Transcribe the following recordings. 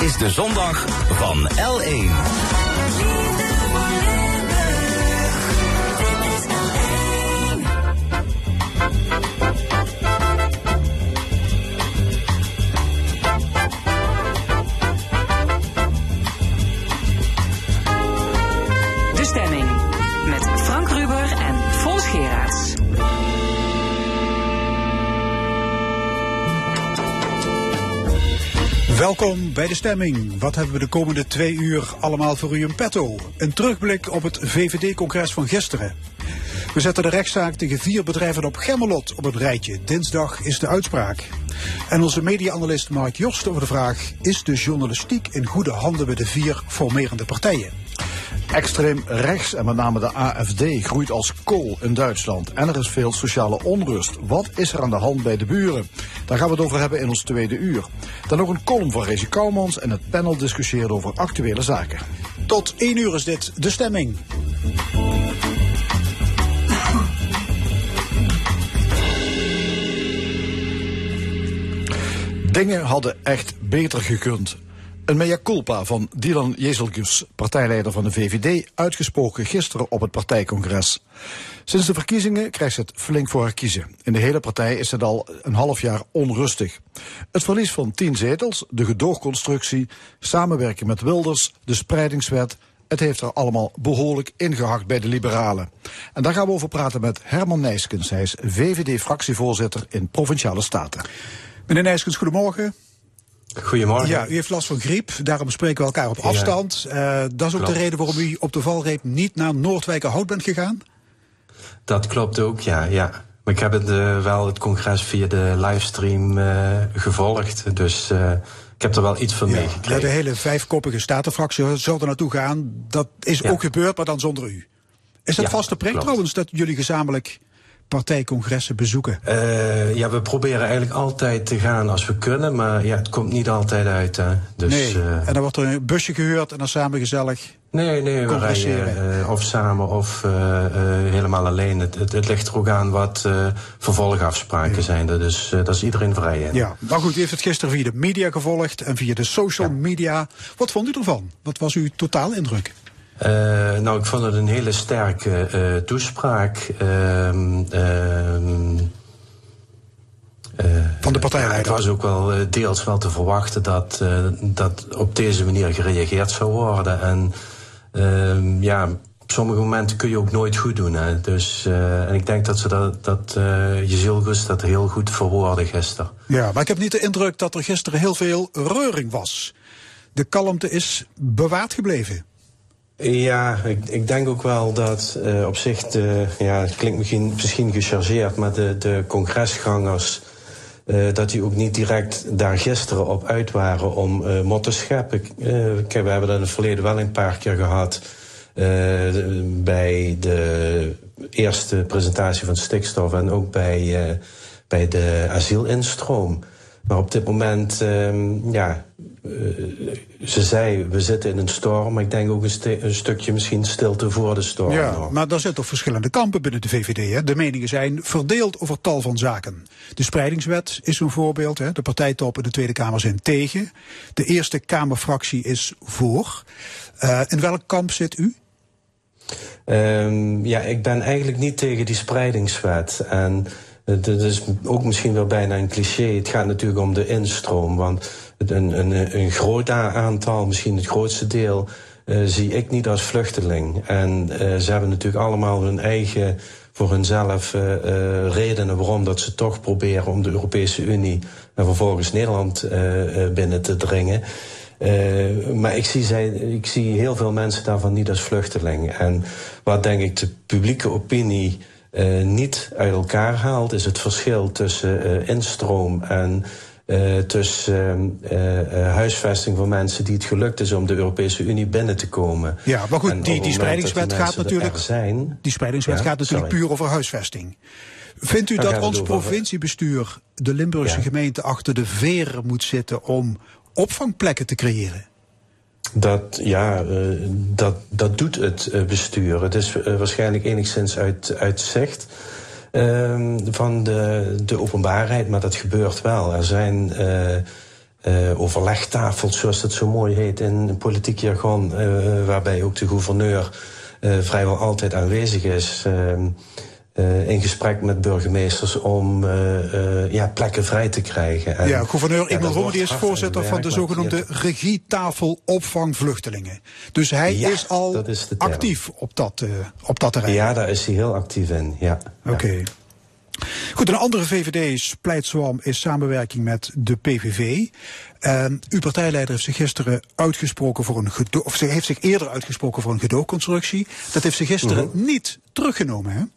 is de zondag van L1. De Stemming met Frank Ruber en Fons Geraerts. Welkom bij De Stemming. Wat hebben we de komende 2 uur allemaal voor u in petto? Een terugblik op het VVD-congres van gisteren. We zetten de rechtszaak tegen 4 bedrijven op Gemmelot op het rijtje. Dinsdag is de uitspraak. En onze media-analyst Mark Jorst over de vraag: is de journalistiek in goede handen bij de 4 formerende partijen? Extreem rechts en met name de AfD groeit als kool in Duitsland. En er is veel sociale onrust. Wat is er aan de hand bij de buren? Daar gaan we het over hebben in ons tweede uur. Dan nog een column van Rezi Kouwmans en het panel discussieert over actuele zaken. Tot 1 uur is dit De Stemming. Dingen hadden echt beter gekund. Een mea culpa van Dylan Jezelgus, partijleider van de VVD, uitgesproken gisteren op het partijcongres. Sinds de verkiezingen krijgt ze het flink voor haar kiezen. In de hele partij is het al een half jaar onrustig. Het verlies van 10 zetels, de gedoogconstructie, samenwerken met Wilders, de spreidingswet, het heeft er allemaal behoorlijk ingehakt bij de liberalen. En daar gaan we over praten met Herman Nijskens. Hij is VVD-fractievoorzitter in Provinciale Staten. Meneer Nijskens, goedemorgen. Goedemorgen. Ja, u heeft last van griep, daarom spreken we elkaar op afstand. Dat is ook de reden waarom u op de valreep niet naar Noordwijkerhout bent gegaan? Dat klopt ook, ja. Maar ik heb het congres via de livestream gevolgd, dus ik heb er wel iets van meegekregen. Ja, de hele 5-koppige statenfractie zou er naartoe gaan. Dat is ook gebeurd, maar dan zonder u. Is dat vaste prik trouwens, dat jullie gezamenlijk partijcongressen bezoeken? We proberen eigenlijk altijd te gaan als we kunnen, maar het komt niet altijd uit. Hè. Dus, nee, en dan wordt er een busje gehuurd en dan samen gezellig. Nee, we rijden of samen of helemaal alleen. Het ligt er ook aan wat vervolgafspraken zijn er, dus daar is iedereen vrij in. Ja, maar goed, u heeft het gisteren via de media gevolgd en via de social media. Wat vond u ervan? Wat was uw totale indruk? Ik vond het een hele sterke toespraak. Van de partijleider. Het was ook wel deels wel te verwachten dat op deze manier gereageerd zou worden. En op sommige momenten kun je ook nooit goed doen. Hè. Dus, en ik denk dat Jezelgus dat heel goed verwoordde gisteren. Ja, maar ik heb niet de indruk dat er gisteren heel veel reuring was. De kalmte is bewaard gebleven. Ja, ik denk ook wel dat op zich, het klinkt misschien gechargeerd, maar de congresgangers, dat die ook niet direct daar gisteren op uit waren om mot te scheppen. We hebben dat in het verleden wel een paar keer gehad bij de eerste presentatie van stikstof en ook bij de asielinstroom. Maar op dit moment, ze zei, we zitten in een storm, maar ik denk ook een stukje misschien stilte voor de storm. Ja, maar daar zitten toch verschillende kampen binnen de VVD. Hè? De meningen zijn verdeeld over tal van zaken. De spreidingswet is een voorbeeld. Hè? De partijtop in de Tweede Kamer zijn tegen. De Eerste Kamerfractie is voor. In welk kamp zit u? Ik ben eigenlijk niet tegen die spreidingswet. En dat is ook misschien wel bijna een cliché. Het gaat natuurlijk om de instroom. Want een groot aantal, misschien het grootste deel, zie ik niet als vluchteling. En ze hebben natuurlijk allemaal hun eigen, voor hunzelf, redenen waarom dat ze toch proberen om de Europese Unie en vervolgens Nederland binnen te dringen. Maar ik zie heel veel mensen daarvan niet als vluchteling. En wat denk ik de publieke opinie niet uit elkaar haalt, is het verschil tussen instroom en tussen huisvesting van mensen die het gelukt is om de Europese Unie binnen te komen. Ja, maar goed, die spreidingswet gaat natuurlijk, gaat natuurlijk puur over huisvesting. Vindt u dat ons provinciebestuur, de Limburgse gemeente, achter de veren moet zitten om opvangplekken te creëren? Dat doet het bestuur. Het is waarschijnlijk enigszins uit zicht van de openbaarheid, maar dat gebeurt wel. Er zijn overlegtafels, zoals dat zo mooi heet in politiek jargon, waarbij ook de gouverneur vrijwel altijd aanwezig is, in gesprek met burgemeesters om plekken vrij te krijgen. En, gouverneur Emil Roemer die is voorzitter van de zogenoemde regietafel opvang vluchtelingen. Dus hij is al actief op dat terrein. Ja, daar is hij heel actief in, ja. Oké. Goed, een andere VVD-splijtswam is samenwerking met de PVV. Uw partijleider heeft zich gisteren uitgesproken voor ze heeft zich eerder uitgesproken voor een gedoogconstructie. Dat heeft ze gisteren niet teruggenomen, hè?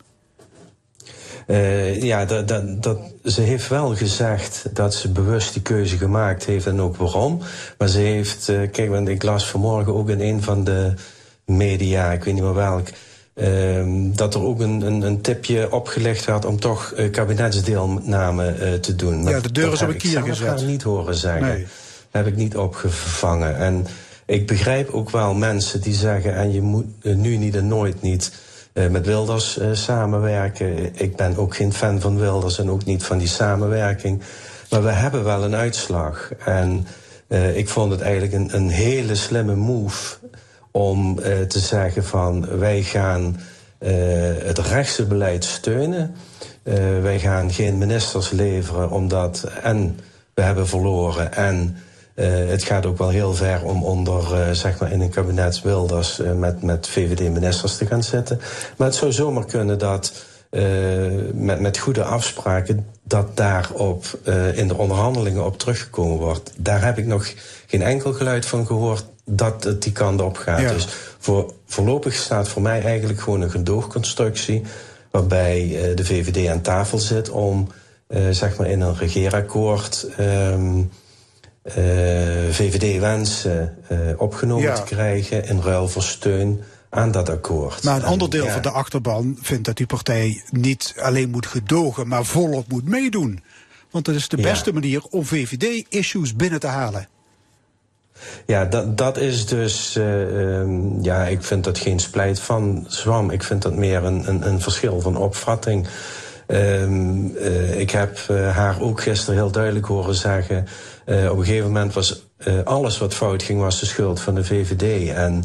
Ze heeft wel gezegd dat ze bewust die keuze gemaakt heeft en ook waarom. Maar ze heeft, want ik las vanmorgen ook in een van de media, ik weet niet meer welk, dat er ook een tipje opgelegd had om toch kabinetsdeelname te doen. Ja, de deur is op een kier gezet. Dat heb ik niet horen zeggen. Nee. Dat heb ik niet opgevangen. En ik begrijp ook wel mensen die zeggen, en je moet nu niet en nooit niet met Wilders samenwerken. Ik ben ook geen fan van Wilders en ook niet van die samenwerking. Maar we hebben wel een uitslag. En ik vond het eigenlijk een hele slimme move om te zeggen van wij gaan het rechtse beleid steunen. Wij gaan geen ministers leveren omdat en we hebben verloren en het gaat ook wel heel ver om onder, in een kabinet Wilders met VVD-ministers te gaan zitten. Maar het zou zomaar kunnen dat met goede afspraken dat daarop in de onderhandelingen op teruggekomen wordt. Daar heb ik nog geen enkel geluid van gehoord dat het die kant op gaat. Ja. Dus voorlopig staat voor mij eigenlijk gewoon een gedoogconstructie waarbij de VVD aan tafel zit om in een regeerakkoord VVD-wensen opgenomen te krijgen in ruil voor steun aan dat akkoord. Maar een ander deel van de achterban vindt dat die partij niet alleen moet gedogen, maar volop moet meedoen. Want dat is de beste manier om VVD-issues binnen te halen. Ja, dat is dus, ik vind dat geen splijt van zwam. Ik vind dat meer een verschil van opvatting. Ik heb haar ook gisteren heel duidelijk horen zeggen, op een gegeven moment was alles wat fout ging was de schuld van de VVD. En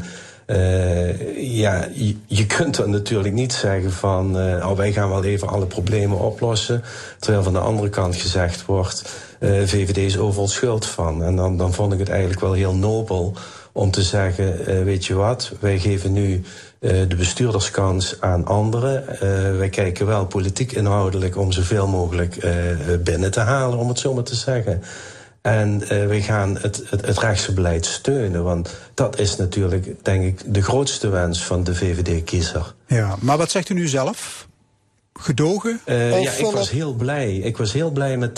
je kunt dan natuurlijk niet zeggen van wij gaan wel even alle problemen oplossen, terwijl van de andere kant gezegd wordt VVD is overal schuld van. En dan vond ik het eigenlijk wel heel nobel om te zeggen, weet je wat, wij geven nu de bestuurderskans aan anderen. Wij kijken wel politiek inhoudelijk om zoveel mogelijk binnen te halen, om het zo maar te zeggen. En we gaan het rechtse beleid steunen. Want dat is natuurlijk, denk ik, de grootste wens van de VVD-kiezer. Ja, maar wat zegt u nu zelf? Gedogen? Ik was heel blij. Ik was heel blij met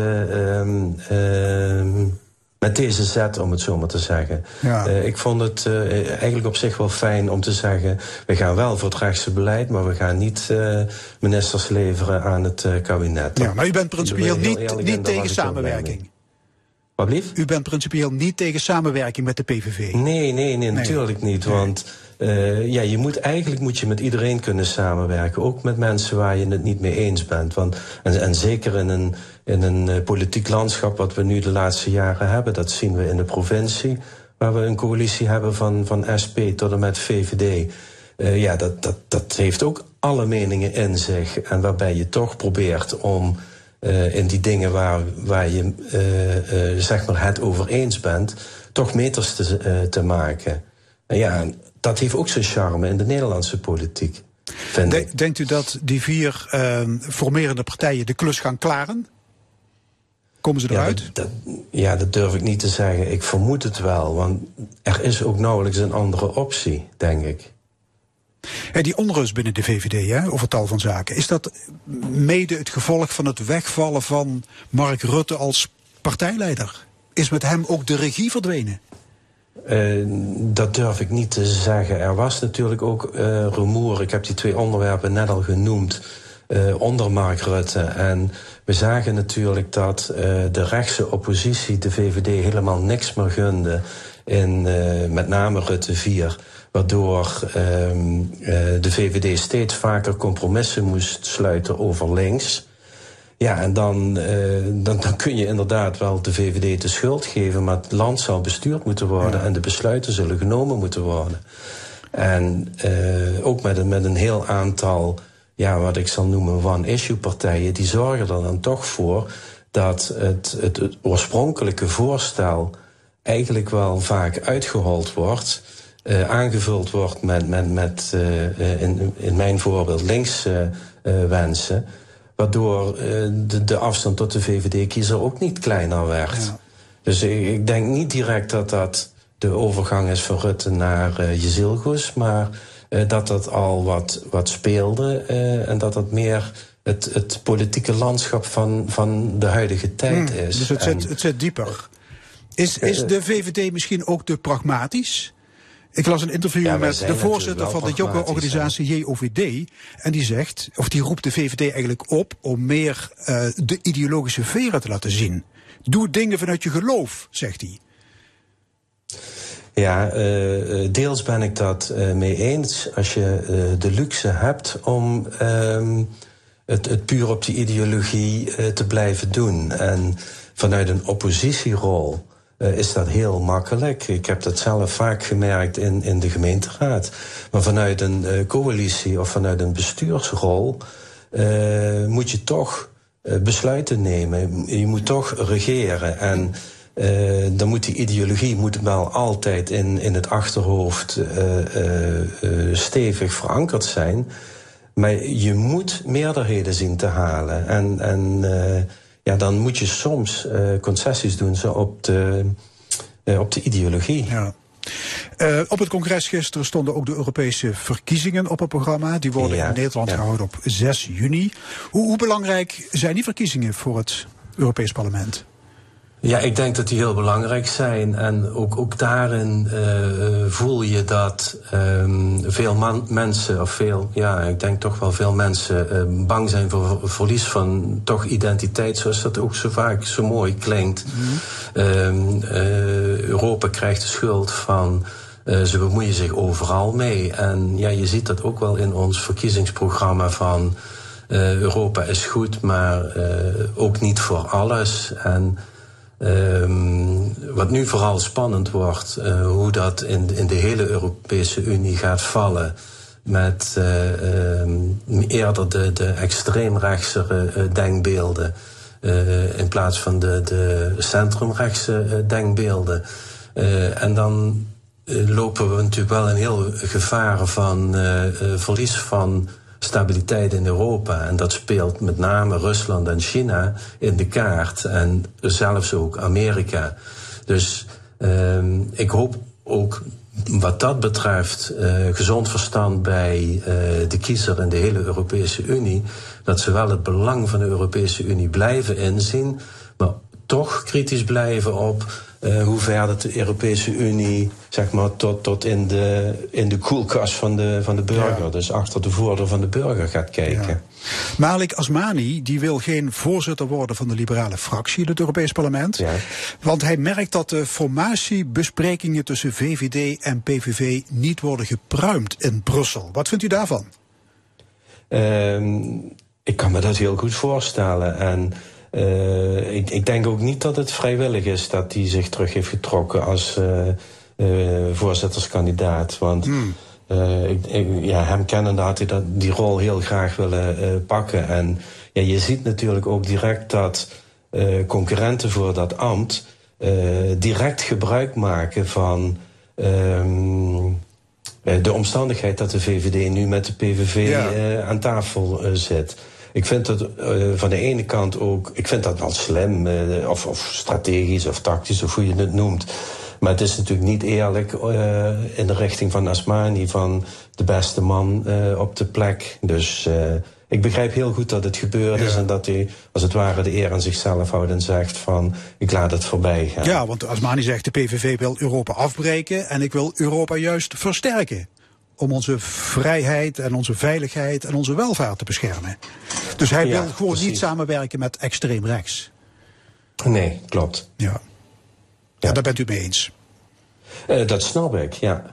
deze zet, om het zo maar te zeggen. Ja. Ik vond het eigenlijk op zich wel fijn om te zeggen, we gaan wel voor het rechtse beleid, maar we gaan niet ministers leveren aan het kabinet. Ja, maar u bent principieel niet tegen samenwerking? Wat lief? U bent principieel niet tegen samenwerking met de PVV? Nee, natuurlijk niet. Nee. Want eigenlijk moet je met iedereen kunnen samenwerken. Ook met mensen waar je het niet mee eens bent. Want, en zeker in een politiek landschap wat we nu de laatste jaren hebben. Dat zien we in de provincie, waar we een coalitie hebben van SP tot en met VVD. Dat heeft ook alle meningen in zich. En waarbij je toch probeert om in die dingen waar je het over eens bent, toch meters te maken. En dat heeft ook zijn charme in de Nederlandse politiek. Denkt u dat die 4 formerende partijen de klus gaan klaren? Komen ze eruit? Dat durf ik niet te zeggen. Ik vermoed het wel, want er is ook nauwelijks een andere optie, denk ik. Die onrust binnen de VVD over tal van zaken, is dat mede het gevolg van het wegvallen van Mark Rutte als partijleider? Is met hem ook de regie verdwenen? Dat durf ik niet te zeggen. Er was natuurlijk ook rumoer. Ik heb die 2 onderwerpen net al genoemd onder Mark Rutte. En we zagen natuurlijk dat de rechtse oppositie de VVD helemaal niks meer gunde in met name Rutte 4. Waardoor de VVD steeds vaker compromissen moest sluiten over links. Ja, en dan kun je inderdaad wel de VVD de schuld geven, maar het land zal bestuurd moeten worden en de besluiten zullen genomen moeten worden. En ook met een heel aantal, wat ik zal noemen one-issue partijen, die zorgen er dan toch voor dat het oorspronkelijke voorstel eigenlijk wel vaak uitgehold wordt, aangevuld wordt met in mijn voorbeeld linkse wensen, waardoor de afstand tot de VVD-kiezer ook niet kleiner werd. Ja. Dus ik denk niet direct dat de overgang is van Rutte naar Jezilgus, maar dat al wat speelde en dat meer het politieke landschap van de huidige tijd is. Dus het zit dieper. Is de VVD misschien ook te pragmatisch? Ik las een interview met de voorzitter van de jongerenorganisatie JOVD. En die zegt, of die roept de VVD eigenlijk op om meer de ideologische veren te laten zien. Doe dingen vanuit je geloof, zegt hij. Ja, deels ben ik dat mee eens. Als je de luxe hebt om het puur op die ideologie te blijven doen. En vanuit een oppositierol is dat heel makkelijk. Ik heb dat zelf vaak gemerkt in de gemeenteraad. Maar vanuit een coalitie of vanuit een bestuursrol moet je toch besluiten nemen. Je moet toch regeren. En dan moet die ideologie wel altijd in het achterhoofd stevig verankerd zijn. Maar je moet meerderheden zien te halen. En dan moet je soms concessies doen op de ideologie. Ja. Op het congres gisteren stonden ook de Europese verkiezingen op het programma. Die worden in Nederland gehouden op 6 juni. Hoe belangrijk zijn die verkiezingen voor het Europees Parlement? Ja, ik denk dat die heel belangrijk zijn. En ook daarin voel je dat veel mensen, ik denk toch wel veel mensen bang zijn voor verlies van toch identiteit, zoals dat ook zo vaak zo mooi klinkt. Europa krijgt de schuld van ze bemoeien zich overal mee. En je ziet dat ook wel in ons verkiezingsprogramma van Europa is goed, maar ook niet voor alles. En wat nu vooral spannend wordt, hoe dat in de hele Europese Unie gaat vallen, met eerder de extreemrechtse denkbeelden in plaats van de centrumrechtse denkbeelden. En dan lopen we natuurlijk wel een heel gevaar van verlies van stabiliteit in Europa. En dat speelt met name Rusland en China in de kaart. En zelfs ook Amerika. Dus ik hoop ook wat dat betreft gezond verstand bij de kiezer in de hele Europese Unie. Dat ze wel het belang van de Europese Unie blijven inzien. Maar toch kritisch blijven op hoe ver dat de Europese Unie, zeg maar, tot in de koelkast van de burger, dus achter de voordeur van de burger gaat kijken. Ja. Malik Asmani, die wil geen voorzitter worden van de liberale fractie in het Europees Parlement. Ja. Want hij merkt dat de formatiebesprekingen tussen VVD en PVV niet worden gepruimd in Brussel. Wat vindt u daarvan? Ik kan me dat heel goed voorstellen. En ik denk ook niet dat het vrijwillig is dat hij zich terug heeft getrokken als voorzitterskandidaat. Want hem kennende had hij die rol heel graag willen pakken. En je ziet natuurlijk ook direct dat concurrenten voor dat ambt direct gebruik maken van de omstandigheid dat de VVD nu met de PVV aan tafel zit. Ik vind het van de ene kant ook, ik vind dat wel slim, of strategisch of tactisch, of hoe je het noemt. Maar het is natuurlijk niet eerlijk in de richting van Asmani, van de beste man op de plek. Dus ik begrijp heel goed dat het gebeurd is en dat hij als het ware de eer aan zichzelf houdt en zegt van, ik laat het voorbij gaan. Ja, want Asmani zegt de PVV wil Europa afbreken en ik wil Europa juist versterken. Om onze vrijheid en onze veiligheid en onze welvaart te beschermen. Dus hij wil gewoon niet samenwerken met extreem rechts. Nee, klopt. Ja, daar bent u mee eens. Dat snap ik, ja.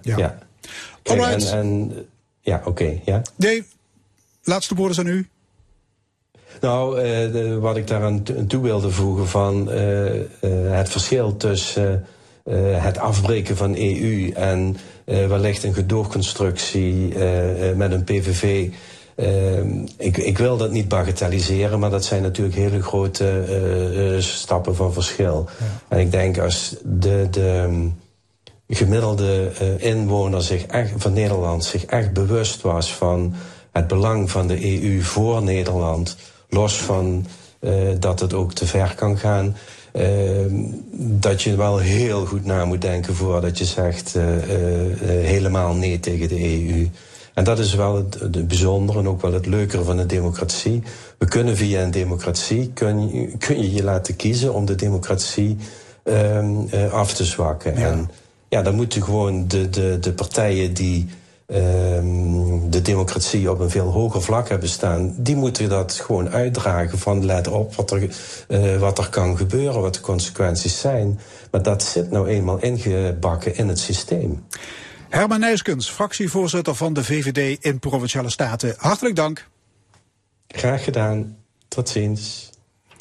Kijk, oké. Nee, laatste woorden aan u. Nou, wat ik daaraan toe wilde voegen van het verschil tussen het afbreken van EU en wellicht een gedoogconstructie met een PVV. Ik wil dat niet bagatelliseren, maar dat zijn natuurlijk hele grote stappen van verschil. Ja. En ik denk als de gemiddelde inwoner van Nederland zich echt bewust was van het belang van de EU voor Nederland, los van dat het ook te ver kan gaan, dat je wel heel goed na moet denken voordat je zegt helemaal nee tegen de EU. En dat is wel het bijzondere en ook wel het leukere van een democratie. We kunnen via een democratie, kun je laten kiezen om de democratie af te zwakken. Ja. En ja, dan moeten gewoon de partijen die de democratie op een veel hoger vlak hebben staan, die moeten dat gewoon uitdragen van let op wat er kan gebeuren, wat de consequenties zijn. Maar dat zit nou eenmaal ingebakken in het systeem. Herman Nijskens, fractievoorzitter van de VVD in Provinciale Staten. Hartelijk dank. Graag gedaan. Tot ziens.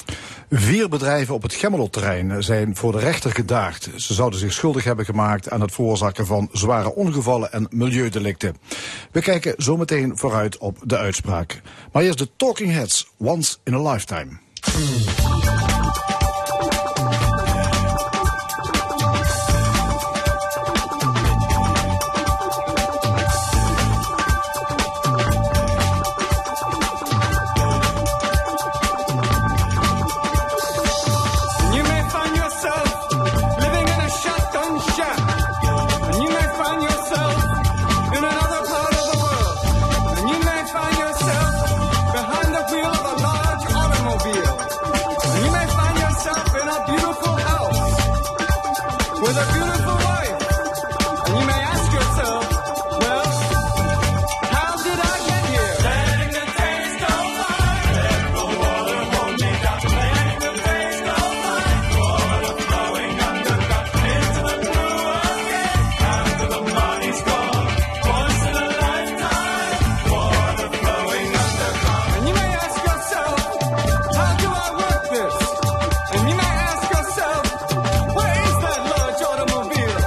4 bedrijven op het Gemmelot-terrein zijn voor de rechter gedaagd. Ze zouden zich schuldig hebben gemaakt aan het veroorzaken van zware ongevallen en milieudelicten. We kijken zometeen vooruit op de uitspraak. Maar eerst de Talking Heads, Once in a Lifetime. And you may ask yourself, what is that large automobile?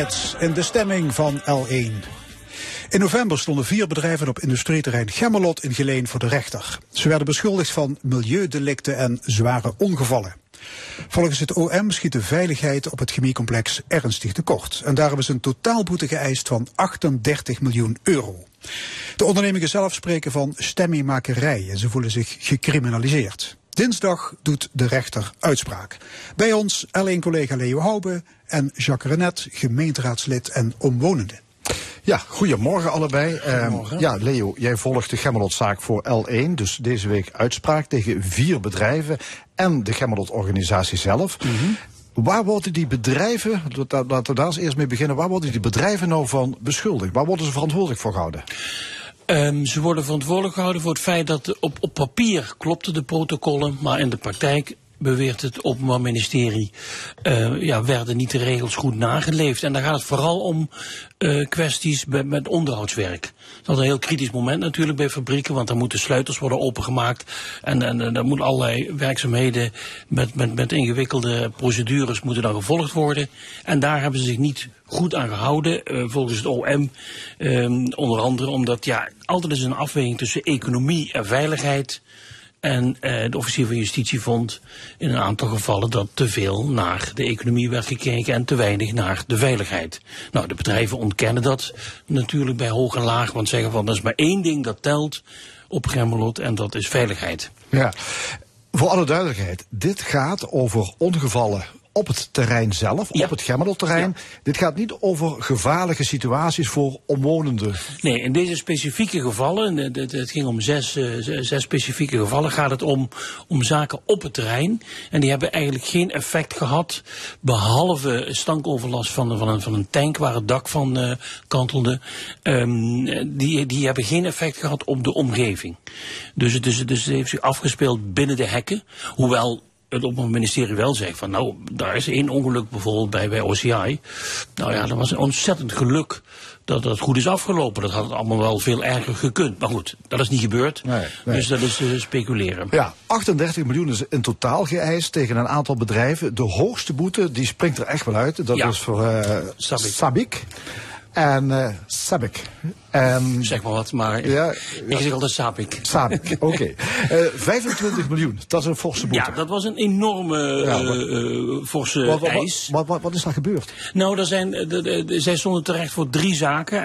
Spits in de stemming van L1. In november stonden 4 bedrijven op industrieterrein Gemmelot in Geleen voor de rechter. Ze werden beschuldigd van milieudelicten en zware ongevallen. Volgens het OM schiet de veiligheid op het chemiecomplex ernstig tekort. En daarom is een totaalboete geëist van 38 miljoen euro. De ondernemingen zelf spreken van stemmingmakerij en ze voelen zich gecriminaliseerd. Dinsdag doet de rechter uitspraak. Bij ons L1-collega Leo Hoube en Jacques Renet, gemeenteraadslid en omwonende. Ja, goedemorgen allebei. Ja, Leo, jij volgt de Gemmelotzaak voor L1. Dus deze week uitspraak tegen 4 bedrijven en de Gemmelot-organisatie zelf. Waar worden die bedrijven, laten we daar eens eerst mee beginnen, waar worden die bedrijven nou van beschuldigd? Waar worden ze verantwoordelijk voor gehouden? Ze worden verantwoordelijk gehouden voor het feit dat op papier klopten de protocollen, maar in de praktijk beweert het Openbaar Ministerie, werden niet de regels goed nageleefd. En daar gaat het vooral om kwesties met onderhoudswerk. Dat is een heel kritisch moment natuurlijk bij fabrieken, want dan moeten sluiters worden opengemaakt. En dan moeten allerlei werkzaamheden met ingewikkelde procedures moeten dan gevolgd worden. En daar hebben ze zich niet goed aan gehouden, volgens het OM. Onder andere omdat altijd is een afweging tussen economie en veiligheid. En de officier van justitie vond in een aantal gevallen dat te veel naar de economie werd gekeken en te weinig naar de veiligheid. Nou, de bedrijven ontkennen dat natuurlijk bij hoog en laag, want zeggen van dat is maar één ding dat telt op Gemmelot en dat is veiligheid. Ja, voor alle duidelijkheid, dit gaat over ongevallen op het terrein zelf, op het Gemmelot-terrein. Ja. Dit gaat niet over gevaarlijke situaties voor omwonenden. Nee, in deze specifieke gevallen, het ging om 6 specifieke gevallen, gaat het om zaken op het terrein. En die hebben eigenlijk geen effect gehad, behalve stankoverlast van een tank waar het dak van kantelde. Die hebben geen effect gehad op de omgeving. Dus het heeft zich afgespeeld binnen de hekken, hoewel het Openbaar Ministerie wel zegt van nou, daar is 1 ongeluk bijvoorbeeld bij OCI. Nou ja, dat was een ontzettend geluk dat het goed is afgelopen. Dat had het allemaal wel veel erger gekund. Maar goed, dat is niet gebeurd. Nee. Dus dat is speculeren. Ja, 38 miljoen is in totaal geëist tegen een aantal bedrijven. De hoogste boete, die springt er echt wel uit. Dat is voor Sabic. En Sabic. Zeg maar wat, maar ik zeg altijd Sabic. Sabic, oké. 25 miljoen, dat is een forse boete. Ja, dat was een enorme forse eis. Wat is daar gebeurd? Nou, zij stonden terecht voor 3 zaken.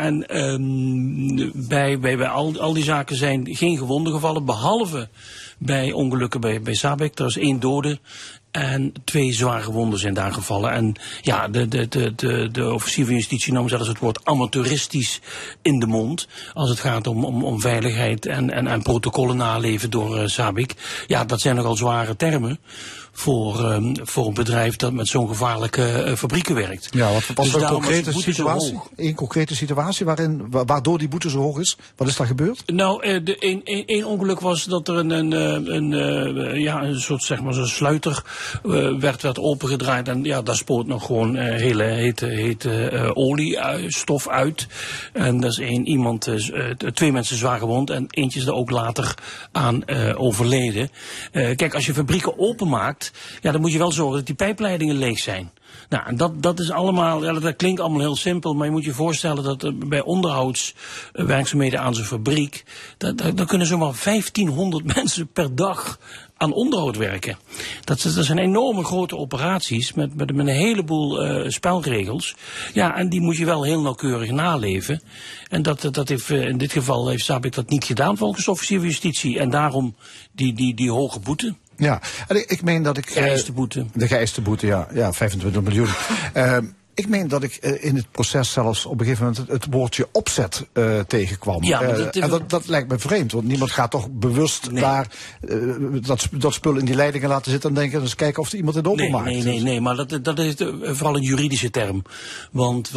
En bij al die zaken zijn geen gewonden gevallen, behalve bij ongelukken bij Sabic. Er is 1 dode. En 2 zware gewonden zijn daar gevallen. En ja, de officier van justitie nam zelfs het woord amateuristisch in de mond. Als het gaat om veiligheid en protocollen naleven door Sabic. Ja, dat zijn nogal zware termen voor een bedrijf dat met zo'n gevaarlijke fabrieken werkt. Ja, wat was dus een concrete situatie? Een concrete situatie waardoor die boete zo hoog is? Wat is daar gebeurd? Nou, één ongeluk was dat er een soort, zeg maar, zo'n sluiter werd opengedraaid. En ja, daar spoot nog gewoon hele hete oliestof uit. En dat is 2 mensen zwaar gewond en eentje is er ook later aan overleden. Kijk, als je fabrieken openmaakt, ja, dan moet je wel zorgen dat die pijpleidingen leeg zijn. Nou, en dat is allemaal, dat klinkt allemaal heel simpel, maar je moet je voorstellen dat bij onderhoudswerkzaamheden aan zo'n fabriek, daar kunnen zomaar 1500 mensen per dag aan onderhoud werken. Dat zijn enorme grote operaties met een heleboel spelregels. Ja, en die moet je wel heel nauwkeurig naleven. En dat heeft, in dit geval heeft Sabic dat niet gedaan volgens de officier van justitie. En daarom die hoge boete. Ja, en ik meen dat ik... Geëiste boete. De geëiste boete, ja, 25 miljoen. Ik meen dat ik in het proces zelfs op een gegeven moment het woordje opzet tegenkwam. Ja, en dat lijkt me vreemd, want niemand gaat toch bewust daar dat spul in die leidingen laten zitten en denken, eens kijken of er iemand het openmaakt. Nee, maar dat is vooral een juridische term. Want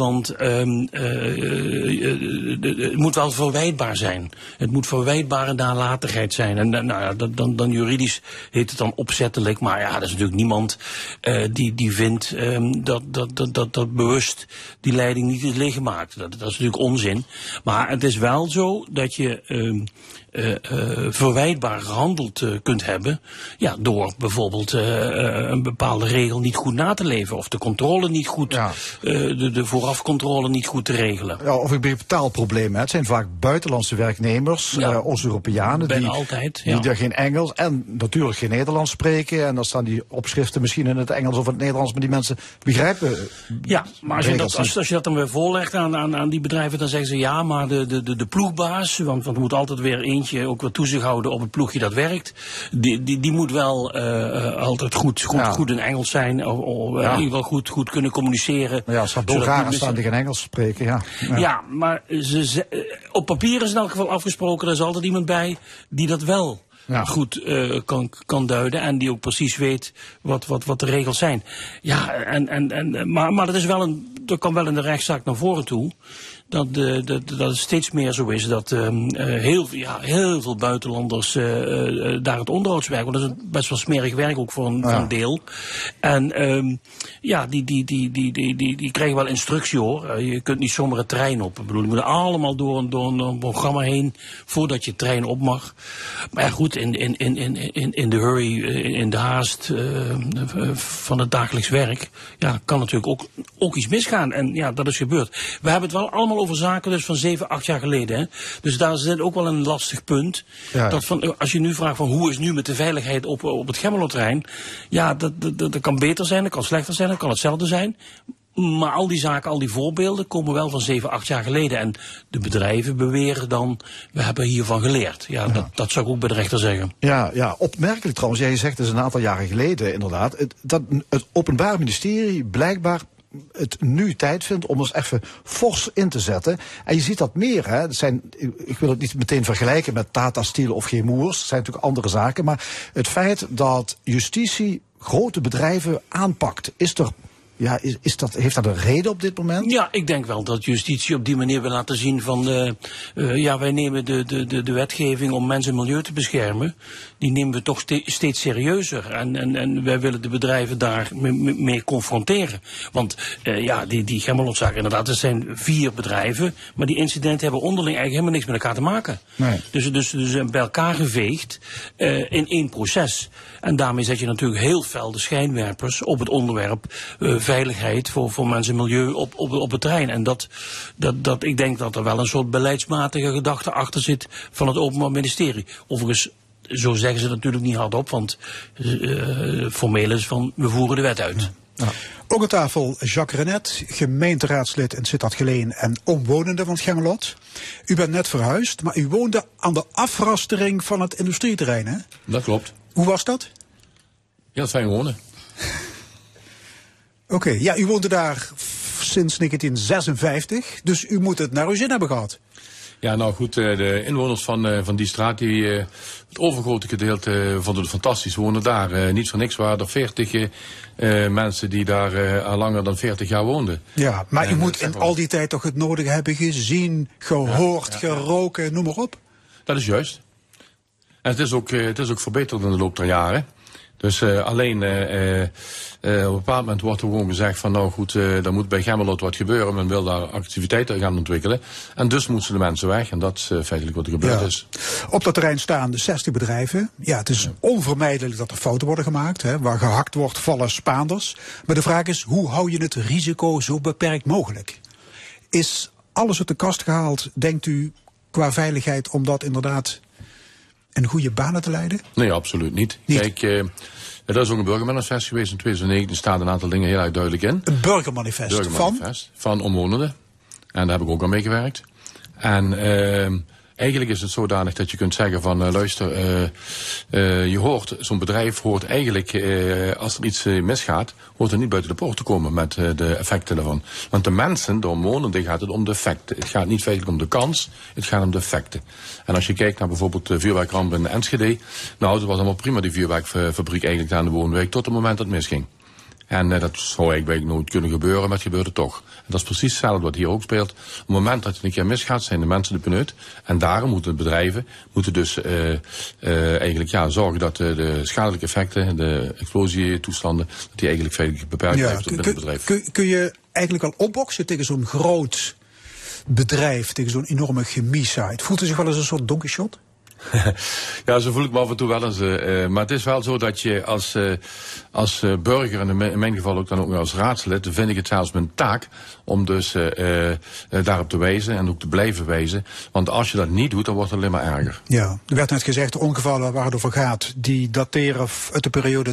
het moet wel verwijtbaar zijn. Het moet verwijtbare nalatigheid zijn. En dan juridisch heet het dan opzettelijk, maar ja, er is natuurlijk niemand die vindt dat dat bewust die leiding niet is leeggemaakt. Dat is natuurlijk onzin. Maar het is wel zo dat je verwijtbaar gehandeld kunt hebben, ja, door bijvoorbeeld een bepaalde regel niet goed na te leven, of de controle niet goed, de voorafcontrole niet goed te regelen. Ja, of ik heb taalproblemen. Het zijn vaak buitenlandse werknemers, Oost-Europeanen, die daar geen Engels en natuurlijk geen Nederlands spreken. En dan staan die opschriften misschien in het Engels of het Nederlands, maar die mensen begrijpen. Ja, maar als je dat dan weer voorlegt aan die bedrijven, dan zeggen ze ja, maar de ploegbaas, want er moet altijd weer eentje ook weer toezicht houden op het ploegje dat werkt. Die moet wel altijd goed in Engels zijn, of in ieder geval goed kunnen communiceren. Ja, als er Bulgaren staan die geen Engels spreken, ja, maar op papier is in elk geval afgesproken, er is altijd iemand bij die dat wel goed kan duiden en die ook precies weet wat de regels zijn. Ja, maar dat is wel dat kan wel in de rechtszaak naar voren toe. Dat het steeds meer zo is dat heel veel buitenlanders daar het onderhoudswerk, want dat is best wel smerig werk ook voor een deel. En die krijgen wel instructie hoor. Je kunt niet zomaar een trein op. Ik bedoel, je moet allemaal door een programma heen voordat je trein op mag. Maar ja, goed, in de hurry, in de haast van het dagelijks werk, ja, kan natuurlijk ook iets misgaan. En ja, dat is gebeurd. We hebben het wel allemaal over zaken dus van 7, 8 jaar geleden. Hè. Dus daar zit ook wel een lastig punt. Ja. Dat als je nu vraagt van hoe is nu met de veiligheid op het Gemmelotterrein, ja, dat kan beter zijn, dat kan slechter zijn, dat kan hetzelfde zijn. Maar al die zaken, al die voorbeelden komen wel van 7, 8 jaar geleden. En de bedrijven beweren dan, we hebben hiervan geleerd. Ja, dat zou ik ook bij de rechter zeggen. Ja, opmerkelijk trouwens. Jij zegt dus een aantal jaren geleden inderdaad, dat het Openbaar Ministerie blijkbaar het nu tijd vindt om eens even fors in te zetten. En je ziet dat meer. Hè. Ik wil het niet meteen vergelijken met Tata Steel of Chemours. Dat zijn natuurlijk andere zaken. Maar het feit dat justitie grote bedrijven aanpakt, heeft dat een reden op dit moment? Ja, ik denk wel dat justitie op die manier wil laten zien van wij nemen de wetgeving om mens en milieu te beschermen, die nemen we toch steeds serieuzer. En wij willen de bedrijven daar mee confronteren. Want die Gemmelotzaak inderdaad, er zijn 4 bedrijven, maar die incidenten hebben onderling eigenlijk helemaal niks met elkaar te maken. Nee. Dus bij elkaar geveegd in één proces. En daarmee zet je natuurlijk heel fel de schijnwerpers op het onderwerp veiligheid voor mensen en milieu op het terrein. En ik denk dat er wel een soort beleidsmatige gedachte achter zit van het Openbaar Ministerie. Overigens, zo zeggen ze natuurlijk niet hardop, want formeel is van we voeren de wet uit. Ja. Ook aan tafel Jacques Renet, gemeenteraadslid in Sittard-Geleen en omwonende van het Gemmelot. U bent net verhuisd, maar u woonde aan de afrastering van het industrieterrein, hè? Dat klopt. Hoe was dat? Heel fijn wonen. Oké, ja, u woonde daar sinds 1956, dus u moet het naar uw zin hebben gehad. Ja, nou goed, de inwoners van die straat, het overgrote gedeelte vonden het fantastisch, wonen daar. Niet voor niks waren er 40 mensen die daar al langer dan 40 jaar woonden. Ja, maar u moet in al die tijd toch het nodige hebben gezien, gehoord, geroken, noem maar op. Dat is juist. En het is ook verbeterd in de loop der jaren. Dus alleen op een bepaald moment wordt er gewoon gezegd van nou goed, er moet bij Gemmelot wat gebeuren. Men wil daar activiteiten gaan ontwikkelen. En dus moeten de mensen weg. En dat is feitelijk wat er gebeurd is. Op dat terrein staan 60 bedrijven. Ja, het is onvermijdelijk dat er fouten worden gemaakt. Hè. Waar gehakt wordt, vallen Spaanders. Maar de vraag is, hoe hou je het risico zo beperkt mogelijk? Is alles uit de kast gehaald, denkt u, qua veiligheid, om dat inderdaad in goede banen te leiden? Nee, absoluut niet. Kijk, er is ook een burgermanifest geweest in 2019. Er staan een aantal dingen heel erg duidelijk in. Een burgermanifest van omwonenden. En daar heb ik ook aan meegewerkt. En eigenlijk is het zodanig dat je kunt zeggen van luister, zo'n bedrijf hoort eigenlijk, als er iets misgaat, hoort er niet buiten de poort te komen met de effecten daarvan. Want de mensen, de omwonenden, gaat het om de effecten. Het gaat niet feitelijk om de kans, het gaat om de effecten. En als je kijkt naar bijvoorbeeld de vuurwerkramp in Enschede, nou, het was allemaal prima die vuurwerkfabriek eigenlijk aan de woonwijk tot het moment dat het misging. En dat zou eigenlijk nooit kunnen gebeuren, maar het gebeurde toch. En dat is precies hetzelfde wat hier ook speelt. Op het moment dat het een keer misgaat, zijn de mensen de pineut. En daarom moeten bedrijven dus eigenlijk zorgen dat de schadelijke effecten, de explosietoestanden, dat die eigenlijk veilig beperkt blijven tot binnen het bedrijf. Kun je eigenlijk wel opboksen tegen zo'n groot bedrijf, tegen zo'n enorme chemie-site? Voelt u zich wel eens een soort donkershot? Ja, zo voel ik me af en toe wel eens. Maar het is wel zo dat je als burger, en in mijn geval ook dan ook als raadslid, vind ik het zelfs mijn taak om dus daarop te wijzen en ook te blijven wijzen. Want als je dat niet doet, dan wordt het alleen maar erger. Ja, er werd net gezegd, de ongevallen waar het over gaat, die dateren uit de periode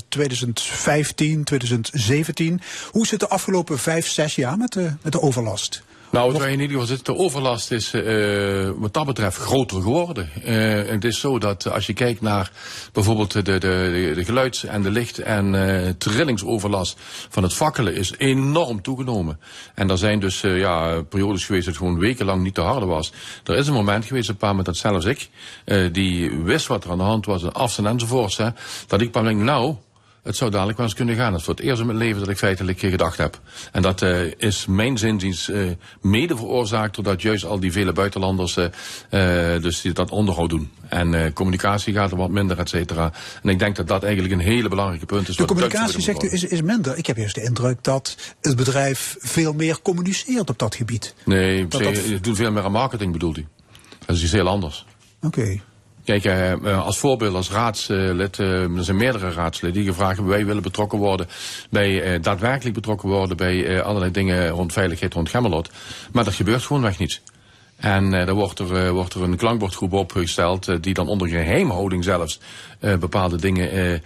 2015, 2017. Hoe is het de afgelopen 5-6 jaar met de overlast? Nou, wat wij in ieder geval zitten, de overlast is wat dat betreft groter geworden. Het is zo dat als je kijkt naar bijvoorbeeld de geluids- en de licht- en trillingsoverlast van het fakkelen is enorm toegenomen. En er zijn dus periodes geweest dat het gewoon wekenlang niet te harde was. Er is een moment geweest, een paar met dat zelfs ik, die wist wat er aan de hand was, en afstand enzovoorts, dat ik denk, nou, het zou dadelijk wel eens kunnen gaan. Dat is voor het eerst in mijn leven dat ik feitelijk gedacht heb. En dat is mijn zinziens mede veroorzaakt doordat juist al die vele buitenlanders dus die dat onderhoud doen. En communicatie gaat er wat minder, et cetera. En ik denk dat dat eigenlijk een hele belangrijke punt is. De communicatie, zegt u, is minder. Ik heb juist de indruk dat het bedrijf veel meer communiceert op dat gebied. Nee, het doet veel meer aan marketing, bedoelt u. Dat is iets heel anders. Oké. Kijk, als voorbeeld, als raadslid, er zijn meerdere raadsleden die gevraagd hebben, wij willen betrokken worden bij, daadwerkelijk betrokken worden bij allerlei dingen rond veiligheid, rond Gemmelot. Maar dat gebeurt gewoonweg niet. En dan wordt er een klankbordgroep opgesteld die dan onder geheimhouding zelfs bepaalde dingen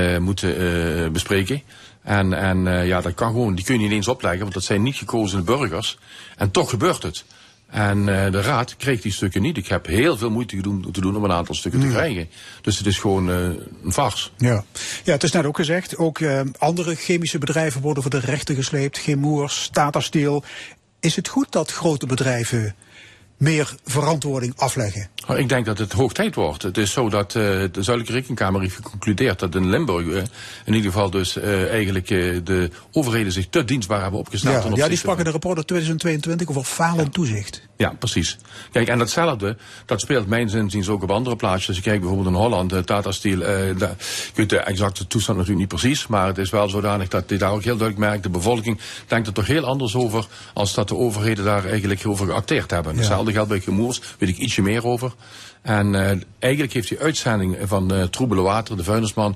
moeten bespreken. En dat kan gewoon, die kun je niet eens opleggen, want dat zijn niet gekozen burgers. En toch gebeurt het. En de raad kreeg die stukken niet. Ik heb heel veel moeite te doen om een aantal stukken te krijgen. Dus het is gewoon een farce. Ja, het is net ook gezegd. Ook andere chemische bedrijven worden voor de rechter gesleept. Chemours, Tata Steel. Is het goed dat grote bedrijven meer verantwoording afleggen? Ik denk dat het hoog tijd wordt. Het is zo dat de Zuidelijke Rekenkamer heeft geconcludeerd dat in Limburg in ieder geval dus eigenlijk de overheden zich te dienstbaar hebben opgesteld. Ja, die sprak in de rapport uit 2022 over falend toezicht. Ja, precies. Kijk, en datzelfde, dat speelt mijn zinziens ook op andere plaatsjes. Als je kijkt bijvoorbeeld in Holland, Tata Steel, je kunt de exacte toestand natuurlijk niet precies, maar het is wel zodanig dat je daar ook heel duidelijk merkt, de bevolking denkt er toch heel anders over, als dat de overheden daar eigenlijk over geacteerd hebben. Hetzelfde geldt bij Chemours, weet ik ietsje meer over. En eigenlijk heeft die uitzending van Troebele Water, de vuilnisman,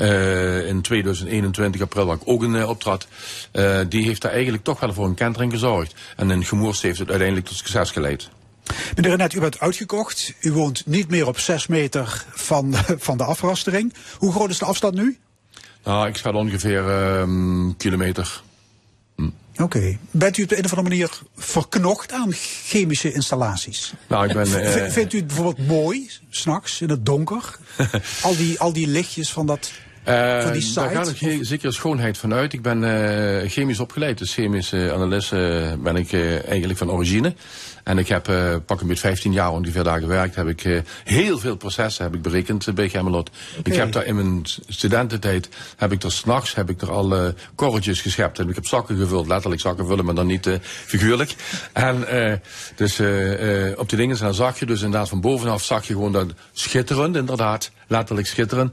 in 2021 april, waar ik ook in optrad, die heeft daar eigenlijk toch wel voor een kentering gezorgd. En in Chemours heeft het uiteindelijk tot succes geleid. Meneer Renet, u bent uitgekocht. U woont niet meer op 6 meter van de afrastering. Hoe groot is de afstand nu? Nou, ik schat ongeveer kilometer. Oké. Bent u op de een of andere manier verknocht aan chemische installaties? Nou, ik ben, vindt u het bijvoorbeeld mooi, 's nachts in het donker? al die lichtjes van dat... Daar gaat een zekere schoonheid van uit. Ik ben chemisch opgeleid, dus chemische analist ben ik eigenlijk van origine. En ik heb pak een beetje 15 jaar ongeveer daar gewerkt. Heb ik heel veel processen berekend bij Gemmelot. Okay. Ik heb daar in mijn studententijd, heb ik er 's nachts al korretjes geschept. En ik heb zakken gevuld, letterlijk zakken vullen, maar dan niet figuurlijk. En dus op die dingen, en dan zag je dus inderdaad van bovenaf, zag je gewoon dat schitterend, inderdaad, letterlijk schitterend,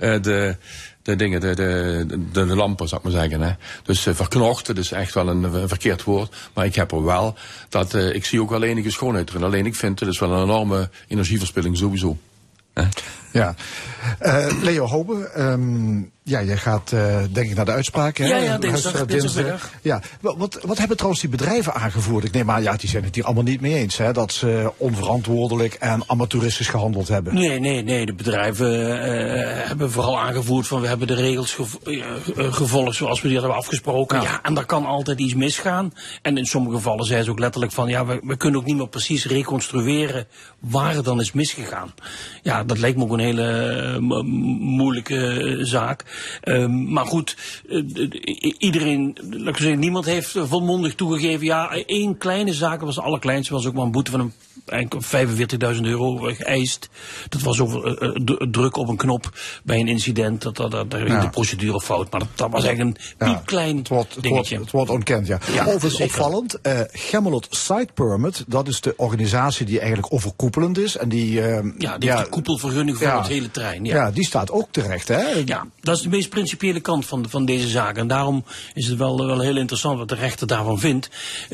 de dingen, de lampen, zou ik maar zeggen. Hè. Dus verknocht, dat is echt wel een verkeerd woord. Maar ik heb er wel, ik zie ook wel enige schoonheid erin. Alleen ik vind, het is wel een enorme energieverspilling sowieso. Ja. Leo Hobe, jij gaat denk ik naar de uitspraak. Hè? Ja, dinsdag. Ja. Wat hebben trouwens die bedrijven aangevoerd? Ik neem aan, die zijn het hier allemaal niet mee eens. Hè, dat ze onverantwoordelijk en amateuristisch gehandeld hebben. Nee. De bedrijven hebben vooral aangevoerd van we hebben de regels gevolgd zoals we die hadden afgesproken. Ja, en daar kan altijd iets misgaan. En in sommige gevallen zei ze ook letterlijk van we kunnen ook niet meer precies reconstrueren waar het dan is misgegaan. Ja, dat lijkt me ook een hele moeilijke zaak. Maar goed, iedereen, laat ik zeggen, niemand heeft volmondig toegegeven. Één kleine zaak, was de allerkleinste, was ook maar een boete van €45.000 geëist. Dat was over druk op een knop bij een incident. Dat in de procedure fout. Maar dat was eigenlijk een piepklein dingetje. Het wordt ontkend, ja. Overigens opvallend, Gemmelot Site Permit, dat is de organisatie die eigenlijk overkoepelend is. En die heeft de koepelvergunning voor het hele terrein. Ja, die staat ook terecht, hè? Ja, dat is de meest principiële kant van deze zaak. En daarom is het wel heel interessant wat de rechter daarvan vindt.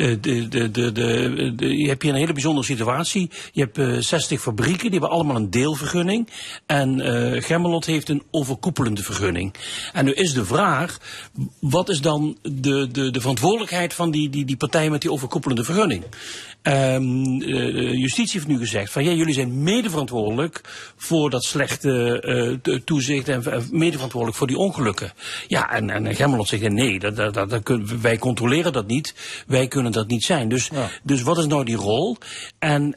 Je hebt hier een hele bijzondere situatie. Je hebt 60 fabrieken, die hebben allemaal een deelvergunning. En Gemmelot heeft een overkoepelende vergunning. En nu is de vraag, wat is dan de verantwoordelijkheid van die partij met die overkoepelende vergunning? Justitie heeft nu gezegd van ja, jullie zijn medeverantwoordelijk voor dat slechte toezicht en medeverantwoordelijk voor die ongelukken. Ja, en Gemmelot zegt nee, wij controleren dat niet, wij kunnen dat niet zijn. Dus wat is nou die rol? En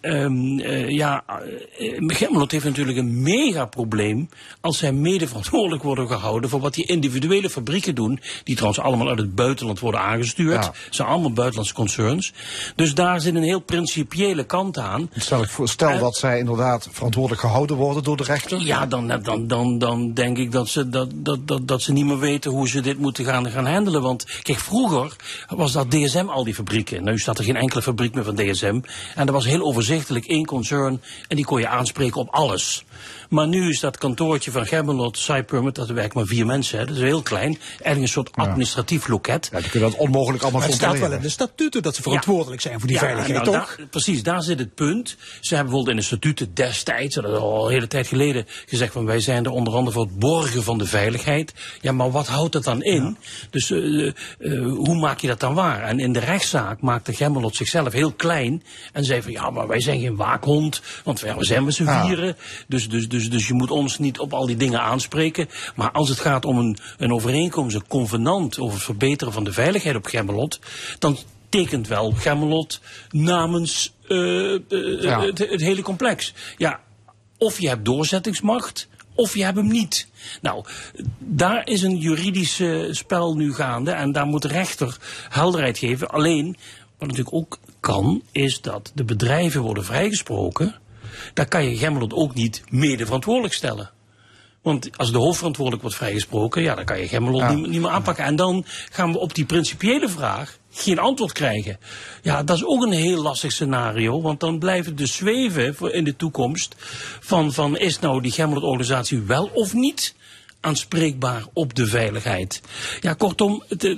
Gemmelot heeft natuurlijk een mega probleem als zij medeverantwoordelijk worden gehouden voor wat die individuele fabrieken doen, die trouwens allemaal uit het buitenland worden aangestuurd. Het zijn allemaal buitenlandse concerns. Dus daar zit een heel principiële kant aan. Stel dat zij inderdaad verantwoordelijk gehouden worden door de rechter. Ja, dan denk ik dat ze niet meer weten hoe ze dit moeten gaan handelen. Want kijk, vroeger was dat DSM al die fabrieken. Nu staat er geen enkele fabriek meer van DSM. En dat was heel overzichtelijk één concern en die kon je aanspreken op alles. Maar nu is dat kantoortje van Gemmelot, Cypermit, dat werkt maar 4 mensen. Hè. Dat is heel klein. Eigenlijk een soort administratief loket. Ja, die kunnen dat onmogelijk allemaal controleren. Het staat wel in de statuten dat ze verantwoordelijk zijn voor die veiligheid, toch? Precies, daar zit het punt. Ze hebben bijvoorbeeld in de statuten destijds, dat is al een hele tijd geleden, gezegd van wij zijn er onder andere voor het borgen van de veiligheid. Ja, maar wat houdt dat dan in? Ja. Dus hoe maak je dat dan waar? En in de rechtszaak maakte Gemmelot zichzelf heel klein en zei van ja, maar wij zijn geen waakhond, want we zijn met z'n vieren. Dus je moet ons niet op al die dingen aanspreken. Maar als het gaat om een overeenkomst, een convenant over het verbeteren van de veiligheid op Gemmelot, dan tekent wel Gemmelot namens het hele complex. Ja, of je hebt doorzettingsmacht, of je hebt hem niet. Nou, daar is een juridisch spel nu gaande en daar moet de rechter helderheid geven. Alleen, wat natuurlijk ook kan, is dat de bedrijven worden vrijgesproken. Daar kan je Gemmelot ook niet mede verantwoordelijk stellen. Want als de hoofdverantwoordelijk wordt vrijgesproken, ja, dan kan je Gemmelot niet meer aanpakken. En dan gaan we op die principiële vraag geen antwoord krijgen. Ja, dat is ook een heel lastig scenario, want dan blijft het dus zweven voor in de toekomst van is nou die Gemmelot-organisatie wel of niet aanspreekbaar op de veiligheid. Ja, kortom,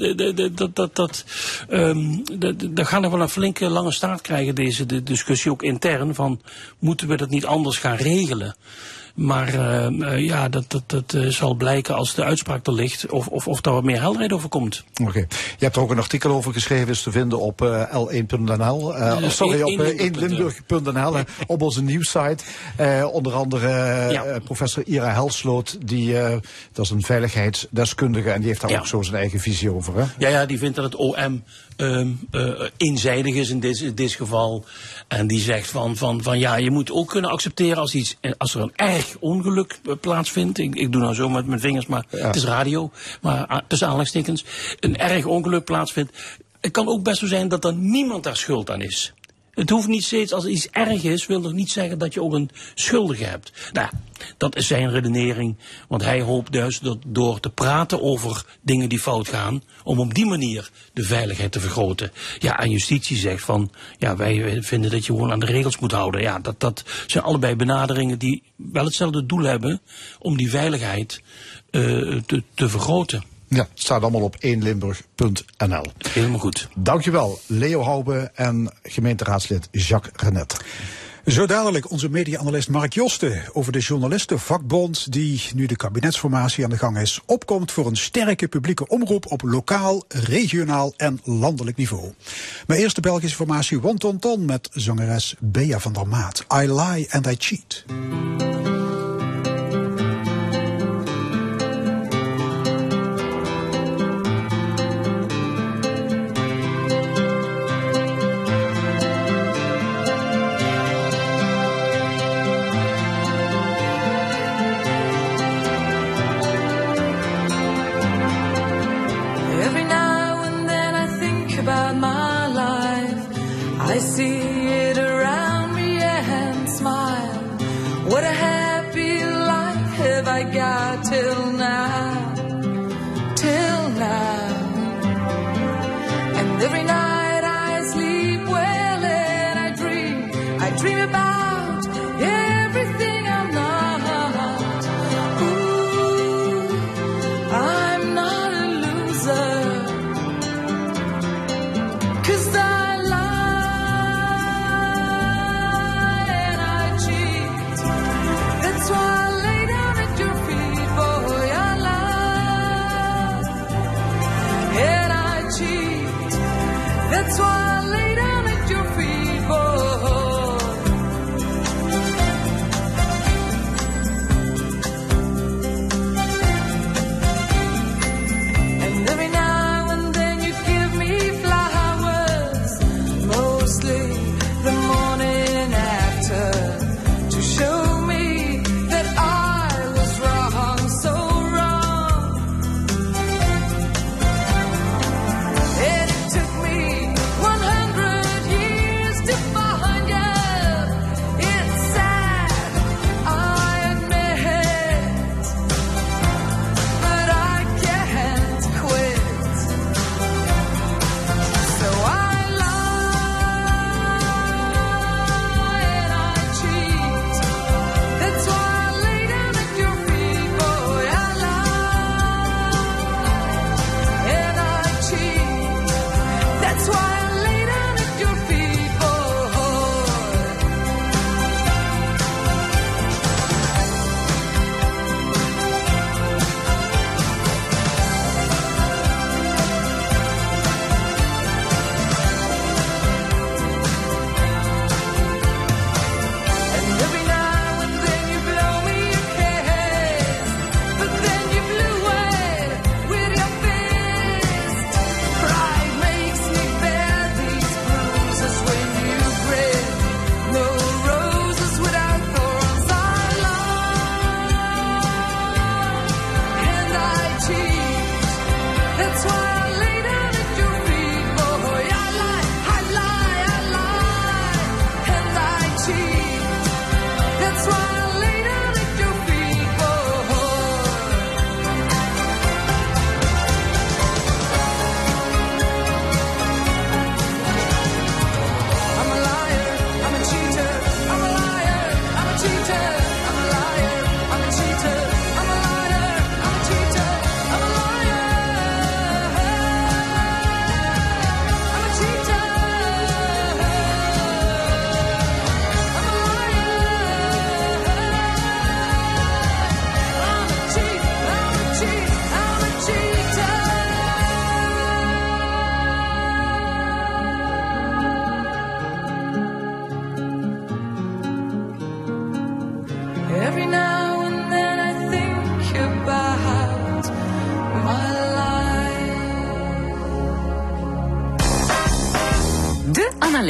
dat gaat nog wel een flinke lange staart krijgen, deze discussie ook intern, van moeten we dat niet anders gaan regelen? Maar dat zal blijken als de uitspraak er ligt of daar wat meer helderheid over komt. Oké. Je hebt er ook een artikel over geschreven, is te vinden op L1.nl. Op 1Limburg.nl, op onze nieuwssite. Onder andere professor Ira Helsloot, dat is een veiligheidsdeskundige en die heeft daar ook zo zijn eigen visie over. Hè? Ja, die vindt dat het OM eenzijdig is in dit geval. En die zegt van ja, je moet ook kunnen accepteren als er een erg ongeluk plaatsvindt. Ik doe nou zo met mijn vingers, maar het is radio. Maar tussen aanhalingstekens, een erg ongeluk plaatsvindt. Het kan ook best zo zijn dat er niemand daar schuld aan is. Het hoeft niet steeds, als er iets erg is, wil nog niet zeggen dat je ook een schuldige hebt. Nou, dat is zijn redenering. Want hij hoopt dus dat door te praten over dingen die fout gaan, om op die manier de veiligheid te vergroten. Ja, en justitie zegt van, ja, wij vinden dat je gewoon aan de regels moet houden. Ja, dat zijn allebei benaderingen die wel hetzelfde doel hebben om die veiligheid te vergroten. Ja, het staat allemaal op 1Limburg.nl. Helemaal goed. Dankjewel, Leo Hoube en gemeenteraadslid Jacques Renet. Zo dadelijk onze media-analyst Mark Josten over de journalistenvakbond die, nu de kabinetsformatie aan de gang is, opkomt voor een sterke publieke omroep op lokaal, regionaal en landelijk niveau. Maar eerst de Belgische formatie Wontonton met zangeres Bea van der Maat. I Lie and I Cheat. I see it around me and smile. What a happy life have I got till now, till now. And every night I sleep well and I dream about everything I'm not.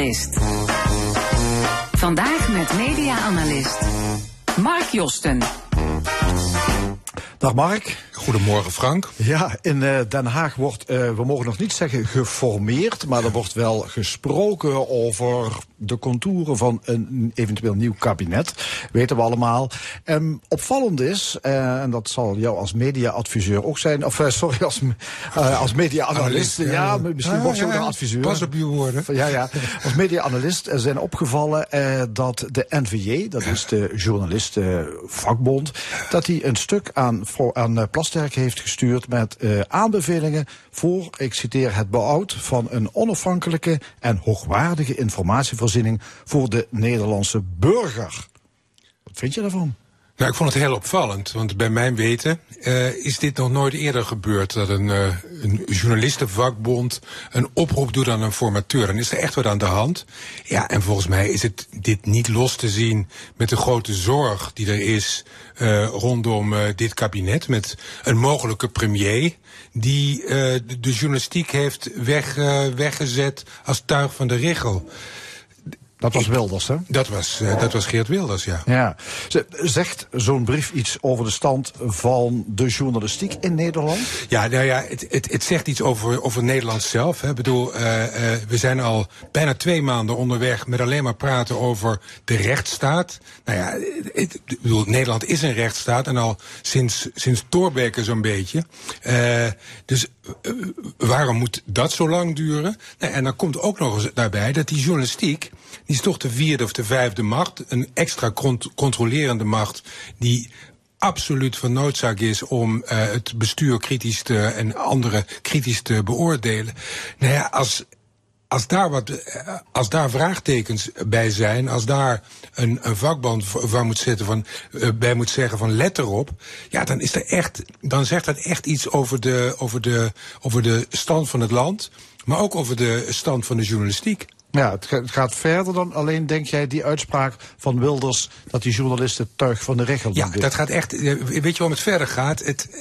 Analist. Vandaag met media-analyst Mark Josten. Dag Mark. Goedemorgen Frank. Ja, in Den Haag wordt, we mogen nog niet zeggen geformeerd, maar er wordt wel gesproken over de contouren van een eventueel nieuw kabinet. Weten we allemaal. Opvallend is, en dat zal jou als media-adviseur ook zijn, of als media-analyst. Ja, misschien word je ook een adviseur. Pas op je woorden. Ja. Als media-analyst zijn opgevallen dat de NVJ, dat is de journalistenvakbond, dat die een stuk aan Plasterk heeft gestuurd met aanbevelingen voor, ik citeer, het behoud van een onafhankelijke en hoogwaardige informatievoorziening voor de Nederlandse burger. Wat vind je daarvan? Nou, ik vond het heel opvallend, want bij mijn weten is dit nog nooit eerder gebeurd, dat een journalistenvakbond een oproep doet aan een formateur. Dan is er echt wat aan de hand. Ja, en volgens mij is dit niet los te zien met de grote zorg die er is rondom dit kabinet, met een mogelijke premier die de journalistiek heeft weggezet als tuig van de richel. Dat was Wilders, hè? Dat was Geert Wilders, ja. Ja. Zegt zo'n brief iets over de stand van de journalistiek in Nederland? Ja, nou ja, het zegt iets over Nederland zelf. Hè. Ik bedoel, we zijn al bijna 2 maanden onderweg met alleen maar praten over de rechtsstaat. Nou ja, ik bedoel, Nederland is een rechtsstaat en al sinds Thorbecke zo'n beetje. Dus waarom moet dat zo lang duren? Nou, en dan komt ook nog eens daarbij dat die journalistiek, die is toch de 4e of de 5e macht, een extra controlerende macht die absoluut van noodzaak is om het bestuur kritisch en anderen kritisch te beoordelen. Nou ja, als daar vraagtekens bij zijn, als daar een vakbond van moet zetten bij moet zeggen van let erop, ja, dan zegt dat echt iets over de stand van het land, maar ook over de stand van de journalistiek. Ja, het gaat verder dan alleen, denk jij, die uitspraak van Wilders dat die journalisten tuig van de richel doen. Ja, dat gaat echt. Weet je waarom het verder gaat?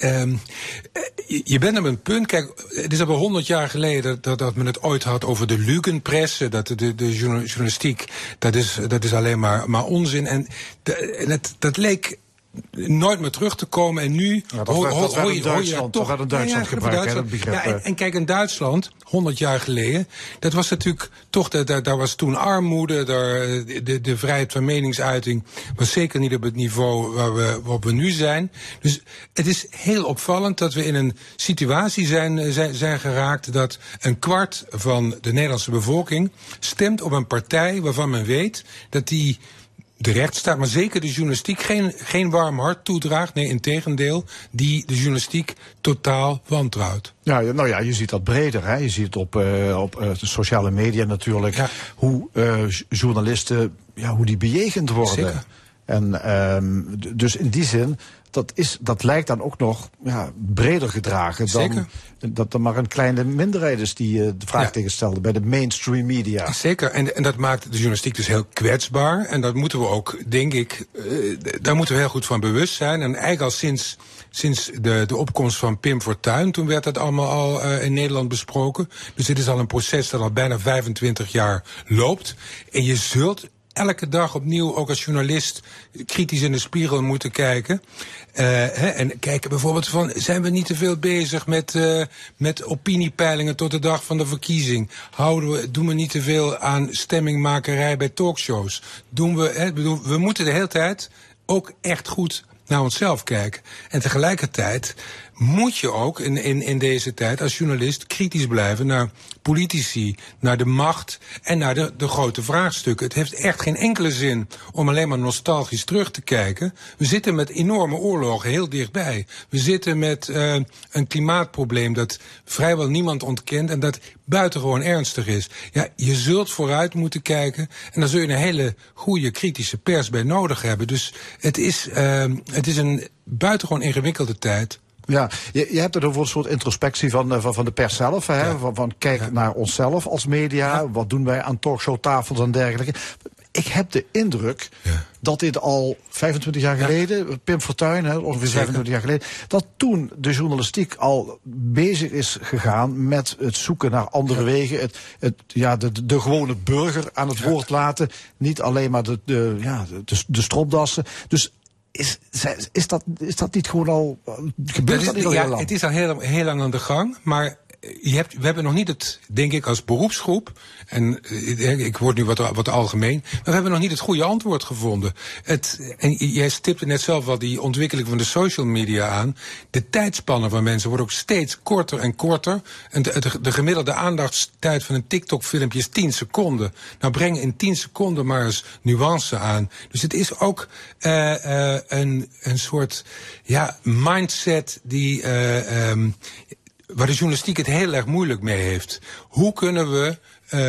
Je bent op een punt. Kijk, het is al wel 100 jaar geleden dat men het ooit had over de Lügenpresse. Dat de journalistiek, dat is alleen maar onzin. En dat leek nooit meer terug te komen. En nu hoor je toch dat Duitsland gebruikt, dat begrip. Ja, en kijk, in Duitsland, 100 jaar geleden, dat was natuurlijk toch, daar was toen armoede, de vrijheid van meningsuiting was zeker niet op het niveau waarop we nu zijn. Dus het is heel opvallend dat we in een situatie zijn geraakt dat 1/4 van de Nederlandse bevolking stemt op een partij waarvan men weet dat die de rechtsstaat, maar zeker de journalistiek, geen warm hart toedraagt. Nee, integendeel, die de journalistiek totaal wantrouwt. Ja, nou ja, je ziet dat breder, hè. Je ziet het op de sociale media natuurlijk. Ja. Hoe journalisten, hoe die bejegend worden. Zeker. En dus in die zin, dat lijkt dan ook nog breder gedragen dan dat er maar een kleine minderheid is die de vraagteken stelde bij de mainstream media. Zeker, en dat maakt de journalistiek dus heel kwetsbaar. En dat moeten we ook, denk ik, daar moeten we heel goed van bewust zijn. En eigenlijk al sinds de opkomst van Pim Fortuyn, toen werd dat allemaal al in Nederland besproken. Dus dit is al een proces dat al bijna 25 jaar loopt. En je zult elke dag opnieuw, ook als journalist, kritisch in de spiegel moeten kijken. En kijken bijvoorbeeld van, zijn we niet te veel bezig met opiniepeilingen tot de dag van de verkiezing? Doen we niet te veel aan stemmingmakerij bij talkshows? We moeten de hele tijd ook echt goed naar onszelf kijken. En tegelijkertijd moet je ook in deze tijd als journalist kritisch blijven naar politici, naar de macht en naar de grote vraagstukken. Het heeft echt geen enkele zin om alleen maar nostalgisch terug te kijken. We zitten met enorme oorlogen heel dichtbij. We zitten met een klimaatprobleem dat vrijwel niemand ontkent en dat buitengewoon ernstig is. Ja, je zult vooruit moeten kijken en daar zul je een hele goede kritische pers bij nodig hebben. Dus het is een buitengewoon ingewikkelde tijd. Ja, je hebt het over een soort introspectie van de pers zelf. Hè? Ja. Van kijk naar onszelf als media. Ja. Wat doen wij aan talkshowtafels en dergelijke. ik heb de indruk dat dit al 25 jaar geleden, Pim Fortuyn, ongeveer 25 jaar geleden, dat toen de journalistiek al bezig is gegaan met het zoeken naar andere wegen, de gewone burger aan het woord laten, niet alleen maar de stropdassen. Dus is dat niet gewoon al gebeurd? Dat niet al heel lang? Het is al heel lang aan de gang, maar we hebben nog niet het, denk ik, als beroepsgroep, en ik word nu wat algemeen, maar we hebben nog niet het goede antwoord gevonden. En jij stipte net zelf wel die ontwikkeling van de social media aan. De tijdspannen van mensen worden ook steeds korter en korter. En de gemiddelde aandachtstijd van een TikTok-filmpje is 10 seconden. Nou, breng in 10 seconden maar eens nuance aan. Dus het is ook een soort mindset die waar de journalistiek het heel erg moeilijk mee heeft. Hoe kunnen we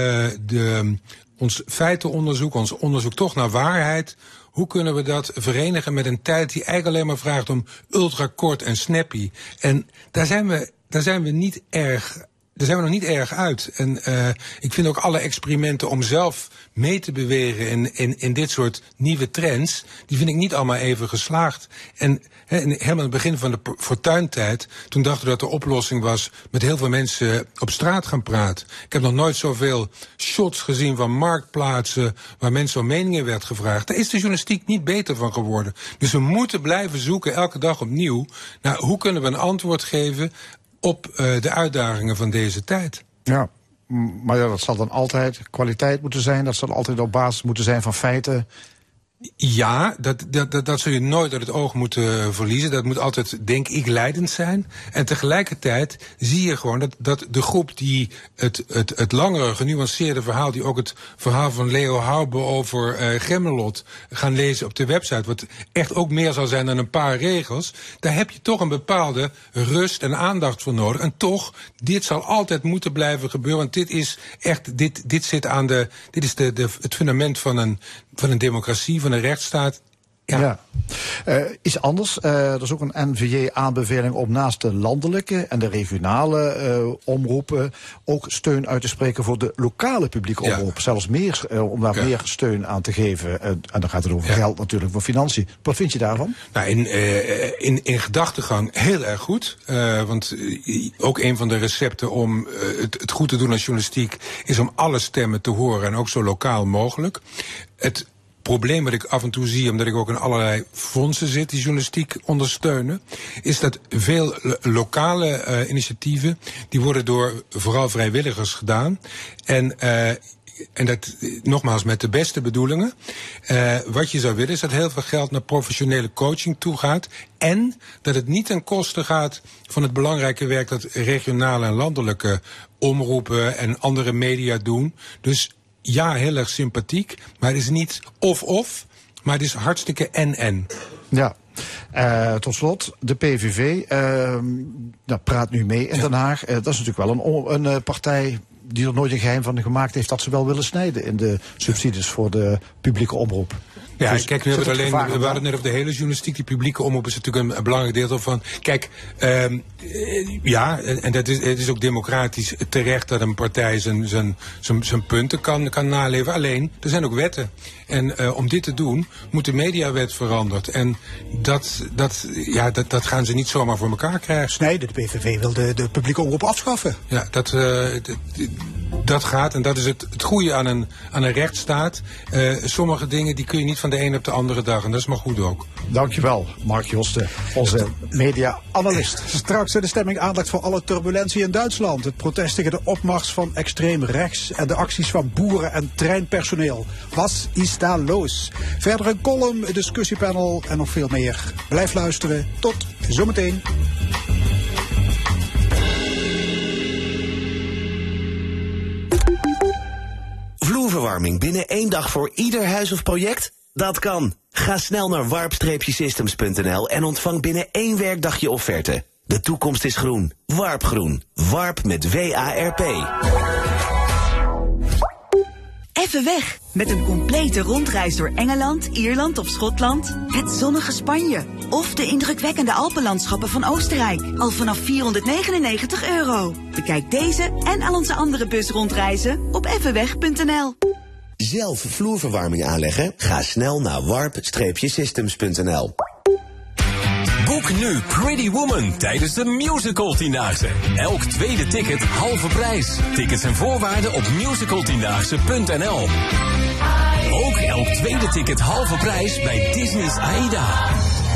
ons feitenonderzoek, ons onderzoek toch naar waarheid, hoe kunnen we dat verenigen met een tijd die eigenlijk alleen maar vraagt om ultrakort en snappy? En daar zijn we nog niet erg uit. En ik vind ook alle experimenten om zelf mee te bewegen in dit soort nieuwe trends, die vind ik niet allemaal even geslaagd. En helemaal in het begin van de Fortuyn-tijd, toen dachten we dat de oplossing was met heel veel mensen op straat gaan praten. Ik heb nog nooit zoveel shots gezien van marktplaatsen waar mensen om meningen werd gevraagd. Daar is de journalistiek niet beter van geworden. Dus we moeten blijven zoeken, elke dag opnieuw, naar hoe kunnen we een antwoord geven op de uitdagingen van deze tijd. Ja, maar dat zal dan altijd kwaliteit moeten zijn. Dat zal altijd op basis moeten zijn van feiten. Ja, dat zul je nooit uit het oog moeten verliezen. Dat moet altijd, denk ik, leidend zijn. En tegelijkertijd zie je gewoon dat de groep die het langere, genuanceerde verhaal, die ook het verhaal van Leo Haube over Gemmelot gaan lezen op de website, wat echt ook meer zal zijn dan een paar regels, daar heb je toch een bepaalde rust en aandacht voor nodig. En toch, dit zal altijd moeten blijven gebeuren, want dit is echt, dit zit aan dit is het fundament van een democratie, van een rechtsstaat. Ja. Iets anders. Er is ook een NVJ-aanbeveling om naast de landelijke en de regionale omroepen ook steun uit te spreken voor de lokale publieke omroep. Zelfs meer, om daar meer steun aan te geven. En dan gaat het over geld natuurlijk, voor financiën. Wat vind je daarvan? Nou, in gedachtegang heel erg goed. Want ook een van de recepten om het goed te doen als journalistiek is om alle stemmen te horen en ook zo lokaal mogelijk. Het probleem wat ik af en toe zie, omdat ik ook in allerlei fondsen zit die journalistiek ondersteunen, is dat veel lokale initiatieven, die worden door vooral vrijwilligers gedaan. En dat nogmaals met de beste bedoelingen. Wat je zou willen is dat heel veel geld naar professionele coaching toe gaat. En dat het niet ten koste gaat van het belangrijke werk dat regionale en landelijke omroepen en andere media doen. Dus ja, heel erg sympathiek, maar het is niet of, maar het is hartstikke en. Ja. Tot slot, de PVV praat nu mee in Den Haag. Dat is natuurlijk wel een partij die er nooit een geheim van gemaakt heeft dat ze wel willen snijden in de subsidies voor de publieke omroep. Ja, dus kijk, we hadden het net over de hele journalistiek. Die publieke omroep is natuurlijk een belangrijk deel van. Kijk, en het is ook democratisch terecht dat een partij zijn punten kan naleven. Alleen, er zijn ook wetten. En om dit te doen, moet de mediawet veranderd. En dat gaan ze niet zomaar voor elkaar krijgen. Snijden, de PVV wil de publieke omroep afschaffen. Ja, dat gaat. En dat is het goede aan een rechtsstaat. Sommige dingen die kun je niet van de ene op de andere dag. En dat is maar goed ook. Dankjewel, Mark Josten, onze media-analyst. Straks in de stemming aandacht voor alle turbulentie in Duitsland. Het protest tegen de opmars van extreem rechts en de acties van boeren en treinpersoneel. Wat is daar los? Verder een column, een discussiepanel en nog veel meer. Blijf luisteren. Tot zometeen. Vloerverwarming binnen 1 dag voor ieder huis of project? Dat kan. Ga snel naar warp-systems.nl en ontvang binnen 1 werkdag je offerte. De toekomst is groen. Warpgroen. Warp met W-A-R-P. Even weg met een complete rondreis door Engeland, Ierland of Schotland, het zonnige Spanje of de indrukwekkende Alpenlandschappen van Oostenrijk. Al vanaf €499. Bekijk deze en al onze andere busrondreizen op evenweg.nl. Zelf vloerverwarming aanleggen? Ga snel naar warp-systems.nl. Boek nu Pretty Woman tijdens de Musical Tiendaagse. Elk tweede ticket halve prijs. Tickets en voorwaarden op musicaltiendaagse.nl. Ook elk tweede ticket halve prijs bij Disney's AIDA.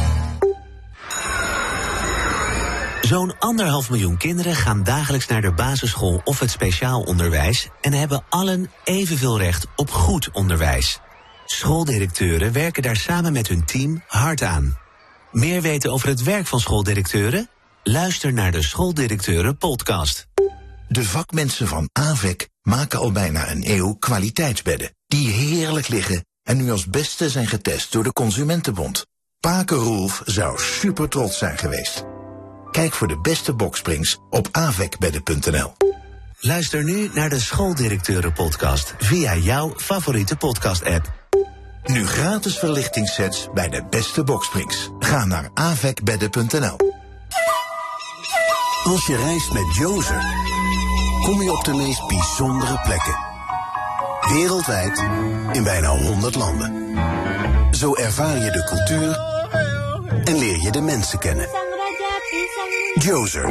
Zo'n 1,5 miljoen kinderen gaan dagelijks naar de basisschool of het speciaal onderwijs en hebben allen evenveel recht op goed onderwijs. Schooldirecteuren werken daar samen met hun team hard aan. Meer weten over het werk van schooldirecteuren? Luister naar de Schooldirecteuren podcast. De vakmensen van AVEC maken al bijna een eeuw kwaliteitsbedden die heerlijk liggen en nu als beste zijn getest door de Consumentenbond. Pake Roelf zou super trots zijn geweest. Kijk voor de beste boksprings op avecbedden.nl. Luister nu naar de Schooldirecteuren podcast via jouw favoriete podcast-app. Nu gratis verlichtingssets bij de beste boksprings. Ga naar avecbedden.nl. Als je reist met Jozer, kom je op de meest bijzondere plekken. Wereldwijd in bijna 100 landen. Zo ervaar je de cultuur en leer je de mensen kennen. Jozer.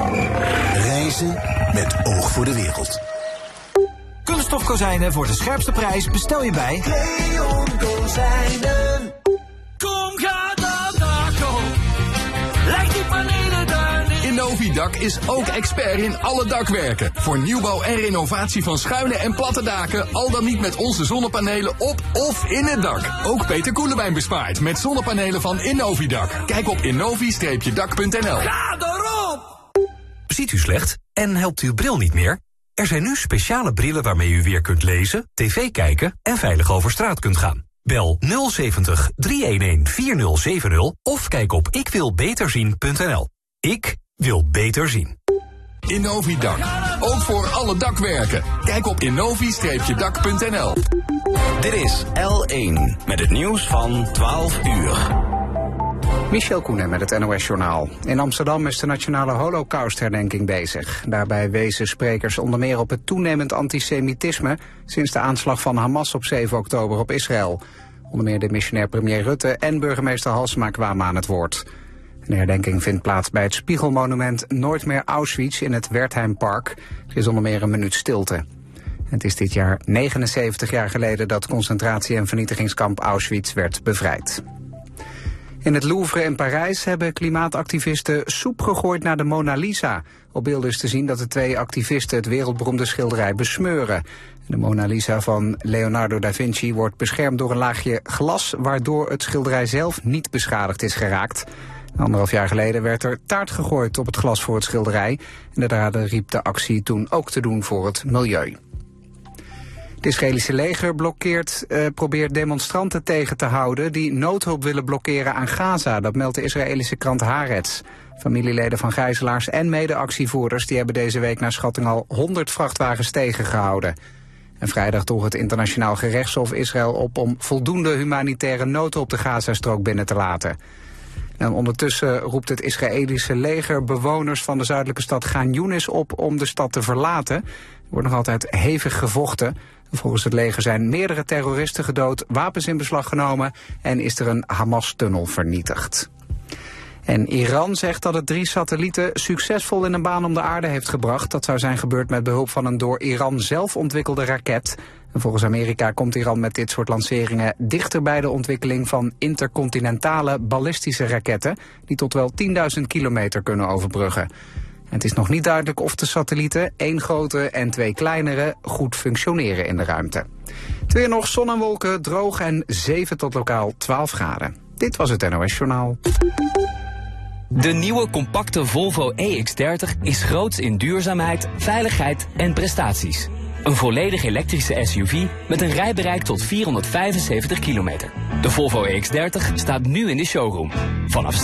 Reizen met oog voor de wereld. Kunststof kozijnen voor de scherpste prijs bestel je bij Leon Kozijnen. Kom, ga naar Daco. Leg die panelen daar neer. Innovidak is ook expert in alle dakwerken. Voor nieuwbouw en renovatie van schuine en platte daken, al dan niet met onze zonnepanelen op of in het dak. Ook Peter Koelewijn bespaart met zonnepanelen van Innovidak. Kijk op innovi-dak.nl. Ga erop! Ziet u slecht en helpt uw bril niet meer? Er zijn nu speciale brillen waarmee u weer kunt lezen, tv kijken en veilig over straat kunt gaan. Bel 070 311 4070 of kijk op ikwilbeterzien.nl. Ik wil beter zien. Innovidak. Ook voor alle dakwerken. Kijk op innovi-dak.nl. Dit is L1 met het nieuws van 12 uur. Michel Koenen met het NOS-journaal. In Amsterdam is de Nationale Holocaustherdenking bezig. Daarbij wezen sprekers onder meer op het toenemend antisemitisme sinds de aanslag van Hamas op 7 oktober op Israël. Onder meer de missionair premier Rutte en burgemeester Halsema kwamen aan het woord. De herdenking vindt plaats bij het spiegelmonument Nooit meer Auschwitz in het Wertheimpark. Er is onder meer een minuut stilte. Het is dit jaar 79 jaar geleden dat concentratie- en vernietigingskamp Auschwitz werd bevrijd. In het Louvre in Parijs hebben klimaatactivisten soep gegooid naar de Mona Lisa. Op beelden is te zien dat de twee activisten het wereldberoemde schilderij besmeuren. De Mona Lisa van Leonardo da Vinci wordt beschermd door een laagje glas, waardoor het schilderij zelf niet beschadigd is geraakt. 1,5 jaar geleden werd er taart gegooid op het glas voor het schilderij. En de dader riep de actie toen ook te doen voor het milieu. Het Israëlische leger probeert demonstranten tegen te houden die noodhulp willen blokkeren aan Gaza. Dat meldt de Israëlische krant Haaretz. Familieleden van gijzelaars en mede-actievoerders die hebben deze week naar schatting al 100 vrachtwagens tegengehouden. En vrijdag droeg het internationaal gerechtshof Israël op om voldoende humanitaire noodhulp de Gazastrook binnen te laten. En ondertussen roept het Israëlische leger bewoners van de zuidelijke stad Gaan Younis op om de stad te verlaten. Er wordt nog altijd hevig gevochten. Volgens het leger zijn meerdere terroristen gedood, wapens in beslag genomen en is er een Hamas-tunnel vernietigd. En Iran zegt dat het 3 satellieten succesvol in een baan om de aarde heeft gebracht. Dat zou zijn gebeurd met behulp van een door Iran zelf ontwikkelde raket. En volgens Amerika komt Iran met dit soort lanceringen dichter bij de ontwikkeling van intercontinentale ballistische raketten die tot wel 10.000 kilometer kunnen overbruggen. En het is nog niet duidelijk of de satellieten, 1 grote en 2 kleinere, goed functioneren in de ruimte. Het weer nog zon en wolken, droog en 7 tot lokaal 12 graden. Dit was het NOS Journaal. De nieuwe compacte Volvo EX30 is groots in duurzaamheid, veiligheid en prestaties. Een volledig elektrische SUV met een rijbereik tot 475 kilometer. De Volvo EX30 staat nu in de showroom. Vanaf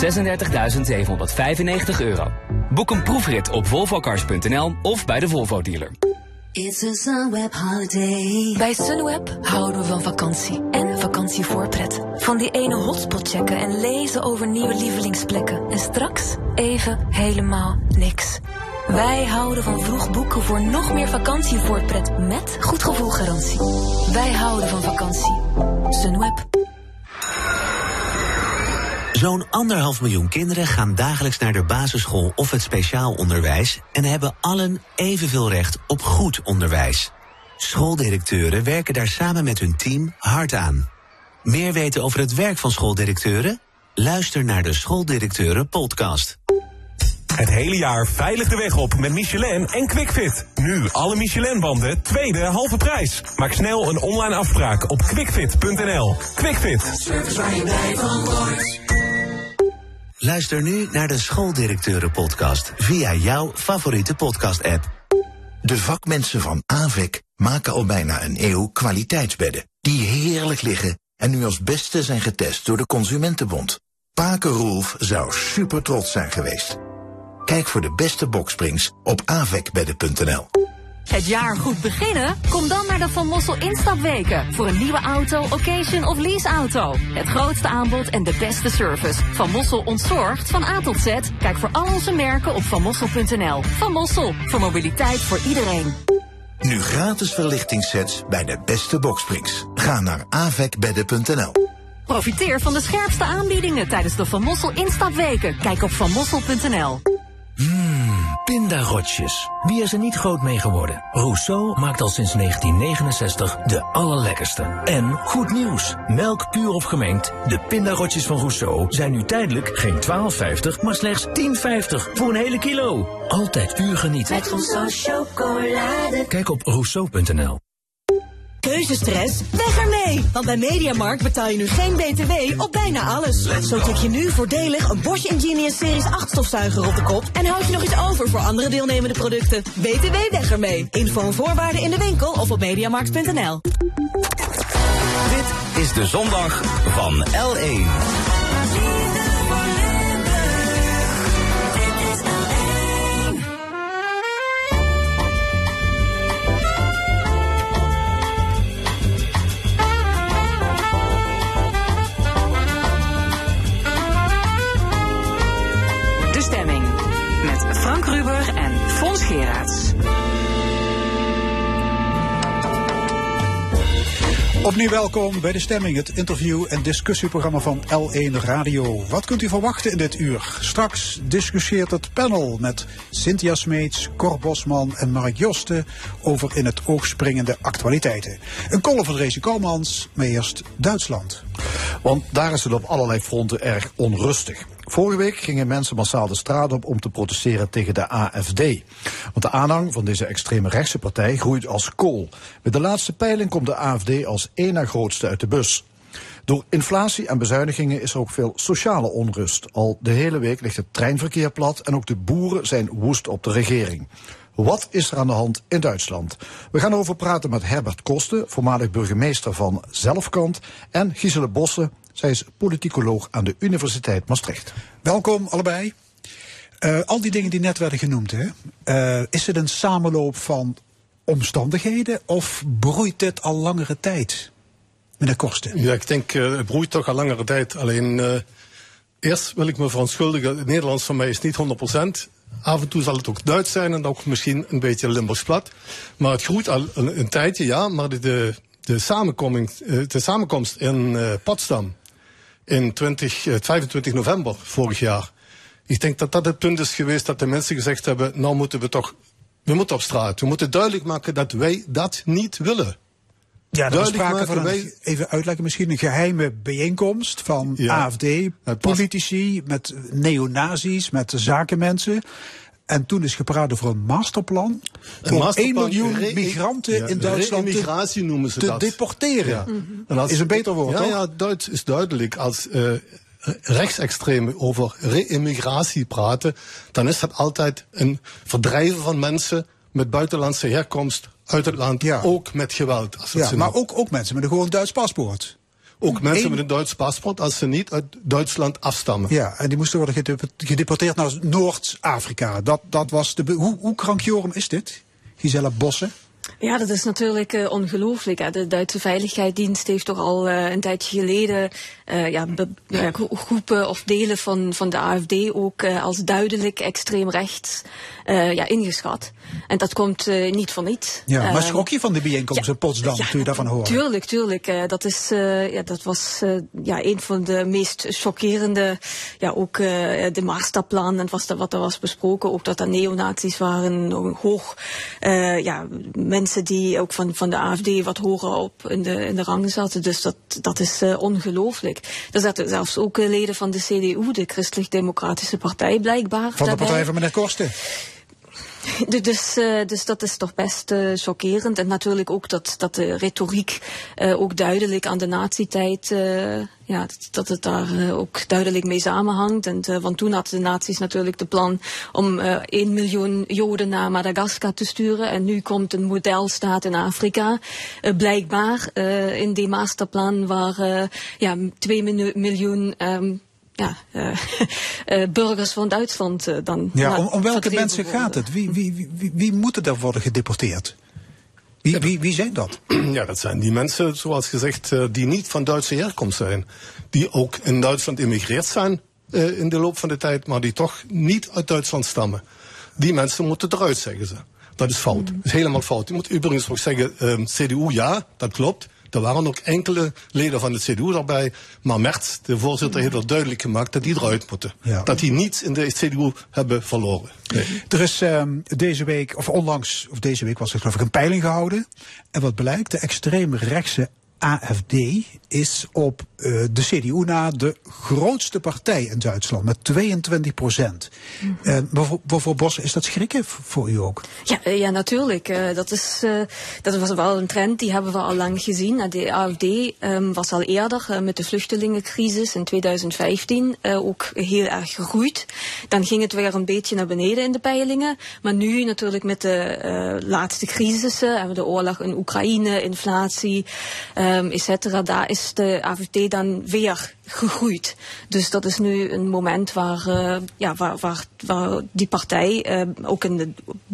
€36.795. Boek een proefrit op volvocars.nl of bij de Volvo dealer. It's a Sunweb holiday. Bij Sunweb houden we van vakantie en vakantievoorpret. Van die ene hotspot checken en lezen over nieuwe lievelingsplekken. En straks even helemaal niks. Wij houden van vroeg boeken voor nog meer vakantievoorpret met goed gevoelgarantie. Wij houden van vakantie. Sunweb. Zo'n 1,5 miljoen kinderen gaan dagelijks naar de basisschool of het speciaal onderwijs en hebben allen evenveel recht op goed onderwijs. Schooldirecteuren werken daar samen met hun team hard aan. Meer weten over het werk van schooldirecteuren? Luister naar de Schooldirecteuren podcast. Het hele jaar veilig de weg op met Michelin en QuickFit. Nu alle Michelin-banden, tweede halve prijs. Maak snel een online afspraak op quickfit.nl. QuickFit. Service waar je blij van wordt. Luister nu naar de Schooldirecteuren podcast via jouw favoriete podcast-app. De vakmensen van AVEC maken al bijna een eeuw kwaliteitsbedden die heerlijk liggen en nu als beste zijn getest door de Consumentenbond. Paken Roelf zou super trots zijn geweest. Kijk voor de beste boksprings op avecbedden.nl. Het jaar goed beginnen? Kom dan naar de Van Mossel instapweken. Voor een nieuwe auto, occasion of leaseauto. Het grootste aanbod en de beste service. Van Mossel ontzorgt van A tot Z. Kijk voor al onze merken op vanmossel.nl. Van Mossel, voor mobiliteit voor iedereen. Nu gratis verlichtingssets bij de beste boksprings. Ga naar avecbedden.nl. Profiteer van de scherpste aanbiedingen tijdens de Van Mossel instapweken. Kijk op vanmossel.nl. Pindarotjes. Wie is er niet groot mee geworden? Rousseau maakt al sinds 1969 de allerlekkerste. En goed nieuws. Melk puur of gemengd. De pindarotjes van Rousseau zijn nu tijdelijk geen 12,50, maar slechts 10,50 voor een hele kilo. Altijd puur genieten. Met Rousseau chocolade. Kijk op rousseau.nl. Keuzestress? Weg ermee! Want bij Mediamarkt betaal je nu geen BTW op bijna alles. Zo tik je nu voordelig een Bosch Ingenious Series 8 stofzuiger op de kop en houd je nog iets over voor andere deelnemende producten. BTW weg ermee. Info en voorwaarden in de winkel of op mediamarkt.nl. Dit is de zondag van L1. De Stemming met Frank Ruber en Fons Geraerts. Opnieuw welkom bij De Stemming, het interview- en discussieprogramma van L1 Radio. Wat kunt u verwachten in dit uur? Straks discussieert het panel met Cynthia Smeets, Cor Bosman en Mark Josten over in het oog springende actualiteiten. Een column van Rezi Kalmans, maar eerst Duitsland. Want daar is het op allerlei fronten erg onrustig. Vorige week gingen mensen massaal de straat op om te protesteren tegen de AfD. Want de aanhang van deze extreme rechtse partij groeit als kool. Met de laatste peiling komt de AfD als één na grootste uit de bus. Door inflatie en bezuinigingen is er ook veel sociale onrust. Al de hele week ligt het treinverkeer plat en ook de boeren zijn woest op de regering. Wat is er aan de hand in Duitsland? We gaan erover praten met Herbert Kosten, voormalig burgemeester van Zelfkant, en Gisele Bosse. Zij is politicoloog aan de Universiteit Maastricht. Welkom allebei. Al die dingen die net werden genoemd, hè? Is het een samenloop van omstandigheden of broeit dit al langere tijd? Meneer Kosten. Ja, ik denk het broeit toch al langere tijd. Alleen eerst wil ik me verontschuldigen. Het Nederlands van mij is niet 100%. Af en toe zal het ook Duits zijn en ook misschien een beetje Limburgs plat. Maar het groeit al een tijdje, ja. Maar de samenkomst in Potsdam in 25 november vorig jaar. Ik denk dat dat het punt is geweest dat de mensen gezegd hebben, nou moeten we moeten op straat. We moeten duidelijk maken dat wij dat niet willen. Ja, er is sprake van even uitleggen, misschien een geheime bijeenkomst van AfD-politici met neonazis, met zakenmensen. En toen is gepraat over een masterplan om 1 miljoen migranten in Duitsland te deporteren. Ja. En is een beter woord, toch? Ja, Duits is duidelijk. Als rechtsextremen over re-immigratie praten, dan is dat altijd een verdrijven van mensen met buitenlandse herkomst uit het land, ook met geweld. Maar ook mensen met een gewoon Duits paspoort. Ook mensen met een Duits paspoort als ze niet uit Duitsland afstammen. Ja, en die moesten worden gedeporteerd naar Noord-Afrika. Dat was hoe krankjorum is dit, Gisela Bosse? Ja, dat is natuurlijk ongelooflijk. De Duitse Veiligheidsdienst heeft toch al een tijdje geleden groepen of delen van de AfD ook als duidelijk extreem rechts ingeschat. En dat komt niet van niets. Ja, maar schrok je van de bijeenkomst in Potsdam toen je daarvan hoorde? Tuurlijk. Dat was een van de meest chockerende, ook de Masterplan en wat er was besproken. Ook dat er neonazies waren, hoog, mensen die ook van de AfD wat hoger op in de rang zaten. Dus dat is ongelooflijk. Er zaten zelfs ook leden van de CDU, de Christelijk-Democratische Partij, blijkbaar. Van de partij van meneer Korsten. Dus dat is toch best chockerend. En natuurlijk ook dat de retoriek ook duidelijk aan de nazi-tijd, dat het daar ook duidelijk mee samenhangt. Want toen hadden de nazi's natuurlijk de plan om 1 miljoen Joden naar Madagaskar te sturen. En nu komt een modelstaat in Afrika. Blijkbaar in die masterplan waar 2 miljoen burgers van Duitsland dan. Ja, om welke mensen gaat het? Wie moeten daar worden gedeporteerd? Wie zijn dat? Ja, dat zijn die mensen, zoals gezegd, die niet van Duitse herkomst zijn. Die ook in Duitsland immigreerd zijn in de loop van de tijd, maar die toch niet uit Duitsland stammen. Die mensen moeten eruit, zeggen ze. Dat is fout. Dat is helemaal fout. Je moet overigens nog zeggen, CDU ja, dat klopt. Er waren ook enkele leden van de CDU daarbij. Maar Merz, de voorzitter, heeft er duidelijk gemaakt dat die eruit moeten. Ja. Dat die niets in de CDU hebben verloren. Nee. Er is deze week, of onlangs, of deze week was er geloof ik een peiling gehouden. En wat blijkt, de extreemrechtse AfD is op de CDU na de grootste partij in Duitsland met 22%. Voor Bos, is dat schrikken voor u ook? Ja, natuurlijk. Dat was wel een trend, die hebben we al lang gezien. De AfD was al eerder met de vluchtelingencrisis in 2015 ook heel erg gegroeid. Dan ging het weer een beetje naar beneden in de peilingen. Maar nu natuurlijk met de laatste crisissen, de oorlog in Oekraïne, inflatie, etc. Daar is de AfD dan weer gegroeid. Dus dat is nu een moment waar die partij ook in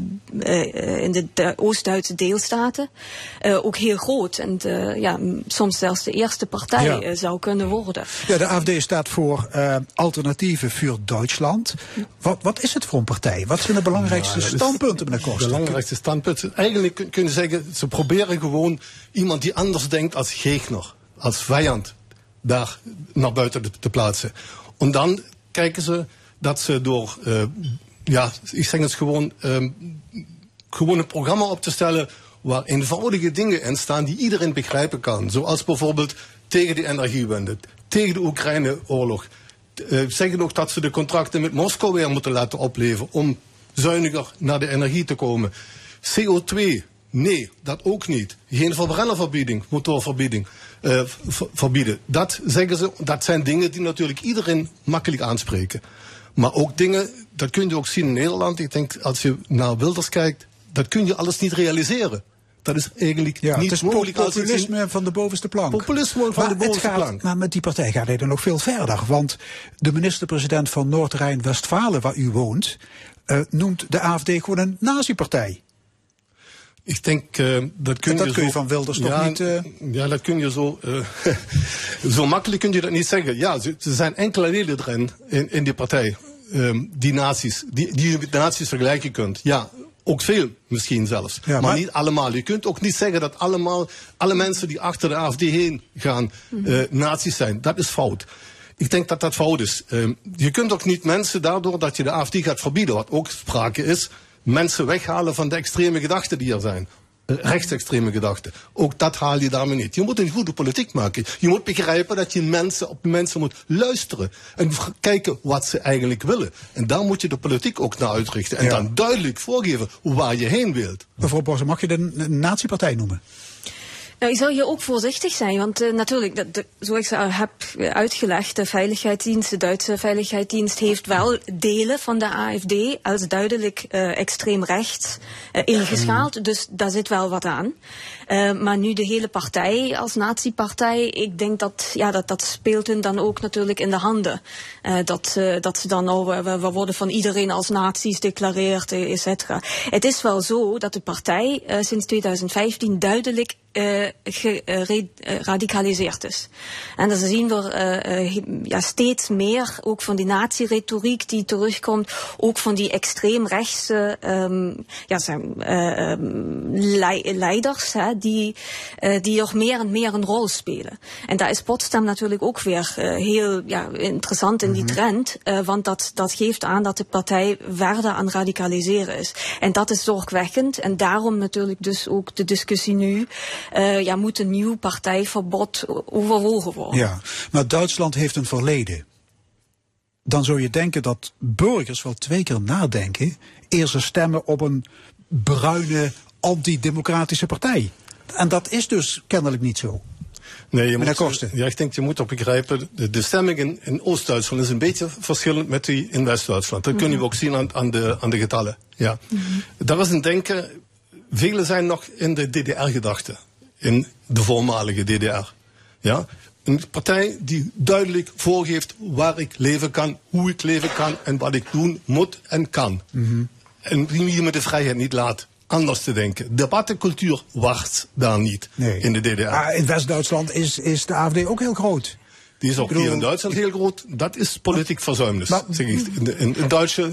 de Oost-Duitse deelstaten ook heel groot en soms zelfs de eerste partij zou kunnen worden. Ja, de AfD staat voor Alternatieven für Deutschland. Wat is het voor een partij? Wat zijn de belangrijkste standpunten, meneer Korsten? De belangrijkste standpunten. Eigenlijk kun je zeggen, ze proberen gewoon iemand die anders denkt als gegner, als vijand, daar naar buiten te plaatsen. En dan kijken ze dat ze door, ik zeg het gewoon een programma op te stellen waar eenvoudige dingen in staan die iedereen begrijpen kan. Zoals bijvoorbeeld tegen de energiewende, tegen de Oekraïne-oorlog. Zeggen ook dat ze de contracten met Moskou weer moeten laten opleven om zuiniger naar de energie te komen. CO2, nee, dat ook niet. Geen verbrennerverbieding, motorverbieding. Verbieden. Dat zeggen ze, dat zijn dingen die natuurlijk iedereen makkelijk aanspreken. Maar ook dingen, dat kun je ook zien in Nederland. Ik denk, als je naar Wilders kijkt, dat kun je alles niet realiseren. Dat is eigenlijk niet mogelijk. Populisme van de bovenste plank. Populisme van de bovenste plank. Maar met die partij gaat hij dan nog veel verder. Want de minister-president van Noord-Rijn-Westfalen, waar u woont, noemt de AfD gewoon een nazi-partij. Ik denk, dat kun je van Wilders toch niet... Ja, dat kun je zo... zo makkelijk kun je dat niet zeggen. Ja, er zijn enkele leden erin, in die partij, die nazi's, die je met nazi's vergelijken kunt. Ja, ook veel misschien zelfs. Ja, maar niet allemaal. Je kunt ook niet zeggen dat alle mensen die achter de AfD heen gaan, nazi's zijn. Dat is fout. Ik denk dat dat fout is. Je kunt ook niet mensen daardoor dat je de AfD gaat verbieden, wat ook sprake is, mensen weghalen van de extreme gedachten die er zijn. Rechtsextreme gedachten. Ook dat haal je daarmee niet. Je moet een goede politiek maken. Je moet begrijpen dat je op mensen moet luisteren. En kijken wat ze eigenlijk willen. En daar moet je de politiek ook naar uitrichten. En dan duidelijk voorgeven waar je heen wilt. Mevrouw Bos, mag je de nazi-partij noemen? Je zou hier ook voorzichtig zijn, want natuurlijk, zoals ik heb uitgelegd, de Duitse Veiligheidsdienst heeft wel delen van de AfD als duidelijk extreem rechts ingeschaald, dus daar zit wel wat aan. Maar nu de hele partij als nazi-partij, ik denk dat speelt hun dan ook natuurlijk in de handen. Dat ze dan we worden van iedereen als nazi's declareerd, et cetera. Het is wel zo dat de partij sinds 2015 duidelijk geradicaliseerd is. En dan zien we steeds meer, ook van die nazi-retoriek die terugkomt, ook van die extreemrechtse leiders, die nog meer en meer een rol spelen. En daar is Potsdam natuurlijk ook weer heel interessant in die trend, want dat geeft aan dat de partij verder aan radicaliseren is. En dat is zorgwekkend en daarom natuurlijk dus ook de discussie nu, moet een nieuw partijverbod overwogen worden. Ja, maar Duitsland heeft een verleden. Dan zou je denken dat burgers wel 2 keer nadenken eer ze stemmen op een bruine antidemocratische partij. En dat is dus kennelijk niet zo. Nee, ik denk je moet ook begrijpen, de stemming in Oost-Duitsland is een beetje verschillend met die in West-Duitsland. Dat kunnen we ook zien aan de getallen. Ja. Daar is een denken, velen zijn nog in de DDR-gedachte. In de voormalige DDR. Ja? Een partij die duidelijk voorgeeft waar ik leven kan, hoe ik leven kan en wat ik doen moet en kan. En die me de vrijheid niet laat anders te denken. Debattencultuur wacht daar niet in de DDR. Maar in West-Duitsland is de AfD ook heel groot. Die is ook hier in Duitsland heel groot. Dat is politiek verzuimnis. Zeg ik. In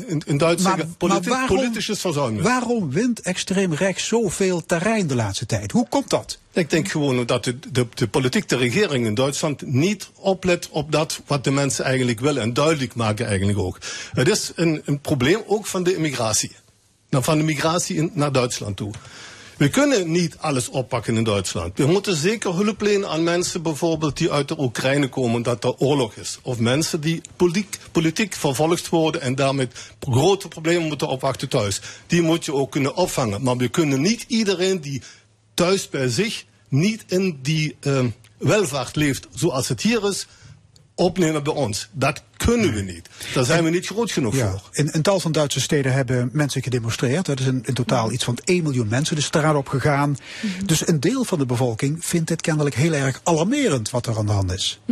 Duitse politisches verzuimnis. Waarom wint extreem rechts zoveel terrein de laatste tijd? Hoe komt dat? Ik denk gewoon dat de politiek, de regering in Duitsland niet oplet op dat wat de mensen eigenlijk willen. En duidelijk maken eigenlijk ook. Het is een probleem ook van de immigratie. Van de migratie naar Duitsland toe. We kunnen niet alles oppakken in Duitsland. We moeten zeker hulp lenen aan mensen bijvoorbeeld die uit de Oekraïne komen, dat er oorlog is. Of mensen die politiek vervolgd worden en daarmee grote problemen moeten opwachten thuis. Die moet je ook kunnen opvangen. Maar we kunnen niet iedereen die thuis bij zich niet in die welvaart leeft zoals het hier is, opnemen bij ons. Dat kunnen we niet. Daar zijn we niet groot genoeg voor. In tal van Duitse steden hebben mensen gedemonstreerd. Er is in totaal iets van 1 miljoen mensen de straat op gegaan. Dus een deel van de bevolking vindt dit kennelijk heel erg alarmerend wat er aan de hand is.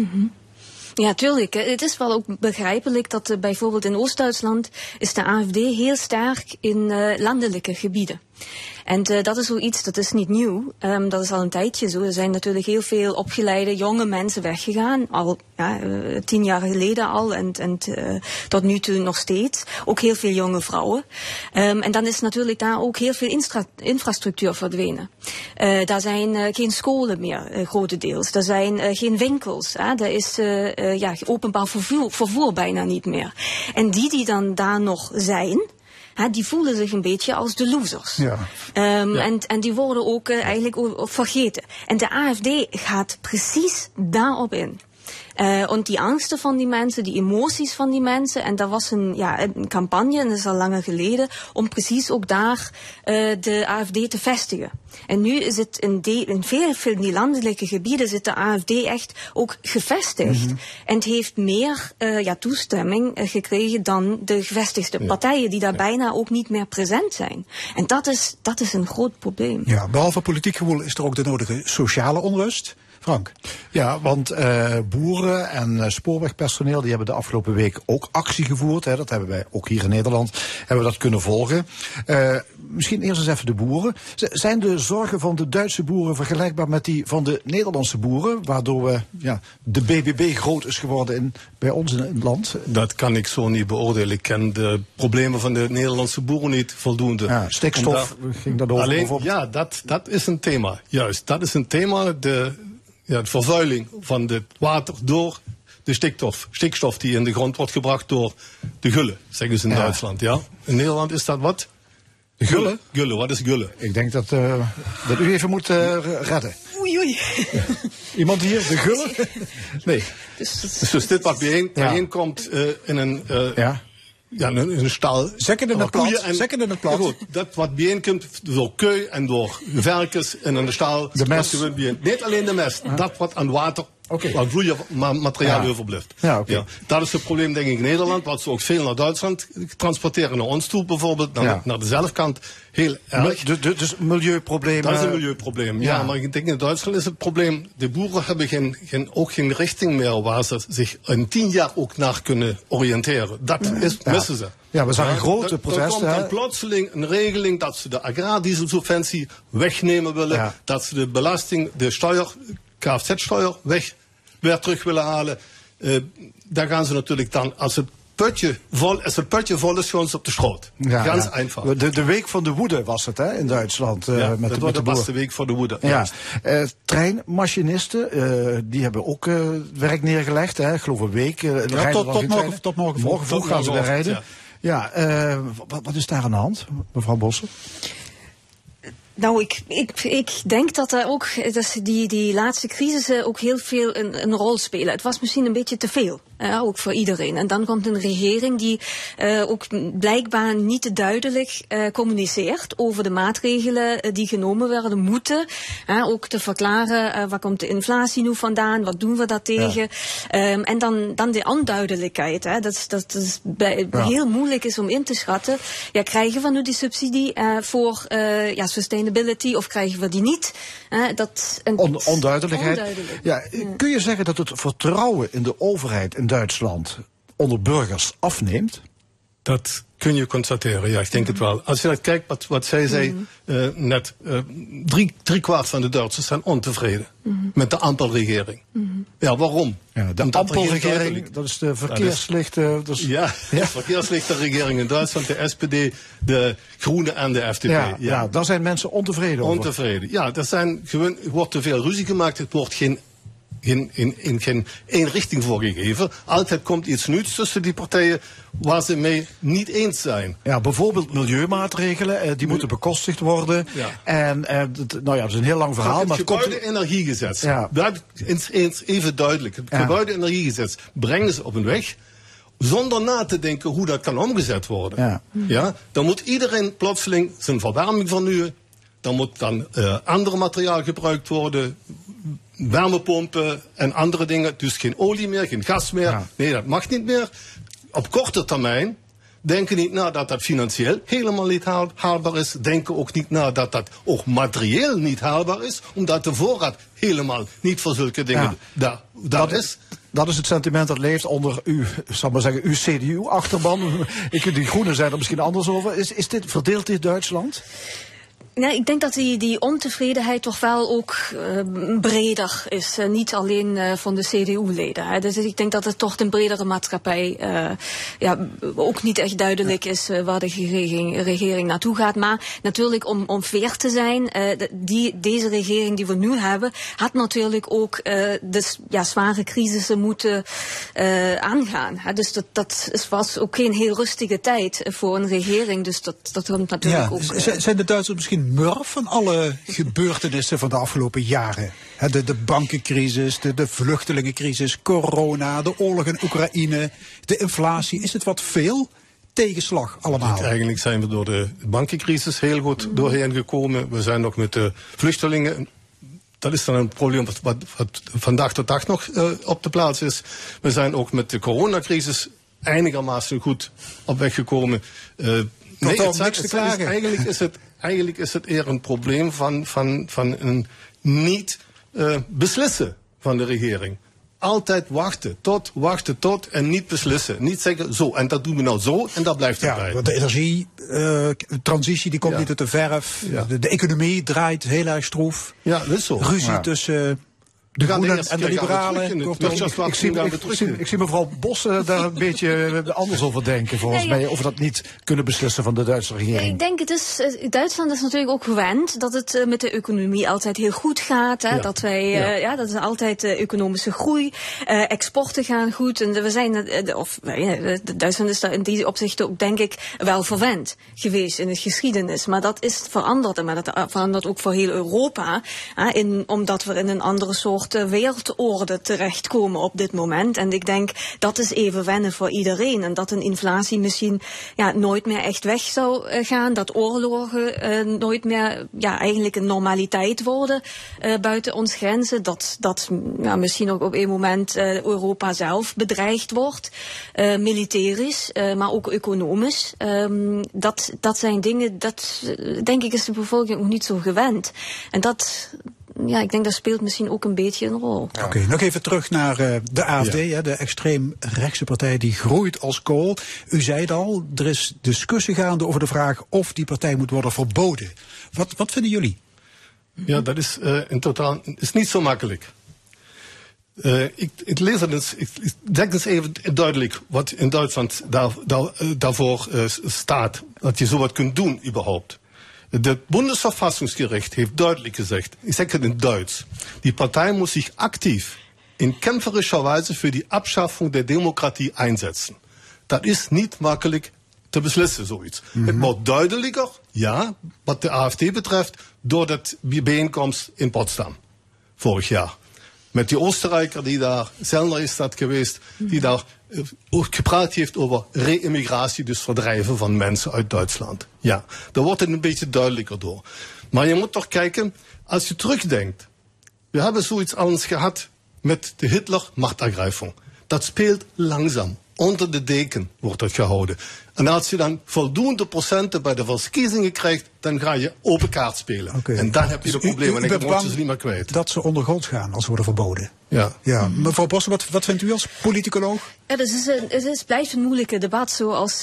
Ja, tuurlijk. Het is wel ook begrijpelijk dat bijvoorbeeld in Oost-Duitsland is de AfD heel sterk in landelijke gebieden. En dat is zoiets, dat is niet nieuw. Dat is al een tijdje zo. Er zijn natuurlijk heel veel opgeleide jonge mensen weggegaan. Al 10 jaar geleden al en tot nu toe nog steeds. Ook heel veel jonge vrouwen. En dan is natuurlijk daar ook heel veel infrastructuur verdwenen. Daar zijn geen scholen meer, grotendeels. Er zijn geen winkels. Er is openbaar vervoer bijna niet meer. En die dan daar nog zijn, die voelen zich een beetje als de losers. En die worden ook eigenlijk vergeten. En de AfD gaat precies daarop in. En die angsten van die mensen, die emoties van die mensen. En daar was een campagne, en dat is al langer geleden, om precies ook daar de AfD te vestigen. En nu zit in veel van die landelijke gebieden zit de AfD echt ook gevestigd. En het heeft meer toestemming gekregen dan de gevestigde partijen, die daar bijna ook niet meer present zijn. En dat is een groot probleem. Ja, behalve politiek gewoel is er ook de nodige sociale onrust. Frank? Ja, want boeren en spoorwegpersoneel die hebben de afgelopen week ook actie gevoerd. Dat hebben wij ook hier in Nederland hebben we dat kunnen volgen. Misschien eerst eens even de boeren. Zijn de zorgen van de Duitse boeren vergelijkbaar met die van de Nederlandse boeren, waardoor we de BBB groot is geworden bij ons in het land? Dat kan ik zo niet beoordelen. Ik ken de problemen van de Nederlandse boeren niet voldoende. Ja, stikstof ging daarover bijvoorbeeld. Ja, dat is een thema. Juist, dat is een thema. De vervuiling van het water door de stikstof die in de grond wordt gebracht door de gulle, zeggen ze in Duitsland. Ja? In Nederland is dat wat? De gulle? Gulle, wat is gulle? Ik denk dat u even moet redden. Oei. Iemand hier, de gulle? Nee. Dus dit wat bijeenkomt in een ja, een stal. Zeker in het plat. Zeker in het plat. Ja, goed, dat wat bijeenkomt door keu en door werkers en in de stal. De mest. Niet alleen de mest. Dat wat aan water, wat vloeimateriaal overblijft. Ja, okay. Ja, dat is het probleem denk ik in Nederland. Wat ze ook veel naar Duitsland transporteren. Naar ons toe bijvoorbeeld. Naar de zelfkant. Heel erg. Dus milieuprobleem. Dat is een milieuprobleem. Ja, maar ik denk in Duitsland is het probleem. De boeren hebben ook geen richting meer waar ze zich in 10 jaar ook naar kunnen oriënteren. Dat missen ze. Ja, we zagen grote protesten. Er komt dan plotseling een regeling dat ze de agrardieelsubventie wegnemen willen. Ja. Dat ze de belasting, de steuer, Kfz-steuer weer terug willen halen. Daar gaan ze natuurlijk dan, als het putje vol is, gewoon op de schroot. Ja, Ganz einfach. De week van de woede was het, hè, in Duitsland. Dat was de week van de woede. Ja. Treinmachinisten, die hebben ook werk neergelegd. Hè. Ik geloof een week. Tot morgen vroeg gaan ze weer rijden. Ja, wat is daar aan de hand, mevrouw Bossen? Nou, ik denk dat er ook die laatste crisissen ook heel veel een rol spelen. Het was misschien een beetje te veel, ook voor iedereen. En dan komt een regering die ook blijkbaar niet duidelijk communiceert over de maatregelen die genomen werden moeten. Ook te verklaren waar komt de inflatie nu vandaan, wat doen we daar tegen. Ja. En dan de onduidelijkheid. Dat is heel moeilijk is om in te schatten. Ja, krijgen we nu die subsidie voor sustainability of krijgen we die niet? Onduidelijkheid. Ja, kun je zeggen dat het vertrouwen in de overheid in Duitsland onder burgers afneemt? Dat kun je constateren, ja, ik denk het wel. Als je dat kijkt, wat zij zei net, 3/4 van de Duitsers zijn ontevreden met de Ampelregering. Ja, waarom? Ja, de Ampelregering, dat is de verkeerslichte... de verkeerslichte regering in Duitsland, de SPD, de Groenen en de FDP. Ja, daar zijn mensen ontevreden over. Ontevreden, ja. Er wordt te veel ruzie gemaakt, het wordt geen één richting voorgegeven. Altijd komt iets nieuws tussen die partijen waar ze mee niet eens zijn. Ja, bijvoorbeeld milieumaatregelen, die moeten bekostigd worden. Ja. En dat is een heel lang verhaal. Het gebouwde-energiegezet, dat is eens even duidelijk. Het gebouwde-energiegezet brengen ze op een weg zonder na te denken hoe dat kan omgezet worden. Ja, dan moet iedereen plotseling zijn verwarming vernieuwen. Dan moet ander materiaal gebruikt worden. Wärmepompen en andere dingen. Dus geen olie meer, geen gas meer. Ja. Nee, dat mag niet meer. Op korte termijn denken niet na dat dat financieel helemaal niet haalbaar is. Denken ook niet na dat dat ook materieel niet haalbaar is. Omdat de voorraad helemaal niet voor zulke dingen daar is. Dat is het sentiment dat leeft onder uw CDU-achterban. Die Groenen zijn er misschien anders over. Verdeelt dit Duitsland? Ja, ik denk dat die ontevredenheid toch wel ook breder is. Niet alleen van de CDU-leden. Dus ik denk dat het toch een bredere maatschappij ook niet echt duidelijk is waar de regering naartoe gaat. Maar natuurlijk om fair te zijn, deze regering die we nu hebben, had natuurlijk ook zware crisissen moeten aangaan. Dus dat was ook geen heel rustige tijd voor een regering. Dus dat komt natuurlijk ook. Zijn de Duitsers misschien murf van alle gebeurtenissen van de afgelopen jaren? De bankencrisis, de vluchtelingencrisis, corona, de oorlog in Oekraïne, de inflatie. Is het wat veel? Tegenslag allemaal. Eigenlijk zijn we door de bankencrisis heel goed doorheen gekomen. We zijn nog met de vluchtelingen. Dat is dan een probleem wat vandaag de dag nog op de plaats is. We zijn ook met de coronacrisis einigermaßen goed op weg gekomen. Eigenlijk is het eer een probleem van een niet beslissen van de regering. Altijd wachten tot en niet beslissen. Niet zeggen zo en dat doen we nou zo en dat blijft erbij. Ja, de energietransitie die komt niet uit de verf. Ja. De economie draait heel erg stroef. Ja, dat is zo. Ruzie tussen de Groenen en de Liberalen. Ik zie mevrouw Bos daar een beetje anders over denken, volgens mij. Of we dat niet kunnen beslissen van de Duitse regering. Ik denk, Duitsland is natuurlijk ook gewend dat het met de economie altijd heel goed gaat. Hè? Dat wij, dat is altijd economische groei. Exporten gaan goed. En we zijn, Duitsland is daar in die opzichten ook, denk ik, wel verwend geweest in de geschiedenis. Maar dat is veranderd. Maar dat verandert ook voor heel Europa. Omdat we in een andere soort soort wereldorde terechtkomen op dit moment. En ik denk dat is even wennen voor iedereen. En dat een inflatie misschien nooit meer echt weg zou gaan. Dat oorlogen nooit meer eigenlijk een normaliteit worden buiten ons grenzen. Dat misschien ook op een moment Europa zelf bedreigd wordt. Militarisch, maar ook economisch. Dat zijn dingen, dat denk ik is de bevolking ook niet zo gewend. En dat... ik denk dat speelt misschien ook een beetje een rol. Oké, nog even terug naar de AFD, de extreemrechtse partij die groeit als kool. U zei het al, er is discussie gaande over de vraag of die partij moet worden verboden. Wat vinden jullie? Ja, dat is in totaal is niet zo makkelijk. Ik lees het eens, ik zeg eens even duidelijk wat in Duitsland daarvoor staat. Dat je zo wat kunt doen überhaupt. Het Bundesverfassungsgericht heeft duidelijk gezegd, ik zeg het in Duits, die Partei muss sich aktiv in kämpferischer Weise für die Abschaffung der Demokratie einsetzen. Dat is niet makkelijk te beslissen, zoiets. Het wordt duidelijker, wat de AfD betreft, door de bijeenkomst in Potsdam, vorig jaar. Met die Oostenrijker die daar, Zellner is dat geweest, die daar ook gepraat heeft over re-immigratie, dus verdrijven van mensen uit Duitsland. Ja, daar wordt het een beetje duidelijker door. Maar je moet toch kijken, als je terugdenkt, we hebben zoiets anders gehad met de Hitler-machtergreifung. Dat speelt langzaam. Onder de deken wordt dat gehouden. En als je dan voldoende procenten bij de verkiezingen krijgt, dan ga je open kaart spelen. Okay. En dan heb je de problemen en dan worden ze niet meer kwijt. Dat ze ondergronds gaan als worden verboden. Ja. Mevrouw Bossen, wat vindt u als politicoloog? Het blijft een moeilijke debat, zoals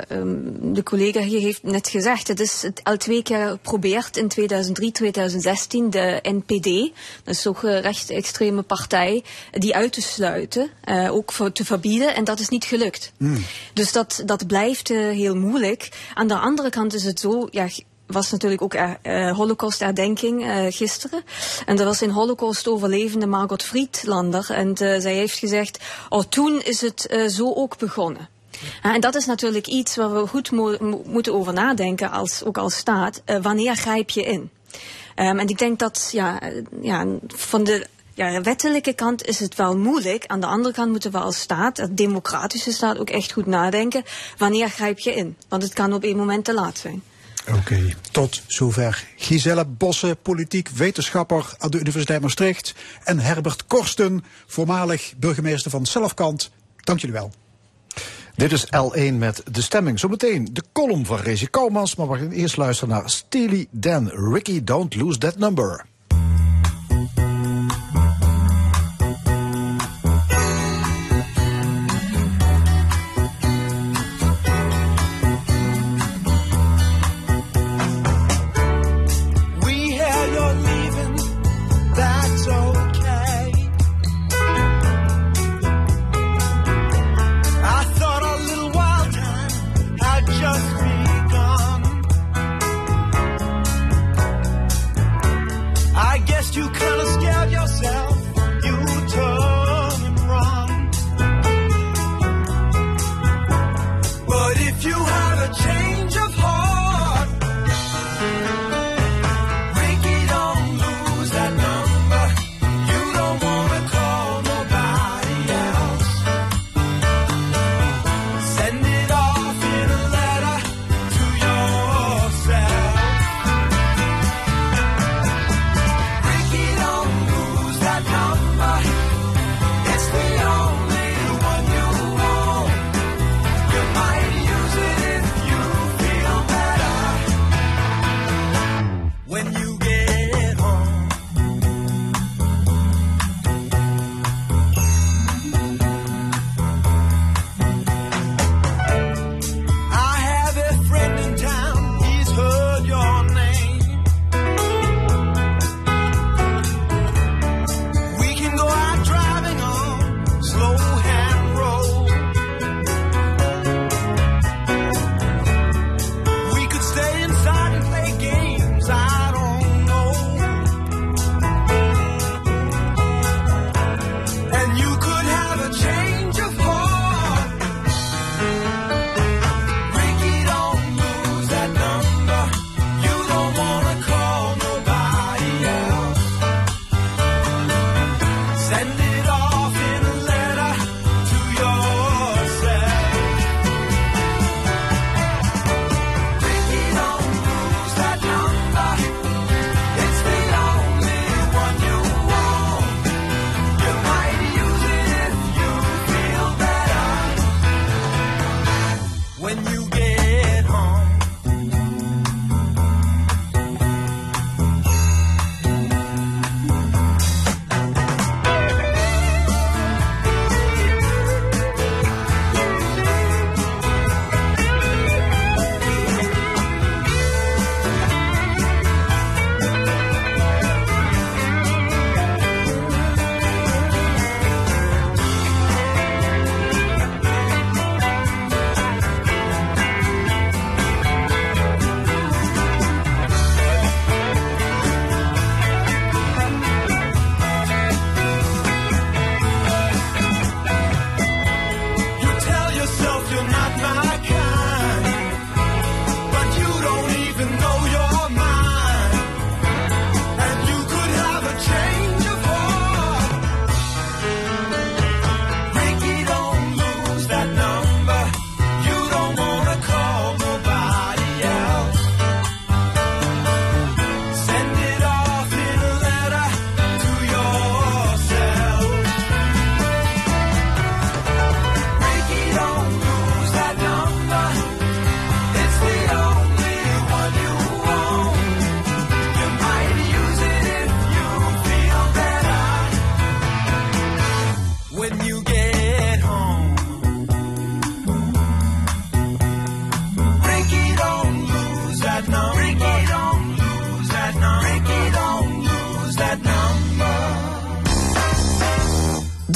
de collega hier heeft net gezegd. Het is al 2 keer geprobeerd in 2003, 2016, de NPD, dat is ook een rechtsextreme partij, die uit te sluiten, ook te verbieden, en dat is niet gelukt. Dus dat blijft heel moeilijk. Aan de andere kant is het zo, was natuurlijk ook Holocaust-herdenking gisteren. En er was een Holocaust-overlevende Margot Friedlander. En zij heeft gezegd, toen is het zo ook begonnen. En dat is natuurlijk iets waar we goed moeten over nadenken, ook als staat. Wanneer grijp je in? En ik denk dat van de wettelijke kant is het wel moeilijk. Aan de andere kant moeten we als staat, als democratische staat, ook echt goed nadenken. Wanneer grijp je in? Want het kan op een moment te laat zijn. Oké, tot zover Giselle Bosse, politiek wetenschapper aan de Universiteit Maastricht. En Herbert Korsten, voormalig burgemeester van Selfkant. Dank jullie wel. Dit is L1 met De Stemming. Zometeen de column van Rezi Kouwmans, maar we gaan eerst luisteren naar Steely Dan. Ricky, don't lose that number.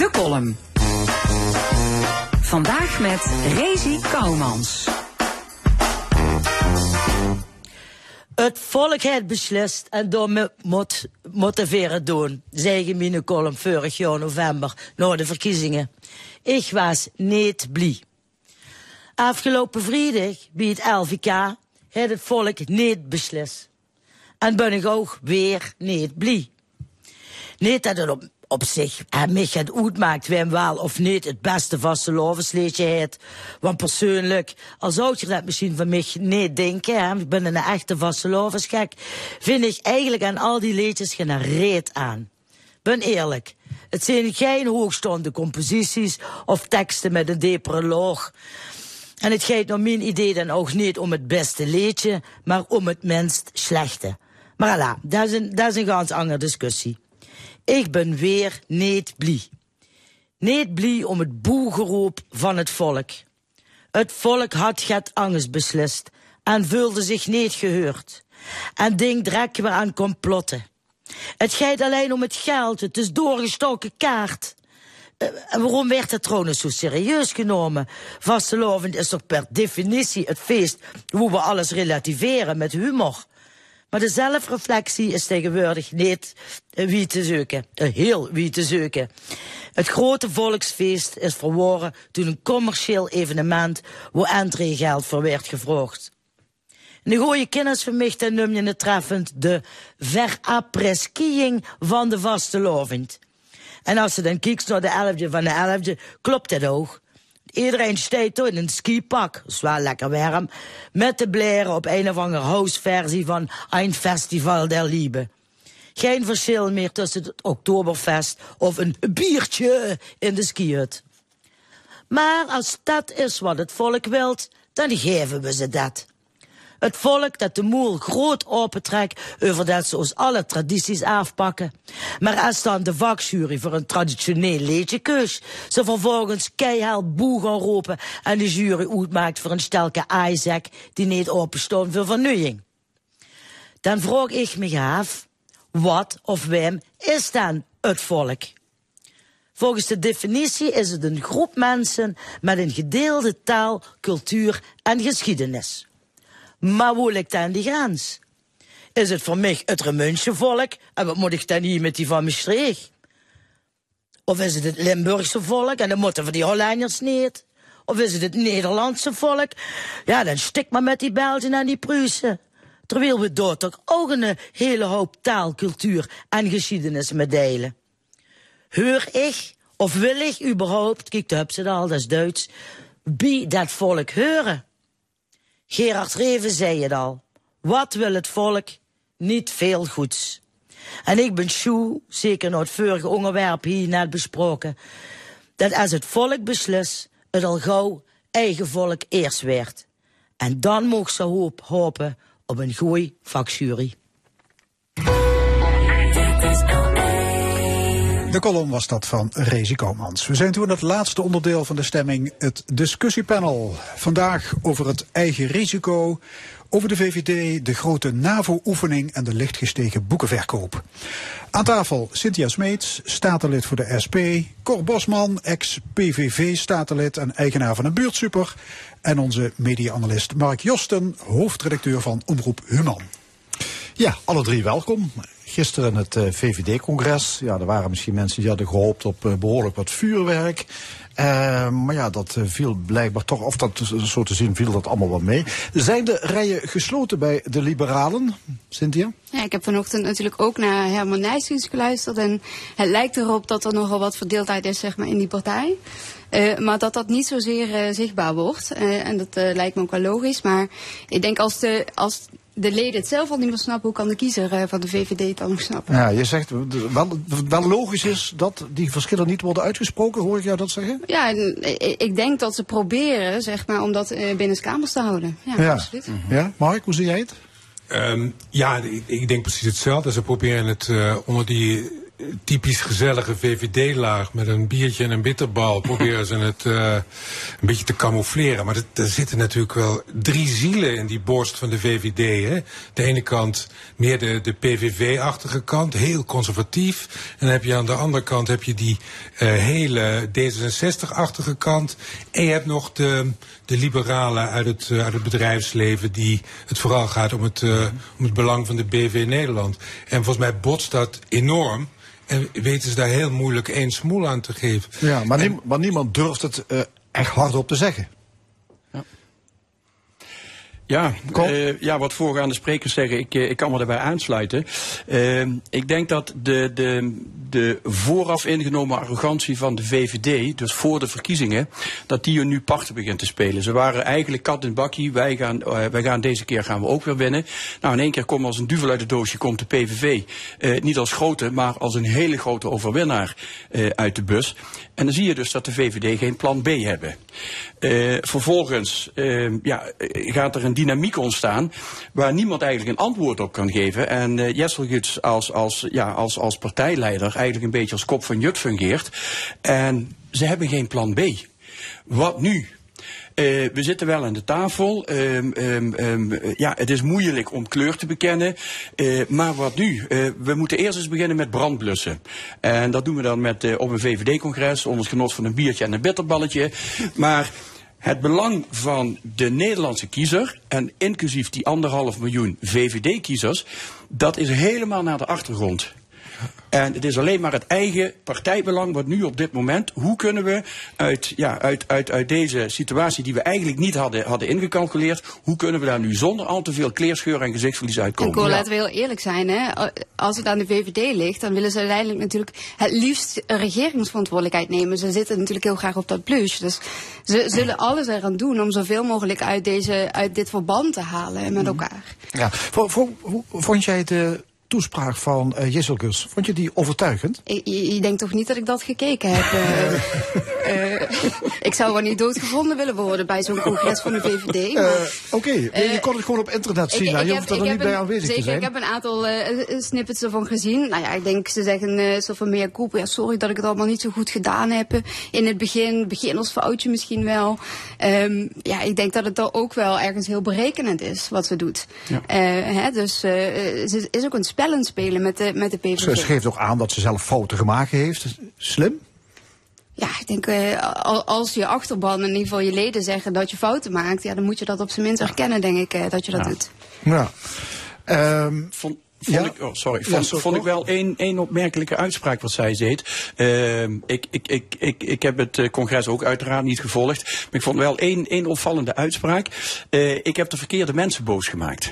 De column. Vandaag met Rezi Kouwmans. Het volk heeft beslist en door moet motiveren doen, zei in mijn column vorig jaar november, na de verkiezingen. Ik was niet blij. Afgelopen vrijdag bij het LVK heeft het volk niet beslist. En ben ik ook weer niet blij. Niet dat het op zich mij het uitmaakt wie hem wel of niet het beste vastelovensliedje heeft. Want persoonlijk, al zou je dat misschien van mij niet denken, ik ben een echte vastelovensgek, vind ik eigenlijk aan al die liedjes geen reet aan. Ben eerlijk, het zijn geen hoogstaande composities of teksten met een diepere loog. En het gaat naar mijn idee dan ook niet om het beste liedje, maar om het minst slechte. Maar voilà, dat is een ganz andere discussie. Ik ben weer niet blij. Niet blij om het boegeroep van het volk. Het volk had het angst beslist en voelde zich niet gehoord. En denkt direct weer aan complotten. Het gaat alleen om het geld, het is doorgestoken kaart. En waarom werd het trouwens zo serieus genomen? Vastelovend is toch per definitie het feest hoe we alles relativeren met humor. Maar de zelfreflectie is tegenwoordig niet wie te zoeken, heel wie te zoeken. Het grote volksfeest is verworren toen een commercieel evenement waar entreegeld voor werd gevraagd. En de goeie kennis van mij, dan noem je het treffend de verapres-skiing van de vastelovend. En als je dan kijkt naar de 11e van de 11e, klopt dat ook. Iedereen staat in een skipak, dat is wel lekker warm, met te blaren op een of andere houseversie van Ein Festival der Liebe. Geen verschil meer tussen het Oktoberfest of een biertje in de skihut. Maar als dat is wat het volk wilt, dan geven we ze dat. Het volk dat de moel groot opentrekt over dat ze ons alle tradities afpakken. Maar als dan de vakjury voor een traditioneel liedje keus, ze vervolgens keihard boe gaan roepen en de jury uitmaakt voor een stelke Isaac die niet openstond voor vernieuwing. Dan vraag ik me af, wat of wem is dan het volk? Volgens de definitie is het een groep mensen met een gedeelde taal, cultuur en geschiedenis. Maar hoe ligt dan die grens? Is het voor mij het Remuntse volk? En wat moet ik dan hier met die van Maastricht? Of is het Limburgse volk? En dan moeten we die Hollanders niet? Of is het Nederlandse volk? Ja, dan stik maar met die Belgen en die Pruisen. Terwijl we daar toch ook een hele hoop taal, cultuur en geschiedenis mee delen. Hoor ik, of wil ik überhaupt, kijk, daar heb ze het al, dat is Duits, bij dat volk horen? Gerard Reven zei het al. Wat wil het volk? Niet veel goeds. En ik ben sjoe, zeker naar het vorige onderwerp hier net besproken, dat als het volk beslist, het al gauw eigen volk eerst werd. En dan mocht ze hopen op een goeie vakjury. De column was dat van Rezi Kouwmans. We zijn toen het laatste onderdeel van de stemming, het discussiepanel. Vandaag over het eigen risico, over de VVD, de grote NAVO-oefening en de licht gestegen boekenverkoop. Aan tafel Cynthia Smeets, statenlid voor de SP, Cor Bosman, ex-PVV-statenlid en eigenaar van een buurtsuper, en onze media-analyst Mark Josten, hoofdredacteur van Omroep Human. Ja, alle drie welkom. Gisteren het VVD-congres. Ja, er waren misschien mensen die hadden gehoopt op behoorlijk wat vuurwerk. Maar ja, dat viel blijkbaar toch, of dat zo te zien, viel dat allemaal wel mee. Zijn de rijen gesloten bij de liberalen, Cynthia? Ja, ik heb vanochtend natuurlijk ook naar Herman Nijshuis geluisterd. En het lijkt erop dat er nogal wat verdeeldheid is, zeg maar, in die partij. Maar dat niet zozeer zichtbaar wordt. En dat lijkt me ook wel logisch. Maar ik denk als de leden het zelf al niet meer snappen, hoe kan de kiezer van de VVD het dan nog snappen? Ja, je zegt wel logisch is dat die verschillen niet worden uitgesproken, hoor ik jou dat zeggen? Ja, ik denk dat ze proberen, zeg maar, om dat binnenskamers te houden. Ja, absoluut. Ja, Mark, hoe zie jij het? Ja, ik denk precies hetzelfde. Ze proberen het onder die typisch gezellige VVD-laag met een biertje en een bitterbal proberen ze het een beetje te camoufleren. Maar er zitten natuurlijk wel 3 zielen in die borst van de VVD. Hè? De ene kant meer de PVV-achtige kant, heel conservatief. En dan heb je aan de andere kant heb je die hele D66-achtige kant. En je hebt nog de liberalen uit het bedrijfsleven die het vooral gaat om het belang van de BV Nederland. En volgens mij botst dat enorm. En weten ze daar heel moeilijk één smoel aan te geven. Ja, maar niemand durft het echt hardop te zeggen. Ja, wat voorgaande sprekers zeggen, ik kan me daarbij aansluiten. Ik denk dat de vooraf ingenomen arrogantie van de VVD, dus voor de verkiezingen, dat die nu parten begint te spelen. Ze waren eigenlijk kat in bakkie, wij gaan deze keer gaan we ook weer winnen. Nou, in één keer komt als een duvel uit het doosje, komt de PVV. Niet als grote, maar als een hele grote overwinnaar uit de bus. En dan zie je dus dat de VVD geen plan B hebben. Vervolgens gaat er een dynamiek ontstaan waar niemand eigenlijk een antwoord op kan geven. En Jesselgus als partijleider eigenlijk een beetje als kop van Jut fungeert. En ze hebben geen plan B. Wat nu? We zitten wel aan de tafel. Het is moeilijk om kleur te bekennen. Maar wat nu? We moeten eerst eens beginnen met brandblussen. En dat doen we dan op een VVD-congres onder het genot van een biertje en een bitterballetje. Maar het belang van de Nederlandse kiezer, en inclusief die 1,5 miljoen VVD-kiezers, dat is helemaal naar de achtergrond. En het is alleen maar het eigen partijbelang wat nu op dit moment, hoe kunnen we uit deze situatie die we eigenlijk niet hadden ingecalculeerd, hoe kunnen we daar nu zonder al te veel kleerscheur en gezichtsverlies uitkomen? En Cor, laten we heel eerlijk zijn, hè? Als het aan de VVD ligt, dan willen ze uiteindelijk natuurlijk het liefst een regeringsverantwoordelijkheid nemen. Ze zitten natuurlijk heel graag op dat plus. Dus ze zullen alles eraan doen om zoveel mogelijk uit dit verband te halen met elkaar. Ja. Vond jij de toespraak van Jesselgus, vond je die overtuigend? Je denkt toch niet dat ik dat gekeken heb? Ik zou wel niet doodgevonden willen worden bij zo'n congres van de VVD. Oké, je kon het gewoon op internet zien. Je hoeft er niet bij aanwezig te zijn. Ik heb een aantal snippets ervan gezien. Nou ja, ik denk, ze zeggen zo van mea culpa. Ja, sorry dat ik het allemaal niet zo goed gedaan heb. In het beginnersfoutje misschien wel. Ik denk dat het dan ook wel ergens heel berekenend is wat ze doet. Ja. Dus ze is ook een spellend spelen met de PVV. Ze geeft ook aan dat ze zelf fouten gemaakt heeft. Slim? Ja, ik denk, als je achterban, in ieder geval je leden zeggen dat je fouten maakt, dan moet je dat op zijn minst erkennen, denk ik, dat je dat doet. Ja. Vond ik wel één opmerkelijke uitspraak wat zij deed. Ik heb het congres ook uiteraard niet gevolgd, maar ik vond wel één opvallende uitspraak. Ik heb de verkeerde mensen boos gemaakt.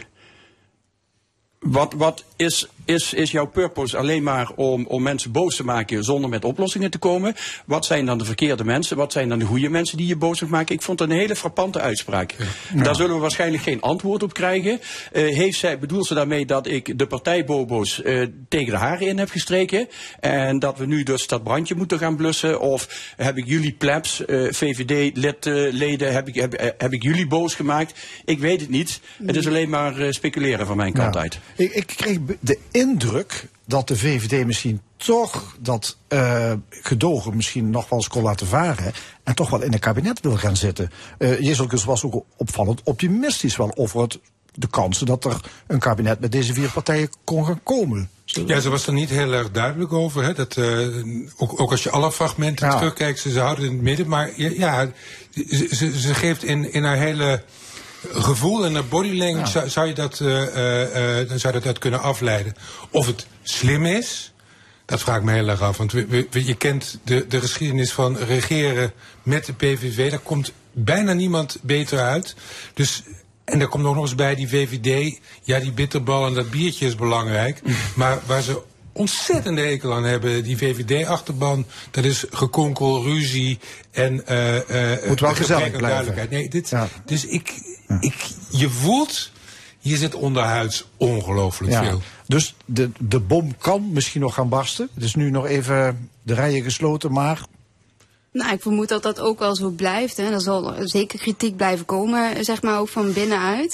Wat is jouw purpose alleen maar om mensen boos te maken zonder met oplossingen te komen? Wat zijn dan de verkeerde mensen? Wat zijn dan de goede mensen die je boos mag maken? Ik vond het een hele frappante uitspraak. Ja. Daar zullen we waarschijnlijk geen antwoord op krijgen. Bedoelt ze daarmee dat ik de partijbobo's tegen de haren in heb gestreken? En dat we nu dus dat brandje moeten gaan blussen? Of heb ik jullie plebs, VVD-leden, heb ik jullie boos gemaakt? Ik weet het niet. Het is alleen maar speculeren van mijn kant uit. Ik kreeg de indruk dat de VVD misschien toch dat gedogen misschien nog wel eens kon laten varen en toch wel in een kabinet wil gaan zitten. Jesselgus was ook opvallend optimistisch wel over de kansen dat er een kabinet met deze 4 partijen kon gaan komen. Ja, ze was er niet heel erg duidelijk over. Hè? Dat, ook als je alle fragmenten terugkijkt, ze houden in het midden. Maar ze geeft in haar hele gevoel en haar body language zou je dat kunnen afleiden. Of het slim is, dat vraag ik me heel erg af. Want je kent de geschiedenis van regeren met de PVV. Daar komt bijna niemand beter uit. Dus, en daar komt nog eens bij die VVD. Ja, die bitterbal en dat biertje is belangrijk. Maar waar ze ontzettende hekel aan hebben, die VVD-achterban, dat is gekonkel, ruzie en moet wel gezellig blijven. Nee, dus je voelt, hier zit onderhuids ongelooflijk veel. Dus de bom kan misschien nog gaan barsten. Het is nu nog even de rijen gesloten, maar Nou, ik vermoed dat dat ook wel zo blijft. Hè. Er zal zeker kritiek blijven komen, zeg maar, ook van binnenuit.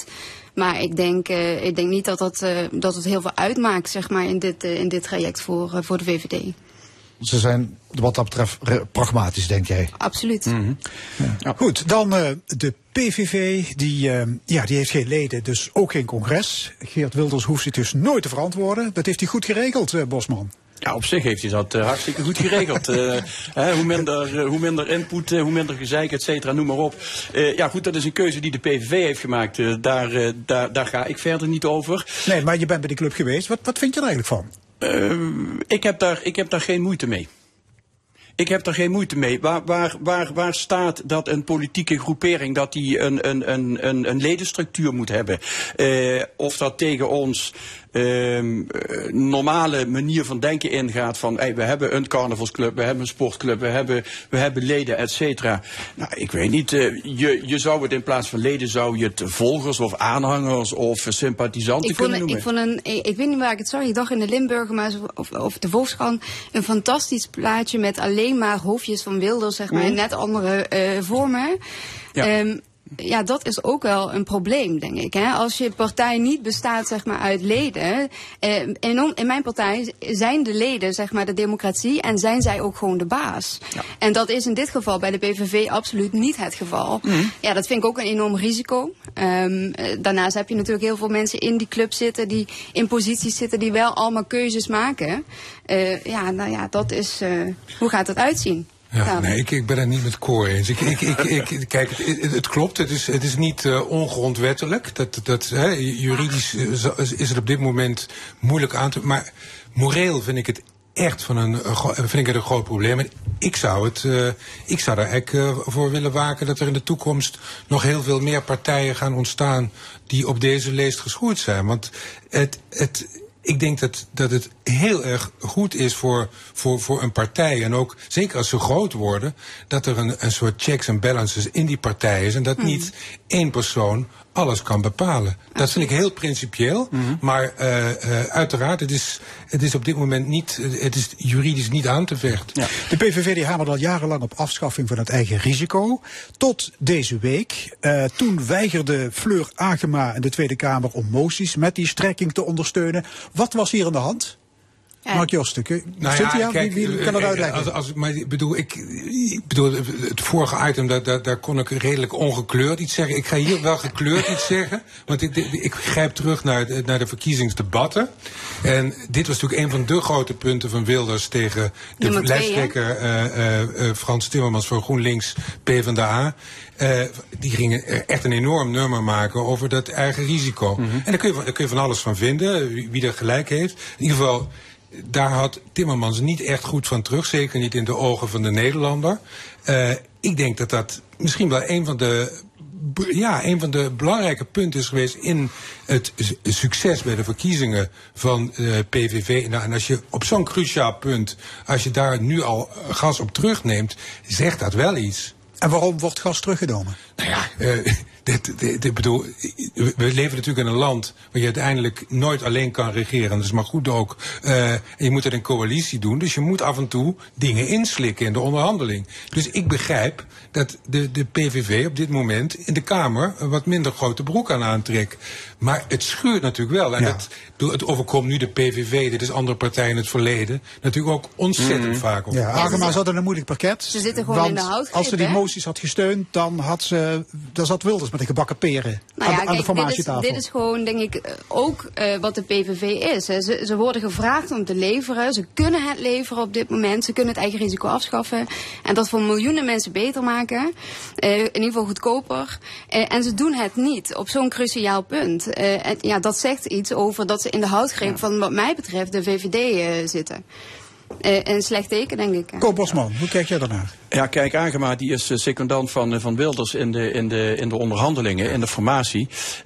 Maar ik denk niet dat het heel veel uitmaakt, zeg maar, in dit traject voor de VVD. Ze zijn wat dat betreft pragmatisch, denk jij? Absoluut. Mm-hmm. Ja. Goed, dan de PVV, die heeft geen leden, dus ook geen congres. Geert Wilders hoeft zich dus nooit te verantwoorden. Dat heeft hij goed geregeld, Bosman. Ja, op zich heeft hij dat hartstikke goed geregeld. Hoe minder input, hoe minder gezeik, et cetera, noem maar op. Ja, goed, dat is een keuze die de PVV heeft gemaakt. Daar ga ik verder niet over. Nee, maar je bent bij die club geweest. Wat vind je er eigenlijk van? Ik heb daar geen moeite mee. Ik heb daar geen moeite mee. Waar staat dat een politieke groepering dat die een ledenstructuur moet hebben? Of dat tegen ons normale manier van denken ingaat van we hebben een carnavalsclub, we hebben een sportclub, we hebben leden, et cetera. Nou, ik weet niet. Je zou het in plaats van leden zou je het volgers of aanhangers of sympathisanten kunnen noemen. Ik weet niet waar ik het zag. Ik dacht in de Limburger of de Volkskrant een fantastisch plaatje met alleen maar hoofdjes van Wilders, zeg maar, in net andere vormen. Ja. Ja, dat is ook wel een probleem, denk ik. Hè? Als je partij niet bestaat, zeg maar, uit leden. In mijn partij zijn de leden, zeg maar, de democratie en zijn zij ook gewoon de baas. Ja. En dat is in dit geval bij de PVV absoluut niet het geval. Mm. Ja, dat vind ik ook een enorm risico. Daarnaast heb je natuurlijk heel veel mensen in die club zitten die in posities zitten die wel allemaal keuzes maken. Dat is, hoe gaat het uitzien? Ja, nee, ik ben het niet met Cor eens. Kijk, het klopt, het is niet ongrondwettelijk. Juridisch is het op dit moment moeilijk aan te... Maar moreel vind ik het echt een groot probleem. En ik zou daar eigenlijk voor willen waken dat er in de toekomst nog heel veel meer partijen gaan ontstaan die op deze leest geschoeid zijn. Want ik denk dat het heel erg goed is voor een partij. En ook, zeker als ze groot worden, dat er een soort checks en balances in die partij is. En dat niet één persoon alles kan bepalen. Dat vind ik heel principieel. Maar uiteraard, het is op dit moment het is juridisch niet aan te vechten. Ja. De PVV die hamert al jarenlang op afschaffing van het eigen risico. Tot deze week. Toen weigerde Fleur Agema in de Tweede Kamer om moties met die strekking te ondersteunen. Wat was hier aan de hand? Mark Josten, Cynthia, wie kan dat uitleggen? Ik bedoel, het vorige item, daar kon ik redelijk ongekleurd iets zeggen. Ik ga hier wel gekleurd iets zeggen, want ik grijp terug naar de verkiezingsdebatten. En dit was natuurlijk een van de grote punten van Wilders tegen de lijsttrekker Frans Timmermans voor GroenLinks PvdA. Die gingen echt een enorm nummer maken over dat eigen risico. En daar kun je van alles van vinden, wie er gelijk heeft. In ieder geval, daar had Timmermans niet echt goed van terug. Zeker niet in de ogen van de Nederlander. Ik denk dat misschien wel een van de belangrijke punten is geweest in het succes bij de verkiezingen van PVV. Nou, en als je op zo'n cruciaal punt, als je daar nu al gas op terugneemt, zegt dat wel iets. En waarom wordt gas teruggenomen? Nou ja, we leven natuurlijk in een land waar je uiteindelijk nooit alleen kan regeren. Dat is maar goed ook. En je moet het in coalitie doen. Dus je moet af en toe dingen inslikken in de onderhandeling. Dus ik begrijp dat de PVV op dit moment in de Kamer een wat minder grote broek aan aantrekt. Maar het schuurt natuurlijk wel. En het overkomt nu de PVV, dit is andere partijen in het verleden, natuurlijk ook ontzettend vaak op. Ja, Agema zat in een moeilijk pakket. Ze zitten gewoon in de houtgreep. Als ze die moties had gesteund, dan zat Wilders met een gebakken peren aan de formatietafel. Dit is gewoon, denk ik, ook wat de PVV is. Hè. Ze worden gevraagd om te leveren. Ze kunnen het leveren op dit moment. Ze kunnen het eigen risico afschaffen. En dat voor miljoenen mensen beter maken. In ieder geval goedkoper. En ze doen het niet op zo'n cruciaal punt. Dat zegt iets over dat ze in de houtgreep van, wat mij betreft, de VVD zitten. Een slecht teken, denk ik. Ko Bosman, hoe kijk jij daarnaar? Ja, kijk, Agema die is secondant van Wilders in de onderhandelingen, in de formatie.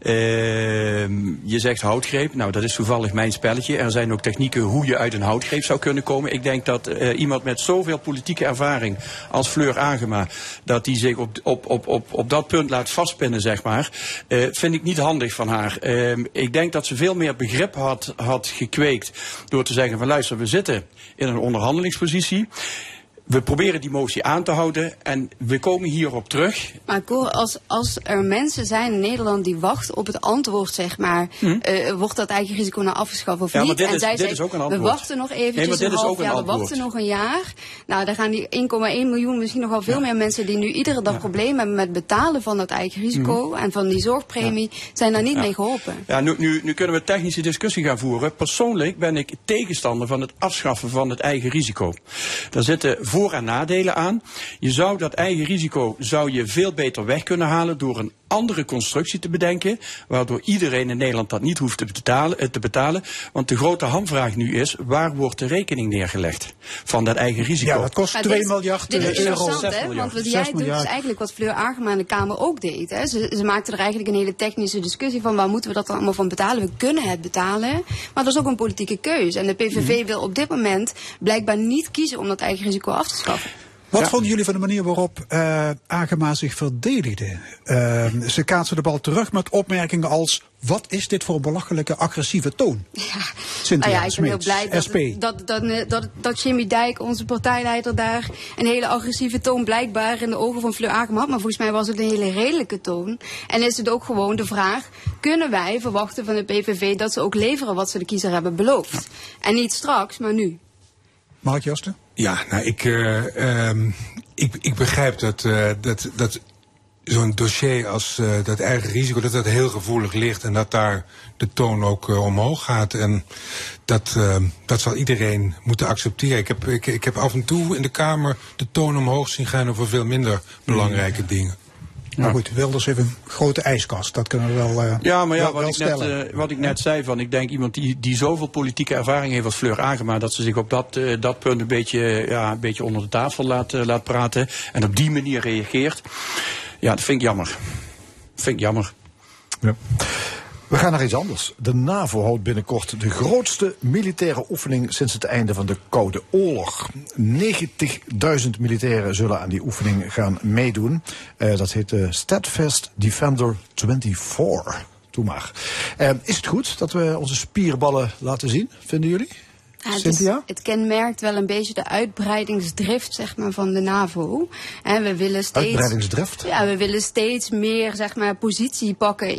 Je zegt houtgreep, nou dat is toevallig mijn spelletje. Er zijn ook technieken hoe je uit een houtgreep zou kunnen komen. Ik denk dat iemand met zoveel politieke ervaring als Fleur Agema, dat die zich op dat punt laat vastpinnen, zeg maar, vind ik niet handig van haar. Ik denk dat ze veel meer begrip had gekweekt door te zeggen van luister, we zitten in een onderhandelingspositie. We proberen die motie aan te houden en we komen hierop terug. Maar Cor, als er mensen zijn in Nederland die wachten op het antwoord, zeg maar, wordt dat eigen risico nou afgeschaft of niet? Maar dit is ook een antwoord. We wachten nog eventjes een half jaar, we wachten nog een jaar. Nou, dan gaan die 1,1 miljoen, misschien nog wel veel meer mensen die nu iedere dag problemen hebben met betalen van dat eigen risico en van die zorgpremie, zijn daar niet mee geholpen. Ja, nu kunnen we technische discussie gaan voeren. Persoonlijk ben ik tegenstander van het afschaffen van het eigen risico. Daar zitten voor- en nadelen aan. Je zou dat eigen risico veel beter weg kunnen halen door een andere constructie te bedenken, waardoor iedereen in Nederland dat niet hoeft te betalen. Want de grote hamvraag nu is, waar wordt de rekening neergelegd van dat eigen risico? Ja, dat kost 2 miljard euro. Dit is interessant, hè? Want wat jij doet is eigenlijk wat Fleur Agema in de Kamer ook deed. Hè? Ze maakte er eigenlijk een hele technische discussie van, waar moeten we dat dan allemaal van betalen? We kunnen het betalen, maar dat is ook een politieke keuze. En de PVV wil op dit moment blijkbaar niet kiezen om dat eigen risico af te schaffen. Wat vonden jullie van de manier waarop Agema zich verdedigde? Ze kaatsen de bal terug met opmerkingen als, wat is dit voor een belachelijke agressieve toon? Ja, Cynthia ik ben heel blij dat Jimmy Dijk, onze partijleider, daar een hele agressieve toon blijkbaar in de ogen van Fleur Agema had. Maar volgens mij was het een hele redelijke toon. En is het ook gewoon de vraag, kunnen wij verwachten van de PVV dat ze ook leveren wat ze de kiezer hebben beloofd? En niet straks, maar nu. Mark Josten? Ja, nou, ik begrijp dat zo'n dossier als dat eigen risico, dat heel gevoelig ligt en dat daar de toon ook omhoog gaat. En dat zal iedereen moeten accepteren. Ik heb af en toe in de Kamer de toon omhoog zien gaan over veel minder belangrijke dingen. Nou goed, Wilders heeft een grote ijskast. Dat kunnen we wel ja, maar ja, wel wat ik net zei, van ik denk iemand die zoveel politieke ervaring heeft als Fleur Agema, dat ze zich op dat punt een beetje onder de tafel laat praten en op die manier reageert. Ja, dat vind ik jammer. Ja. We gaan naar iets anders. De NAVO houdt binnenkort de grootste militaire oefening sinds het einde van de Koude Oorlog. 90.000 militairen zullen aan die oefening gaan meedoen. Dat heet de Steadfast Defender 24. Doe maar. Is het goed dat we onze spierballen laten zien, vinden jullie? Ja, het kenmerkt wel een beetje de uitbreidingsdrift, zeg maar, van de NAVO. En we willen steeds, uitbreidingsdrift? Ja, we willen steeds meer, zeg maar, positie pakken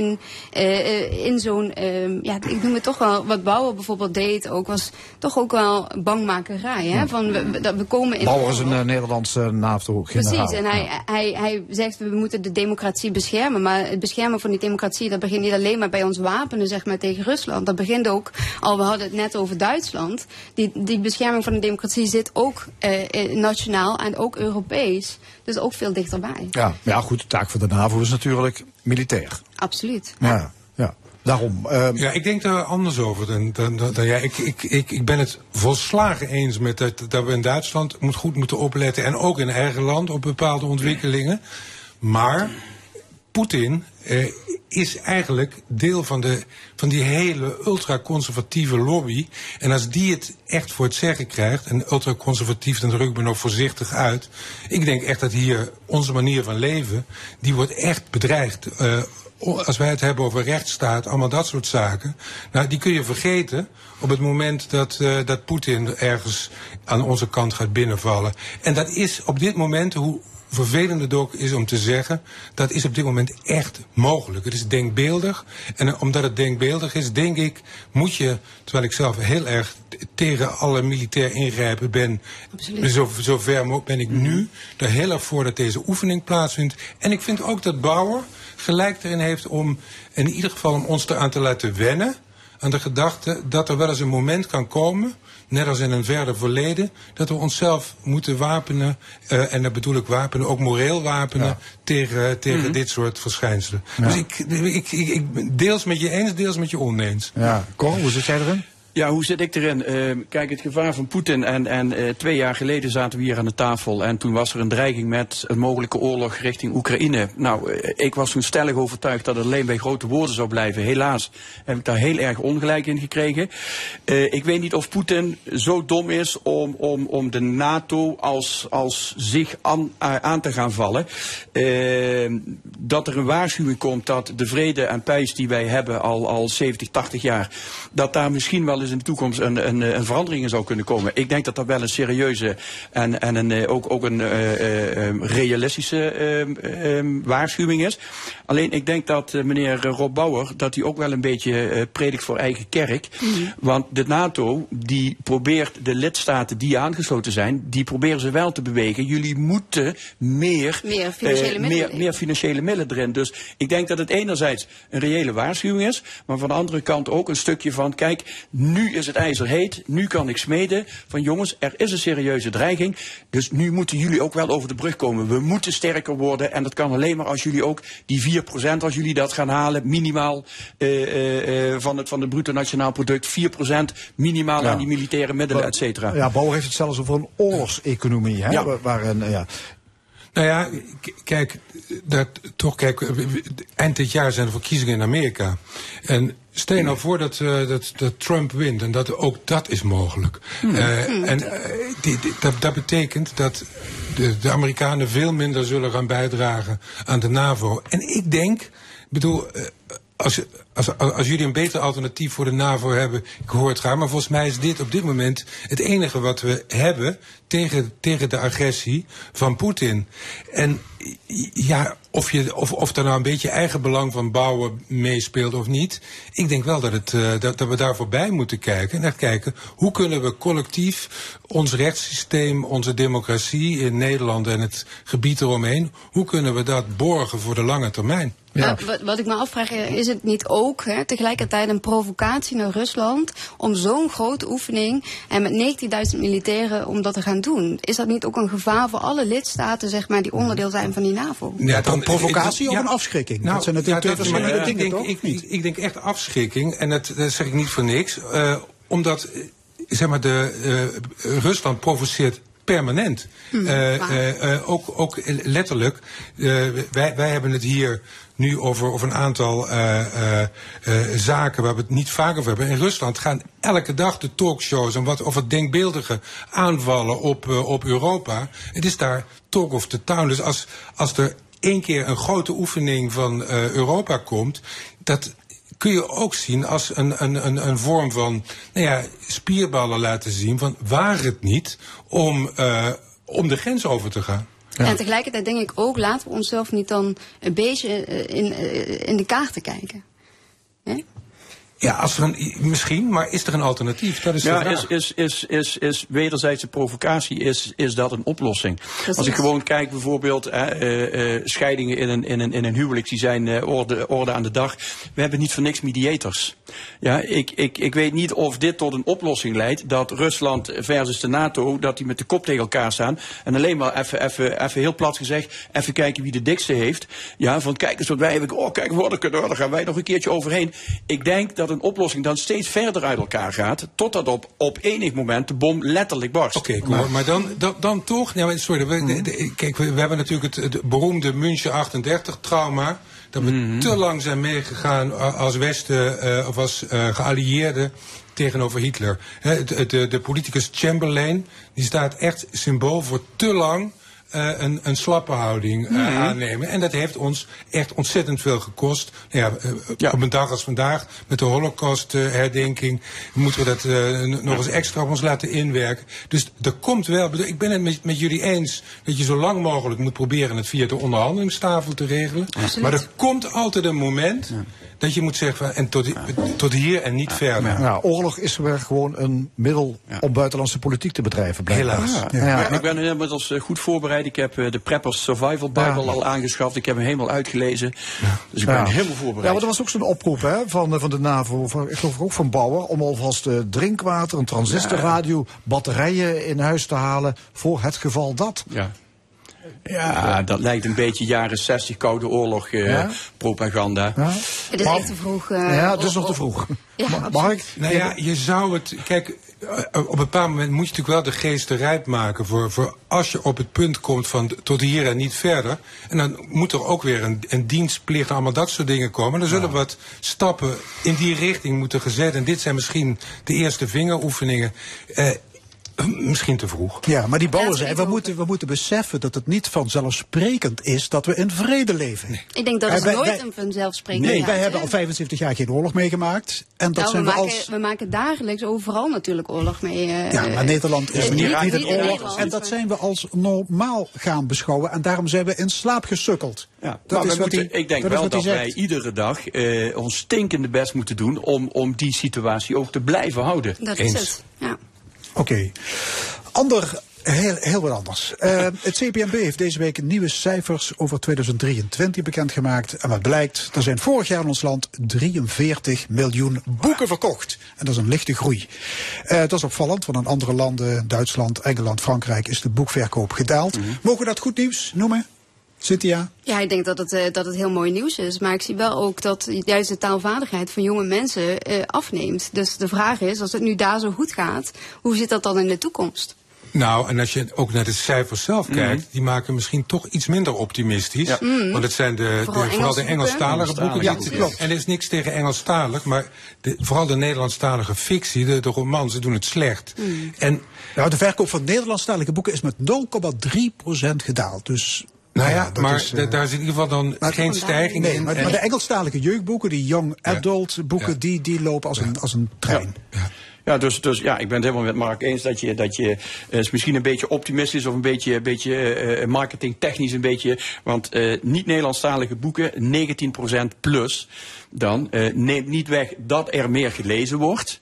in zo'n, ik noem het toch wel, wat Bauer bijvoorbeeld deed ook, was toch ook wel bangmakerij. Hè? Van, we komen in Bauer is een Nederlandse NAVO-generaal. Precies, en hij zegt, we moeten de democratie beschermen. Maar het beschermen van die democratie, dat begint niet alleen maar bij ons wapenen, zeg maar, tegen Rusland. Dat begint ook, we hadden het net over Duitsland. Die bescherming van de democratie zit ook nationaal en ook Europees. Dus ook veel dichterbij. Ja, goed, de taak van de NAVO is natuurlijk militair. Absoluut. Ja. Daarom. Ja, ik denk daar anders over dan jij. Ik ben het volslagen eens met dat we in Duitsland goed moeten opletten. En ook in eigen land op bepaalde ontwikkelingen. Maar Poetin is eigenlijk deel van die hele ultraconservatieve lobby. En als die het echt voor het zeggen krijgt, en ultraconservatief, dan druk ik me nog voorzichtig uit. Ik denk echt dat hier onze manier van leven, die wordt echt bedreigd. Als wij het hebben over rechtsstaat, allemaal dat soort zaken. Nou, die kun je vergeten op het moment dat Poetin ergens aan onze kant gaat binnenvallen. En dat is op dit moment, hoe vervelend het ook is om te zeggen, dat is op dit moment echt mogelijk. Het is denkbeeldig. En omdat het denkbeeldig is, denk ik, moet je, terwijl ik zelf heel erg tegen alle militair ingrijpen ben, zo ver mogelijk ben ik nu er heel erg voor dat deze oefening plaatsvindt. En ik vind ook dat Bauer gelijk erin heeft om, in ieder geval om ons eraan te laten wennen, aan de gedachte dat er wel eens een moment kan komen, net als in een verder verleden, dat we onszelf moeten wapenen, en dat bedoel ik wapenen, ook moreel wapenen, tegen dit soort verschijnselen. Ja. Dus ik deels met je eens, deels met je oneens. Ja, Cor, hoe zit jij erin? Ja, hoe zit ik erin? Kijk, het gevaar van Poetin en 2 jaar geleden zaten we hier aan de tafel en toen was er een dreiging met een mogelijke oorlog richting Oekraïne. Nou, ik was toen stellig overtuigd dat het alleen bij grote woorden zou blijven. Helaas heb ik daar heel erg ongelijk in gekregen. Ik weet niet of Poetin zo dom is om de NATO als zich aan te gaan vallen. Dat er een waarschuwing komt dat de vrede en pijs die wij hebben al 70, 80 jaar, dat daar misschien wel eens dus in de toekomst een verandering in zou kunnen komen. Ik denk dat dat wel een serieuze en ook een realistische waarschuwing is. Alleen ik denk dat meneer Rob Bauer, dat hij ook wel een beetje predikt voor eigen kerk. Want de NATO, die probeert de lidstaten die aangesloten zijn, die proberen ze wel te bewegen. Jullie moeten meer financiële middelen erin. Dus ik denk dat het enerzijds een reële waarschuwing is, maar van de andere kant ook een stukje van, kijk, nu is het ijzer heet, nu kan ik smeden. Van jongens, er is een serieuze dreiging, dus nu moeten jullie ook wel over de brug komen. We moeten sterker worden en dat kan alleen maar als jullie ook die 4%, als jullie dat gaan halen, minimaal van het bruto nationaal product, 4% minimaal aan die militaire middelen, et cetera. Ja, Bauer heeft het zelfs over een oorlogseconomie, hè? Ja. Nou ja, kijk, eind dit jaar zijn er verkiezingen in Amerika. En stel je nou voor dat Trump wint, en ook dat is mogelijk. Dat betekent dat de Amerikanen veel minder zullen gaan bijdragen aan de NAVO. En ik denk, als jullie een beter alternatief voor de NAVO hebben, ik hoor het graag, maar volgens mij is dit op dit moment het enige wat we hebben tegen de agressie van Poetin. En ja, of er nou een beetje eigen belang van bouwen meespeelt of niet, ik denk wel dat we daar voorbij moeten kijken. En echt kijken, hoe kunnen we collectief ons rechtssysteem, onze democratie in Nederland en het gebied eromheen, hoe kunnen we dat borgen voor de lange termijn? Ja. Wat ik me afvraag, is het niet ook tegelijkertijd een provocatie naar Rusland om zo'n grote oefening en met 19.000 militairen om dat te gaan doen? Is dat niet ook een gevaar voor alle lidstaten, zeg maar, die onderdeel zijn van die NAVO? Ja, dan provocatie of een afschrikking? Dat zijn natuurlijk twee verschillende dingen, toch? Ik denk echt afschrikking, en dat zeg ik niet voor niks, omdat zeg maar Rusland provoceert permanent. Ook letterlijk. Wij hebben het hier nu over een aantal zaken waar we het niet vaak over hebben. In Rusland gaan elke dag de talkshows en of het denkbeeldige aanvallen op Europa. Het is daar talk of the town. Dus als er één keer een grote oefening van Europa komt, dat kun je ook zien als een vorm van spierballen laten zien van waar het niet om de grens over te gaan. Ja. En tegelijkertijd denk ik ook, laten we onszelf niet dan een beetje in de kaarten kijken. Hè? Ja, misschien, maar is er een alternatief? Dat is de vraag. Is wederzijdse provocatie, is dat een oplossing? Precies. Als ik gewoon kijk bijvoorbeeld, scheidingen in een huwelijk, die zijn orde aan de dag. We hebben niet voor niks mediators. Ja, ik weet niet of dit tot een oplossing leidt, dat Rusland versus de NATO, dat die met de kop tegen elkaar staan en alleen maar even heel plat gezegd, even kijken wie de dikste heeft. Ja, van kijk eens wat wij hebben, kijk wat daar gaan wij nog een keertje overheen. Ik denk dat een oplossing dan steeds verder uit elkaar gaat, totdat op enig moment de bom letterlijk barst. Oké, maar dan toch, kijk, we hebben natuurlijk het beroemde München 38 trauma, dat we te lang zijn meegegaan als Westen of als geallieerden tegenover Hitler. De politicus Chamberlain, die staat echt symbool voor te lang een slappe houding aannemen. En dat heeft ons echt ontzettend veel gekost. Op een dag als vandaag, met de Holocaust-herdenking, moeten we dat nog eens extra op ons laten inwerken. Dus er komt wel, ik ben het met jullie eens, dat je zo lang mogelijk moet proberen het via de onderhandelingstafel te regelen. Absoluut. Maar er komt altijd een moment dat je moet zeggen, en tot hier en niet verder. Ja, oorlog is weer gewoon een middel om buitenlandse politiek te bedrijven. Helaas. Ik ben inmiddels goed voorbereid. Ik heb de Preppers Survival Bible al aangeschaft. Ik heb hem helemaal uitgelezen. Dus ik ben helemaal voorbereid. Ja, maar er was ook zo'n oproep van de NAVO, ik geloof ook van Bauer, om alvast drinkwater, een transistorradio, batterijen in huis te halen voor het geval dat. Ja, dat lijkt een beetje jaren 60 Koude Oorlog propaganda. Ja. Het is echt te vroeg. Het is nog te vroeg. Ja, Mag ik? Nou ja, je zou het, kijk, op een bepaald moment moet je natuurlijk wel de geesten rijp maken voor als je op het punt komt van tot hier en niet verder. En dan moet er ook weer een dienstplicht, allemaal dat soort dingen komen. Dan zullen wat stappen in die richting moeten gezet. En dit zijn misschien de eerste vingeroefeningen. misschien te vroeg. Ja, maar die bouwer zei, we moeten beseffen dat het niet vanzelfsprekend is dat we in vrede leven. Nee. Ik denk dat het nooit een vanzelfsprekend is. Nee, wij hebben al 75 jaar geen oorlog meegemaakt. En dat zijn we maken dagelijks overal natuurlijk oorlog mee. Ja, maar Nederland is niet een oorlog. En dat zijn we als normaal gaan beschouwen. En daarom zijn we in slaap gesukkeld. Ja, ik denk wel dat wij iedere dag ons stinkende best moeten doen om die situatie ook te blijven houden. Dat is het, ja. Oké. Heel wat anders. Het CPMB heeft deze week nieuwe cijfers over 2023 bekendgemaakt. En wat blijkt, er zijn vorig jaar in ons land 43 miljoen boeken verkocht. En dat is een lichte groei. Dat is opvallend, want in andere landen, Duitsland, Engeland, Frankrijk, is de boekverkoop gedaald. Mogen we dat goed nieuws noemen? Cynthia? Ja, ik denk dat het heel mooi nieuws is. Maar ik zie wel ook dat juist de taalvaardigheid van jonge mensen afneemt. Dus de vraag is, als het nu daar zo goed gaat, hoe zit dat dan in de toekomst? Nou, en als je ook naar de cijfers zelf kijkt, die maken misschien toch iets minder optimistisch. Ja. Want het zijn vooral de Engelstalige boeken. Ja, klopt. En er is niks tegen Engelstalig, maar vooral de Nederlandstalige fictie, de romans, doen het slecht. En nou, de verkoop van Nederlandstalige boeken is met 0,3% gedaald. Dus nou ja, maar daar is in ieder geval dan geen stijging in. Maar de Engelstalige jeugdboeken, die young adult boeken, die lopen als een trein. Ja. Ja, dus ja, ik ben het helemaal met Mark eens dat je is misschien een beetje optimistisch of een beetje marketingtechnisch een beetje, want niet-Nederlandstalige boeken 19% plus, dan neemt niet weg dat er meer gelezen wordt.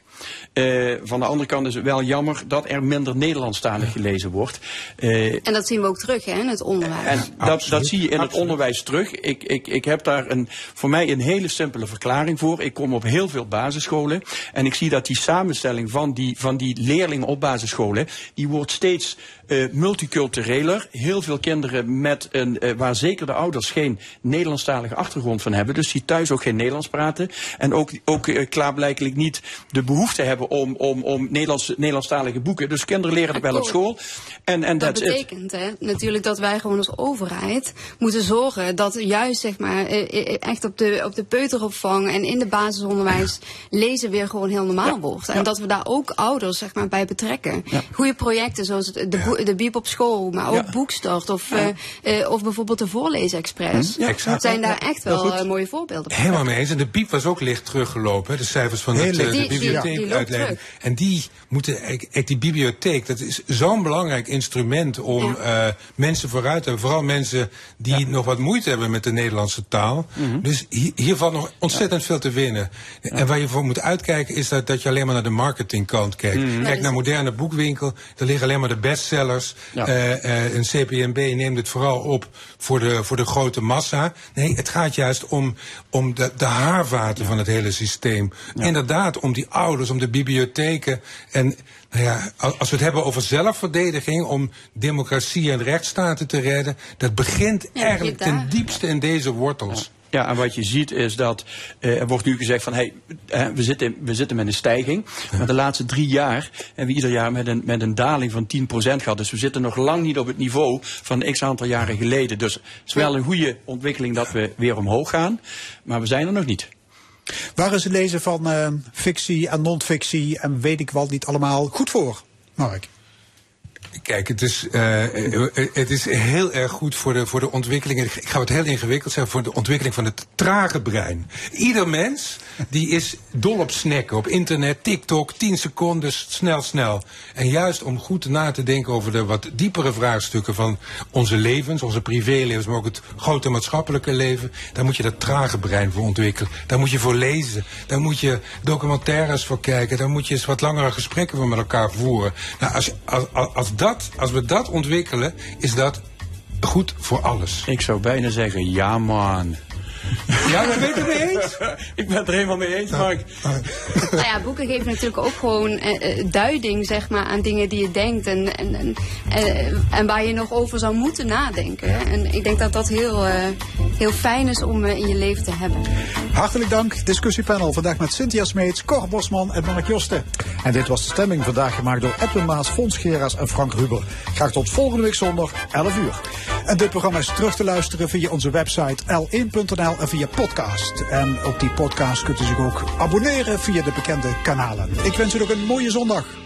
Van de andere kant is het wel jammer dat er minder Nederlandstalig gelezen wordt. En dat zien we ook terug in het onderwijs. En dat zie je in het onderwijs terug. Ik heb daar voor mij een hele simpele verklaring voor. Ik kom op heel veel basisscholen en ik zie dat die samenstelling van die leerlingen op basisscholen, die wordt steeds multicultureler. Heel veel kinderen waar zeker de ouders geen Nederlandstalige achtergrond van hebben, dus die thuis ook geen Nederlands praten en ook klaarblijkelijk niet de behoefte hebben om Nederlandstalige boeken. Dus kinderen leren het wel op school. En dat betekent natuurlijk dat wij gewoon als overheid moeten zorgen dat juist zeg maar echt op de peuteropvang en in de basisonderwijs lezen weer gewoon heel normaal wordt. En dat we daar ook ouders zeg maar bij betrekken. Ja. Goede projecten zoals de Biep op school, maar ook Boekstart of bijvoorbeeld de Voorleesexpress. Dat zijn daar echt wel mooie voorbeelden van. Helemaal mee eens. En de Biep was ook licht teruggelopen. De cijfers van de bibliotheek uitleggen. En die bibliotheek, dat is zo'n belangrijk instrument om mensen vooruit te hebben. Vooral mensen die nog wat moeite hebben met de Nederlandse taal. Dus hier valt nog ontzettend veel te winnen. En waar je voor moet uitkijken is dat je alleen maar naar de marketingkant kijkt. Kijk naar moderne boekwinkel, daar liggen alleen maar de bestsellers. Een CPMB neemt het vooral op voor de grote massa. Nee, het gaat juist om de haarvaten van het hele systeem. Inderdaad, om die ouders, om de bibliotheken. En nou ja, als we het hebben over zelfverdediging, om democratie en rechtsstaten te redden, dat begint eigenlijk ten diepste in deze wortels. Ja, en wat je ziet is dat er wordt nu gezegd van we zitten met een stijging. Maar de laatste 3 jaar hebben we ieder jaar met een daling van 10% gehad. Dus we zitten nog lang niet op het niveau van x aantal jaren geleden. Dus het is wel een goede ontwikkeling dat we weer omhoog gaan. Maar we zijn er nog niet. Waar is het lezen van fictie en non-fictie en weet ik wat niet allemaal goed voor, Mark? Kijk, het is heel erg goed voor de ontwikkeling. Ik ga het heel ingewikkeld zeggen, voor de ontwikkeling van het trage brein. Ieder mens die is dol op snacken, op internet, TikTok, 10 seconden, snel. En juist om goed na te denken over de wat diepere vraagstukken van onze levens, onze privélevens, maar ook het grote maatschappelijke leven, daar moet je dat trage brein voor ontwikkelen. Daar moet je voor lezen. Daar moet je documentaires voor kijken. Daar moet je eens wat langere gesprekken voor met elkaar voeren. Nou, als we dat ontwikkelen, is dat goed voor alles. Ik zou bijna zeggen, ja man. Ja, daar ben je het mee eens? Ik ben het er helemaal mee eens, Mark. Nou ja, boeken geven natuurlijk ook gewoon duiding zeg maar, aan dingen die je denkt en waar je nog over zou moeten nadenken. En ik denk dat dat heel fijn is om in je leven te hebben. Hartelijk dank, discussiepanel. Vandaag met Cynthia Smeets, Cor Bosman en Mark Josten. En dit was de stemming, vandaag gemaakt door Edwin Maas, Fons Geraas en Frank Ruber. Graag tot volgende week zondag, 11 uur. En dit programma is terug te luisteren via onze website l1.nl en via podcast. En op die podcast kunt u zich ook abonneren via de bekende kanalen. Ik wens u nog een mooie zondag.